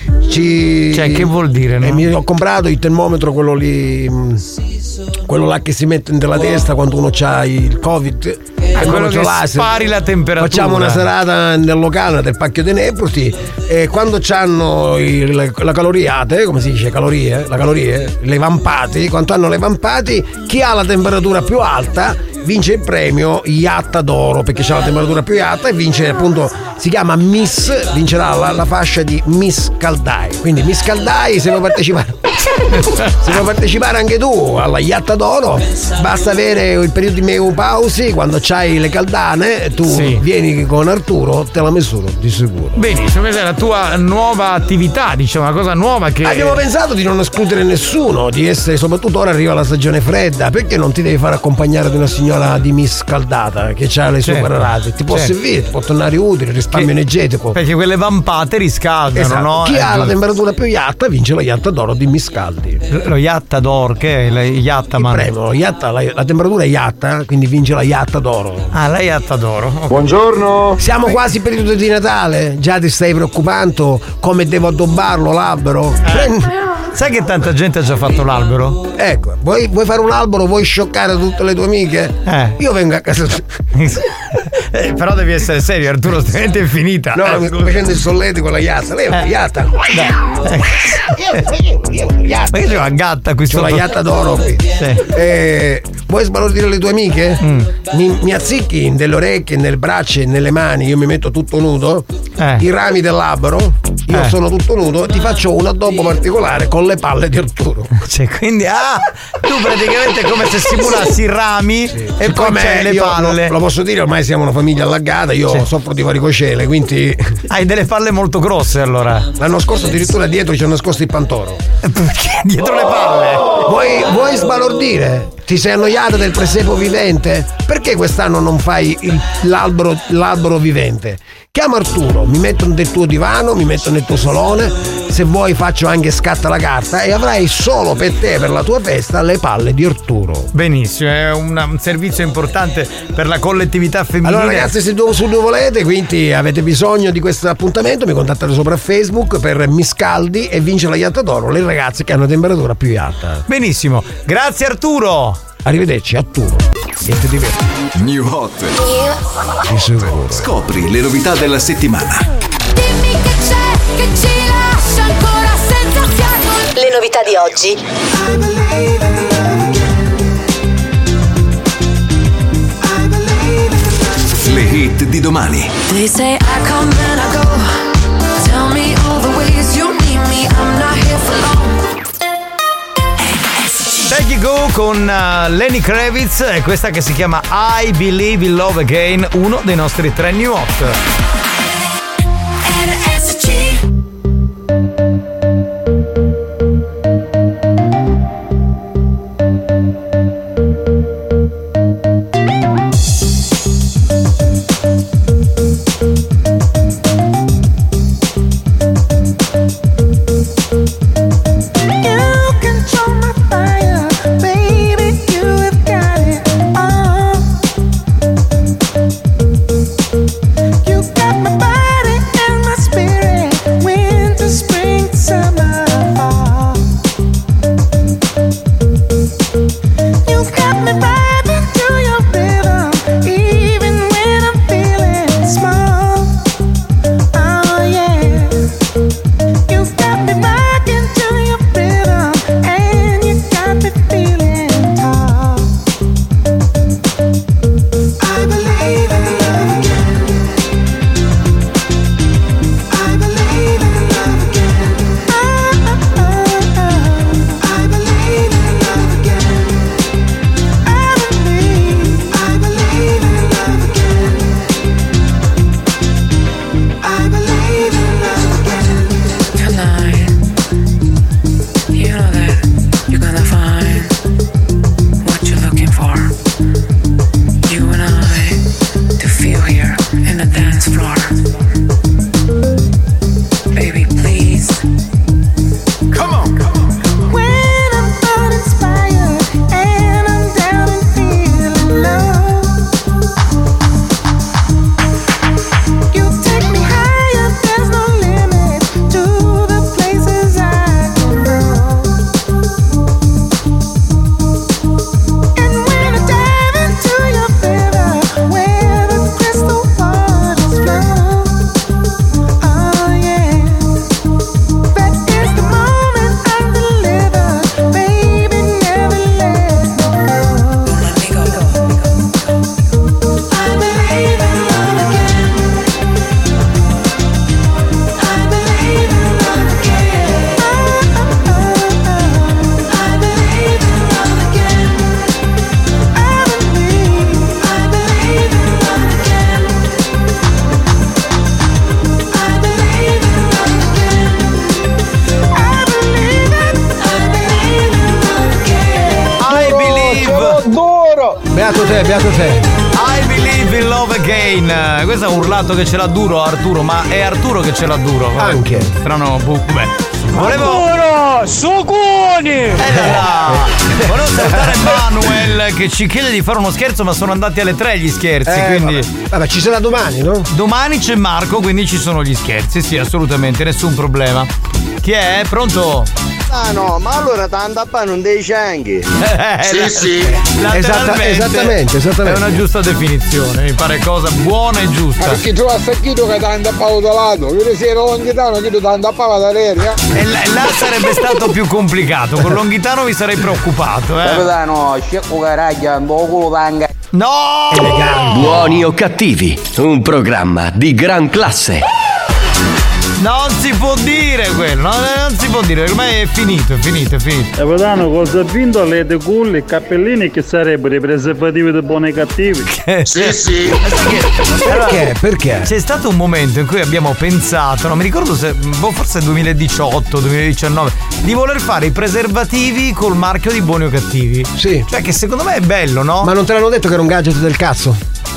Ci... Cioè, che vuol dire, no? E mi ho comprato il termometro, quello lì, mh, quello là che si mette nella testa quando uno ha il Covid. È quello che spari la temperatura. Facciamo una serata nel locale del Pacchio dei Neproti e quando c'hanno il, la caloriate, come si dice, calorie, la calorie, le vampati, quando hanno le vampati, chi ha la temperatura più alta vince il premio Iatta d'oro, perché c'ha la temperatura più alta e vince appunto, si chiama Miss, vincerà la, la fascia di Miss Caldai. Quindi Miss Caldai, se vuoi partecipare se vuoi partecipare anche tu alla Iatta d'oro, basta avere il periodo di menopausi, quando c'hai le caldane tu Sì. vieni con Arturo, te la misuro di sicuro. Benissimo, questa è la tua nuova attività, diciamo, una cosa nuova che. Abbiamo pensato di non escludere nessuno, di essere, soprattutto ora arriva la stagione fredda, perché non ti devi fare accompagnare da una signora di Miss Caldata che ha le sue Certo, guardate, ti può certo. servire, ti può tornare utile, risparmio Che- energetico. Perché quelle vampate riscaldano, Esatto. no? Chi Eh, ha la giusto. temperatura più iatta vince la Iatta d'oro di Miss Caldi. Lo Yatta d'oro, che è la Yatta man. Premio, iatta, la, la temperatura è iatta, quindi vince la Iatta d'oro. Ah, la Yatta d'oro. Ok. Buongiorno. Siamo quasi periodo di Natale, già ti stai preoccupando come devo addobbarlo l'albero? Prendi- Sai che tanta gente ha già fatto l'albero? Ecco, vuoi, vuoi fare un albero, vuoi scioccare tutte le tue amiche? Eh. Io vengo a casa. Eh, però devi essere serio, Arturo, altrimenti è finita. No, Eh, mi sto facendo il solletico con la iatta. Lei è una Eh. iatta. Dai. Io, io, io, iatta. Ma che c'è una gatta qui C'ho sotto? la iatta d'oro qui. Sì. Eh, vuoi sbalordire le tue amiche? Mm. Mi, mi azzicchi nelle orecchie, nelle braccia e nelle mani, io mi metto tutto nudo. Eh. I rami dell'albero, io Eh. sono tutto nudo, ti faccio un addobbo particolare con le palle di Arturo. Cioè, quindi, ah, tu praticamente è come se simulassi i rami e poi Siccome c'hai le io palle. Lo, lo posso dire, ormai siamo una famiglia allagata, io Sì. soffro di varicocele, quindi Hai delle palle molto grosse allora. l'anno scorso addirittura dietro ci ho nascosto il pantoro. Perché dietro le palle? Vuoi, vuoi sbalordire? Ti sei annoiata del presepo vivente? Perché quest'anno non fai il- l'albero, l'albero vivente? Chiama Arturo, mi metto nel tuo divano, mi metto nel tuo salone, se vuoi faccio anche scatta la carta e avrai solo per te, per la tua festa, le palle di Arturo. Benissimo, è una, un servizio importante per la collettività femminile. Allora ragazzi, se dove, su dove volete, quindi avete bisogno di questo appuntamento, mi contattate sopra Facebook per Mi Scaldi e vince la Yatta d'Oro, le ragazze che hanno temperatura più alta. Benissimo, grazie Arturo. Arrivederci Arturo. E ti diverti. New Hot. Di sicuro. Scopri le novità della settimana. Dimmi che c'è, che ci lascia ancora senza fiato. Le novità di oggi. Le hit di domani. They say I come and I go. Tell me all the ways you need me. I'm not here for long. Peggy Go con uh, Lenny Kravitz e questa che si chiama I Believe in Love Again, uno dei nostri tre new hot. Beato te, beato te. I believe in love again. Questo è un urlato che ce l'ha duro Arturo, ma è Arturo che ce l'ha duro. Anche. Strano, beh. Volevo. Arturo, Soconi! Eh là là. Volevo salutare Manuel che ci chiede di fare uno scherzo, ma sono andati alle tre gli scherzi, Eh, quindi. vabbè. Vabbè, ci sarà domani, no? Domani c'è Marco, quindi ci sono gli scherzi, sì, assolutamente, nessun problema. Chi è? Pronto? Ah no, ma allora tanta pa non dei cianghi. Eh, Sì, la- sì. lateralmente esattamente, esattamente. È una giusta definizione, mi pare cosa buona e giusta. Perché tu hai sentito che ti hanno tappato da lato, ieri sera Longhitano che tu ti hanno tappato da l'aria. E là, là sarebbe stato più complicato, con Longhitano mi sarei preoccupato, eh. Capitano, scecco caraglia, un po' culo tanga. No! Buoni o cattivi, un programma di gran classe. Non si può dire quello, no, non si può dire, ormai è finito, è finito, è finito. Capitano, cosa ha vinto le de culle e cappellini che sarebbero i preservativi dei buoni e cattivi? Sì, sì. Perché? Perché? C'è stato un momento in cui abbiamo pensato, non mi ricordo se, boh, forse duemiladiciotto, duemiladiciannove, di voler fare i preservativi col marchio di buoni o cattivi. Sì. Cioè che secondo me è bello, no? Ma non te l'hanno detto che era un gadget del cazzo?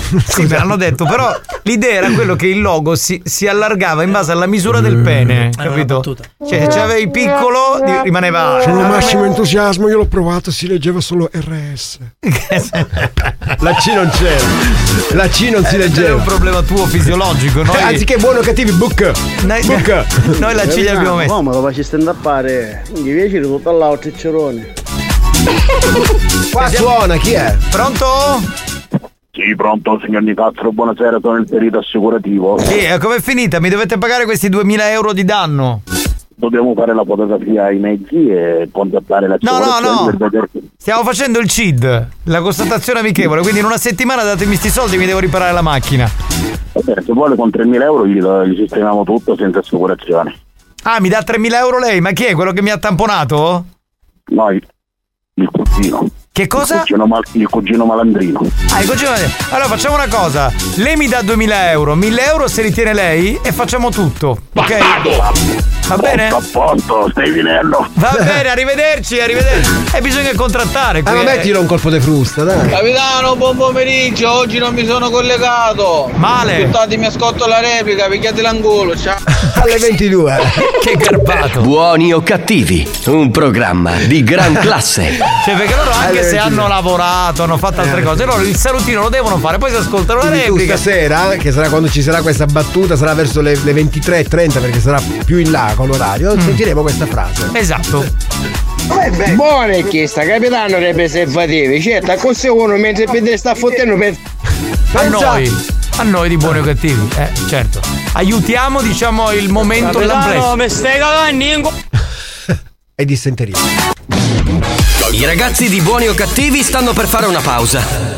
Sì, me l'hanno detto, però l'idea era quello che il logo si, si allargava in base alla misura del pene, capito? Cioè, se avevi piccolo, di- rimaneva. Sono massimo entusiasmo, io l'ho provato, si leggeva solo R S. La C non c'era. La C non si È leggeva. un problema tuo fisiologico, noi... Eh, anziché buono o cattivi, book. Noi, book. noi la C gli abbiamo messa. No, ma lo faccio stand appare. Mi piace tutto all'altro ciccerone. Qua suona, chi è? Pronto? Sì, pronto, signor Nicastro, buonasera, sono il perito assicurativo. Sì, e com'è finita? Mi dovete pagare questi duemila euro di danno. Dobbiamo fare la fotografia ai mezzi e contattare No, no, l'assicurazione no. per vedere. Stiamo facendo il C I D, la constatazione amichevole, quindi in una settimana datemi sti soldi e mi devo riparare la macchina. Va bene, se vuole con tremila euro gli, gli sistemiamo tutto senza assicurazione. Ah, mi dà tremila euro lei? Ma chi è? Quello che mi ha tamponato? No, il, il cugino. Che cosa? Il cugino, mal, il cugino malandrino. Ah, il cugino malandrino. Allora facciamo una cosa. Lei mi dà duemila euro, mille euro se li tiene lei e facciamo tutto. Ok? Va bene? A posto, stai finendo. Va bene, arrivederci, arrivederci. E bisogna contrattare. Ah, ma mettilo un colpo di frusta, dai. Capitano, buon pomeriggio, oggi non mi sono collegato. Male. Ascoltatemi, ascolto la replica, picchiate l'angolo, ciao. Alle ventidue. Che garbato. Buoni o cattivi, un programma di gran classe. Cioè, perché loro anche se hanno lavorato, hanno fatto altre cose, loro il salutino lo devono fare, poi si ascoltano la Quindi tu replica. stasera, che sarà quando ci sarà questa battuta, sarà verso le, le ventitré e trenta perché sarà più in là con l'orario, Mm. sentiremo questa frase. Esatto. Buona richiesta, capitano dei preservativi. Certo, a questo uno mentre Pedro sta fottendo per... A noi. A noi di buoni o cattivi, eh, certo. Aiutiamo, diciamo, il momento dell'amplesso. mi stai cagando in E dissenteria. I ragazzi di Buoni o Cattivi stanno per fare una pausa.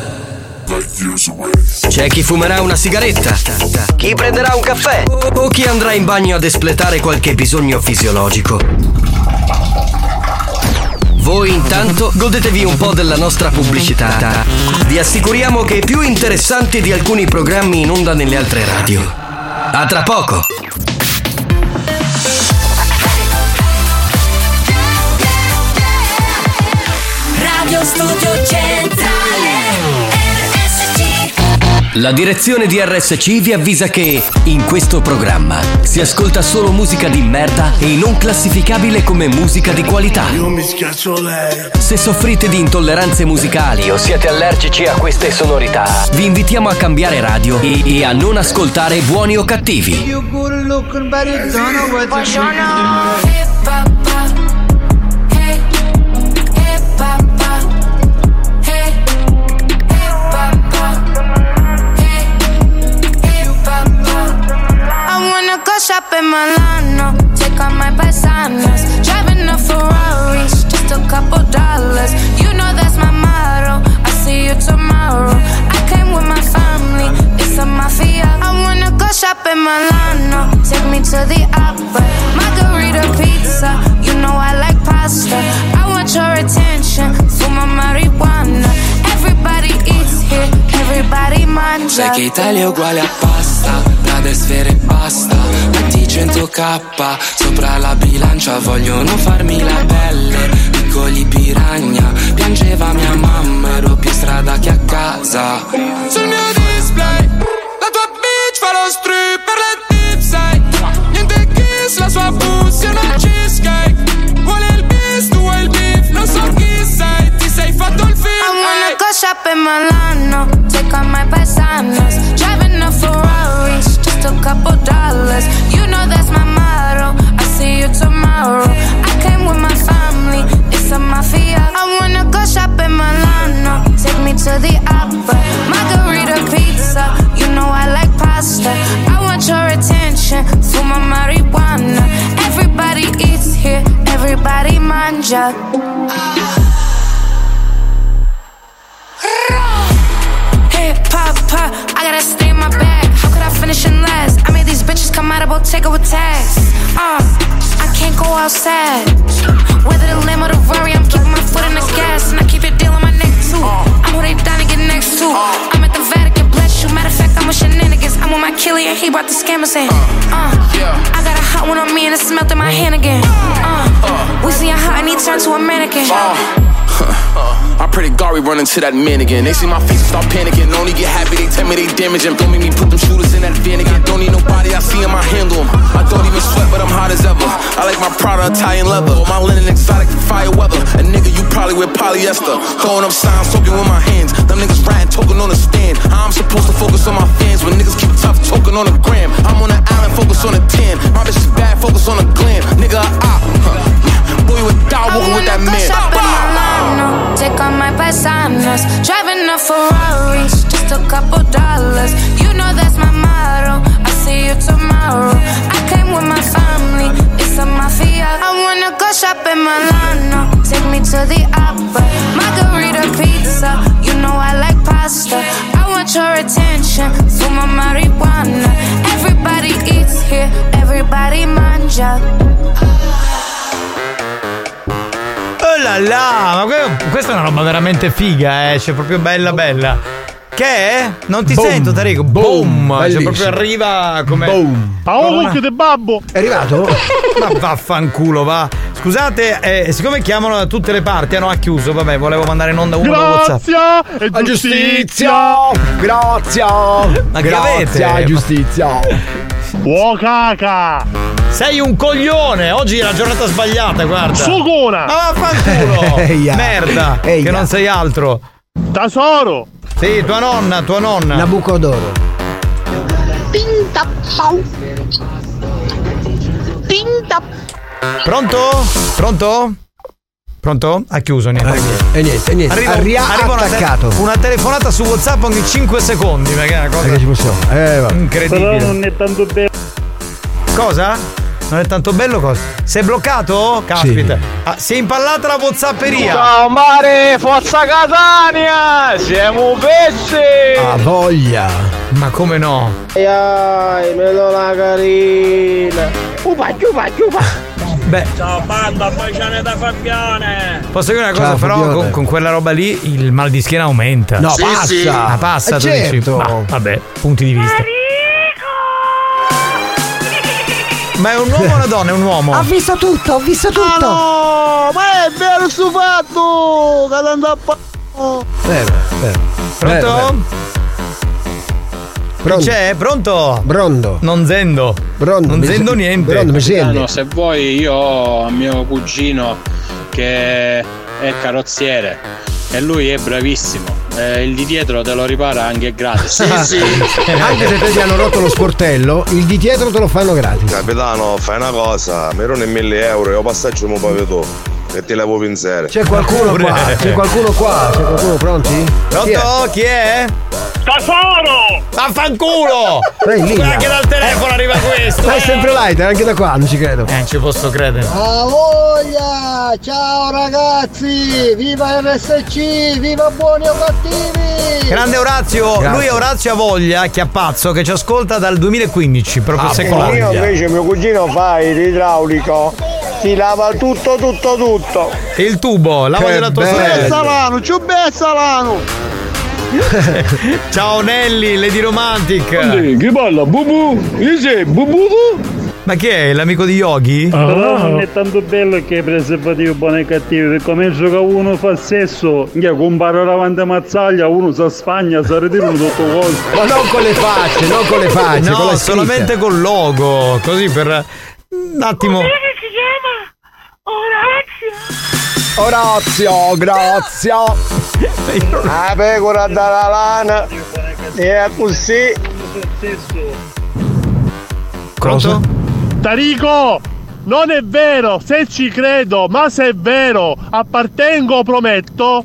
C'è chi fumerà una sigaretta, chi prenderà un caffè o chi andrà in bagno ad espletare qualche bisogno fisiologico. Voi intanto godetevi un po' della nostra pubblicità. Vi assicuriamo che è più interessante di alcuni programmi in onda nelle altre radio. A tra poco! Radio Studio Centrale R S C. La direzione di R S C vi avvisa che in questo programma si ascolta solo musica di merda e non classificabile come musica di qualità. Io mi schiaccio lei. Se soffrite di intolleranze musicali o siete allergici a queste sonorità, vi invitiamo a cambiare radio e, e a non ascoltare Buoni o Cattivi. Shop in Milano, take all my paisanos, driving a Ferrari, just a couple dollars. You know that's my motto. I see you tomorrow. I came with my family, it's a mafia. I wanna go shop in Milano, take me to the opera, margarita pizza. You know I like pasta. I want your attention, for my marijuana. Everybody eats here, everybody mangia. Sai che Italia è uguale a pasta, Prada e sfere e basta. Metti cento k sopra la bilancia, vogliono farmi la pelle. Piccoli piragna, piangeva mia mamma, ero più strada che a casa. Sul mio display, la tua bitch fa lo strip per le tip, sai. Niente kiss, la sua pussy è una cheesecake. Vuole il bis, tu vuoi il beef, non so chi sei, ti sei fatto il film. I wanna go shop in Milano, take all my paisanos, driving a Ferrari, just a couple dollars. You know that's my motto. I see you tomorrow. I came with my family, it's a mafia. I wanna go shop in Milano, take me to the opera, margarita pizza. You know I like pasta. I want your attention, for my marijuana. Everybody eats here, everybody mangia. Hip hop, pop, I gotta stay in my bag. How could I finish in last? I made these bitches come out of Bottega with tags. Uh, I can't go outside. Whether the limb or the Rari, I'm keeping my foot in the gas. And I keep your deal on my neck too. I'm who they down to get next to. I'm at the Vatican, bless you. Matter of fact, I'm with shenanigans. I'm with my Killian, he brought the scammers in. Uh, I got a hot one on me and it's melting my hand again. Uh, we see a hot and he turned to a mannequin. I pray to God we run into that man again. They see my face and start panicking. Only get happy, they tell me they damaging. Don't make me put them shooters in that van again. Don't need nobody, I see him, I handle them. I don't even sweat, but I'm hot as ever. I like my Prada Italian leather. My linen exotic for fire weather. A nigga, you probably wear polyester. Throwing up signs, soaking with my hands. Them niggas ratting, talking on the stand. I'm supposed to focus on my fans, but niggas keep tough, talking on the gram. I'm on the island, focus on the tan. My bitch is bad, focus on the glam. Nigga, I, huh. Boy, you a dog walking with that man. Take all my paisanos, driving a Ferrari, just a couple dollars. You know that's my motto. I see you tomorrow. I came with my family, it's a mafia. I wanna go shop in Milano, take me to the opera, margarita pizza. You know I like pasta. I want your attention for my marijuana. Everybody eats here, everybody mangia. Oh là là, ma que- questa è una roba veramente figa, eh, cioè proprio bella bella. Che è? Non ti Boom. sento, Tarico. Boom, cioè Bellissimo. proprio arriva come Boom. Paolo che te babbo. È arrivato? Ma vaffanculo, va. Scusate, eh, siccome chiamano da tutte le parti, hanno ah, chiuso, vabbè, volevo mandare in onda uno da WhatsApp. Grazie e giustizia. Grazie. Ma che Grazie, avete? giustizia. Oh caca. Sei un coglione, oggi è la giornata sbagliata, guarda. Sugona. Ma vaffanculo. Eia. Merda, Eia. che non sei altro. Tesoro. Sì, tua nonna, tua nonna. Nabucodoro. Pinta pau. Pinta. Pronto? Pronto? Pronto? Ha chiuso, niente. E niente, niente. Arriva, Arria- arriva una, te- attaccato. una telefonata su WhatsApp ogni cinque secondi, perché è una cosa Perché ci possiamo? Eh, va. incredibile. Però non è tanto bello. Cosa? Non è tanto bello cosa? Sei bloccato? Caspita. Sì. Ah, si è impallata la WhatsApperia. Ciao mare, forza Catania! Siamo pesci! Ah, voglia. Ma come no? Ai ai, me lo la carina! Upa, ciupa, ciupa! Beh, Ciao banda, poi ce n'è da Fabione. posso dire una cosa, Ciao, però Fabione. con, con quella roba lì il mal di schiena aumenta. No, Sì, passa. sì. Ah, passa, Eh, tu dici. certo. Ma, vabbè, punti di vista. Ma è un uomo o una donna? È un uomo. Ho visto tutto, ho visto tutto. No, ma è vero sto fatto! Che andò a pa- Vero, vero. Pronto? Vero, vero. Chi Pronto? c'è? Pronto? Brondo. Non zendo. Brondo. Non mi zendo se- niente. Brondo, mi senti? Se vuoi io ho mio cugino che è carrozziere e lui è bravissimo. Eh, il di dietro te lo ripara anche gratis. Sì, sì. Anche se te ti hanno rotto lo sportello, il di dietro te lo fanno gratis. Capitano, fai una cosa, mi erano mille euro e io passaggio un pavetto e ti levo pensare. C'è qualcuno qua, c'è qualcuno qua, c'è qualcuno pronti? Chi è? Pronto? Chi è? Tesoro! Vaffanculo! Dai, lì. Anche dal telefono arriva questo. Ma è eh. sempre light, anche da qua, non ci credo. Eh, ci posso credere. A voglia! Ciao ragazzi! Viva R S C! Viva buoni o cattivi! Grande Orazio, Grazie. lui è Orazio Avoglia, chiappazzo, che ci ascolta dal duemilaquindici, proprio Ah, secolare. Io invece mio cugino fa l'idraulico, si lava tutto tutto tutto. Il tubo, lava Che della tua bello. sorella. Salano, ciù bel Salano! Ciao Nelly, Lady Romantic. Che balla, bubu. Io sei bubu. Ma chi è? L'amico di Yogi? Però non è tanto bello che i preservativi buoni e cattivi, perché mentre che uno fa sesso, che compara davanti a mazzaglia, uno sa Spagna, sa ritiro tutto cosa. Ma non con le facce, non con le facce, con No, la scritta. solamente col logo, così per un attimo. si chiama? Orazio. Orazio, grazie. La pecora dalla lana e così. Pronto? Tarico! Non è vero, se ci credo, ma se è vero, appartengo, prometto.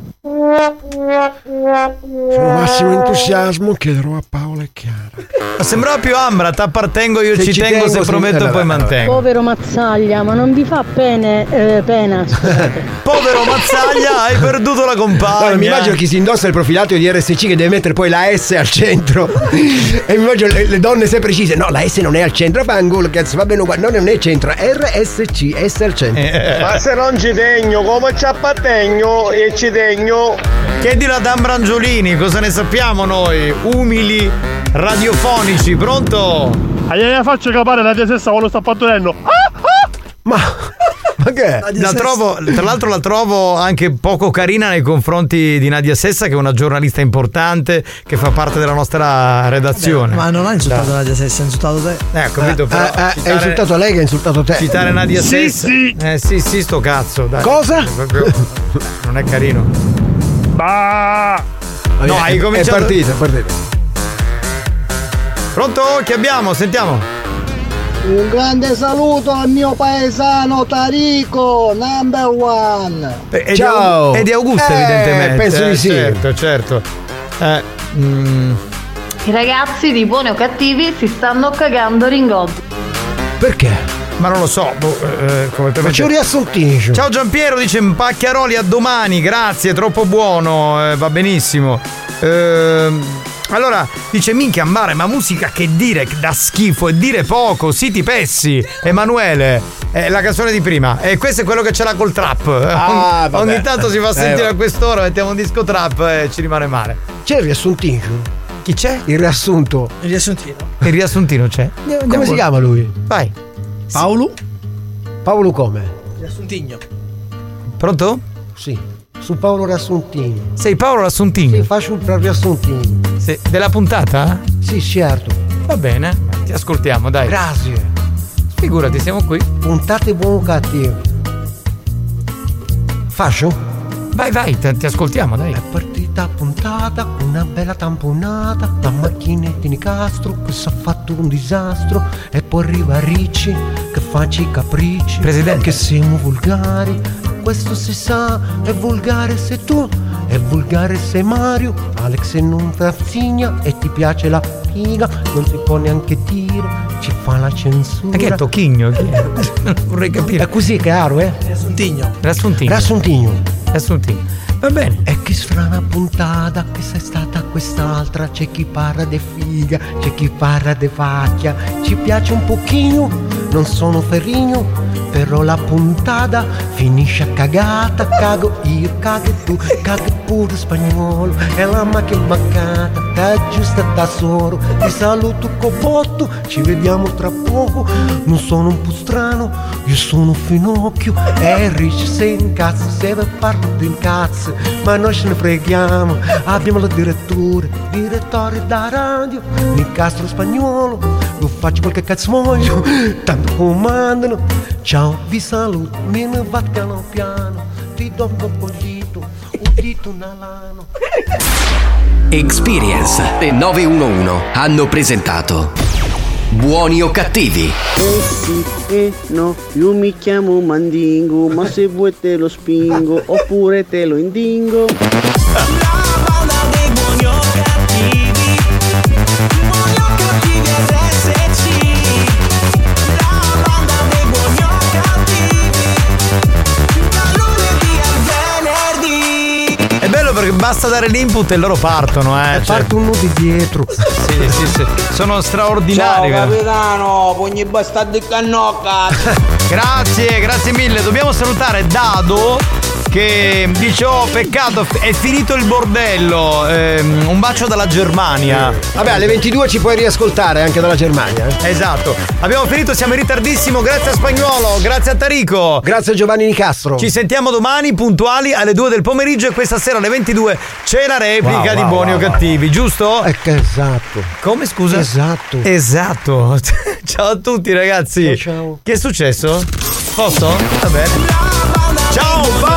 Con massimo entusiasmo chiederò a Paola e Chiara. Ma sembrava più Ambra, t'appartengo, io Se ci, ci tengo, tengo, se sì. prometto Eh, poi vabbè, mantengo. Povero Mazzaglia, ma non vi fa pene, eh, pena. Povero Mazzaglia, hai perduto la compagna. Allora, mi immagino chi si indossa il profilato di R S C che deve mettere poi la S al centro. E mi immagino le, le donne sempre precise. No, la S non è al centro, fangolo, cazzo, va bene uguale. No, non è centro, R S C, S al centro. Ma se non ci tegno, come ci appartengo e ci tegno. Chiedilo ad Ambrangiolini, cosa ne sappiamo noi? Umili radiofonici, pronto? Allora faccio capare la tua stessa quando sta partorendo. Ma Ma che? La trovo, tra l'altro la trovo anche poco carina nei confronti di Nadia Sessa, che è una giornalista importante che fa parte della nostra redazione. Ma non ha insultato Da. Nadia Sessa, ha insultato te. Eh, ho capito, però. Eh, eh, citare- hai insultato lei che ha insultato te. Citare Nadia Sì, Sessa. sì. Eh sì, sì, sto cazzo. Dai. Cosa? Proprio- non è carino. Bah! No, hai cominciato. È partita, è partita. Pronto? Chi abbiamo? Sentiamo. Un grande saluto al mio paesano Tarico, number one. E di Ciao. Aug- E di Augusta, Eh, evidentemente. penso eh, di sì. Certo, certo. Eh, mm, I ragazzi di buoni o cattivi si stanno cagando Ringotti. Perché? ma non lo so. Boh, eh, come per Faccio un riassuntino. Ciao Giampiero, dice Pacchiaroli a domani, grazie, troppo buono, eh, va benissimo. Ehm. Allora, dice minchia Mare, ma musica che dire, che da schifo e dire poco, Siti Pessi, Emanuele, è la canzone di prima. E questo è quello che ce l'ha col trap. Ah, ogni, ogni tanto si fa Eh, sentire va. a quest'ora, mettiamo un disco trap e ci rimane male. C'è il riassuntino? Chi c'è? Il riassunto. Il riassuntino. Il riassuntino c'è? Come si chiama lui? Vai. Paolo? Paolo come? Riassuntigno. Pronto? Sì. Su Paolo Riassuntino. Sei Paolo Riassuntino? Sì, faccio un riassuntino. Sì, della puntata? Sì, certo. Va bene, ti ascoltiamo, dai. Grazie. Figurati, siamo qui. Puntate buono cattivo. Faccio? Vai, vai, ti, ti ascoltiamo, dai. È partita puntata con una bella tamponata, la macchinetta in castro che si è fatto un disastro, e poi arriva Ricci che faccia i capricci. Presidente. Che siamo volgari, questo si sa, è volgare sei tu, è volgare sei Mario, Alex non fazzigna e ti piace la figa, non si può neanche dire, ci fa la censura. Ma che è Tocchigno? Chi è? Non vorrei capire. È così chiaro, eh? Riassuntigno. Riassuntino. Riassuntino. Riassuntino. Va bene. E che strana puntata che sei stata quest'altra, c'è chi parla de figa, c'è chi parla de vacchia, ci piace un pochino, non sono ferrigno, però la puntata finisce a cagata, cago io, caghi tu, caghi pure spagnolo, è la macchina mancata, da giusta da solo, ti saluto cobotto, ci vediamo tra poco, non sono un po' strano, io sono Finocchio, e Ricci sei in cazzo, se ve parlo di incazzo, ma noi ce ne freghiamo, abbiamo la direttore, direttore da radio, Nicastro spagnolo, lo faccio qualche cazzo voglio, tanto comandano, ciao vi saluto, me ne vado piano piano, ti do un po' dito, un dito nell'ano. Experience e nove uno uno hanno presentato Buoni o cattivi? Eh sì, eh no, io mi chiamo Mandingo, ma se vuoi te lo spingo, oppure te lo indingo. È bello perché basta dare l'input e loro partono, eh. E parte uno di dietro. Sì, sì, sì. Sono straordinari. Ciao veramente. capitano, ogni bastardo di cannocca. Grazie, grazie mille. Dobbiamo salutare Dado che dice oh peccato è finito il bordello. Ehm, un bacio dalla Germania. Vabbè, alle ventidue ci puoi riascoltare anche dalla Germania. Eh? Esatto. Abbiamo finito, siamo in ritardissimo. Grazie a Spagnuolo, grazie a Tarico. Grazie a Giovanni Nicastro. Ci sentiamo domani puntuali alle due del pomeriggio, e questa sera alle ventidue c'è la replica Wow, di wow, Buoni wow, o Cattivi, giusto? Eh, che esatto. Come scusa? Esatto. Esatto. Ciao a tutti ragazzi. Ciao, ciao. Che è successo? Posso? Va bene. Ciao, bye.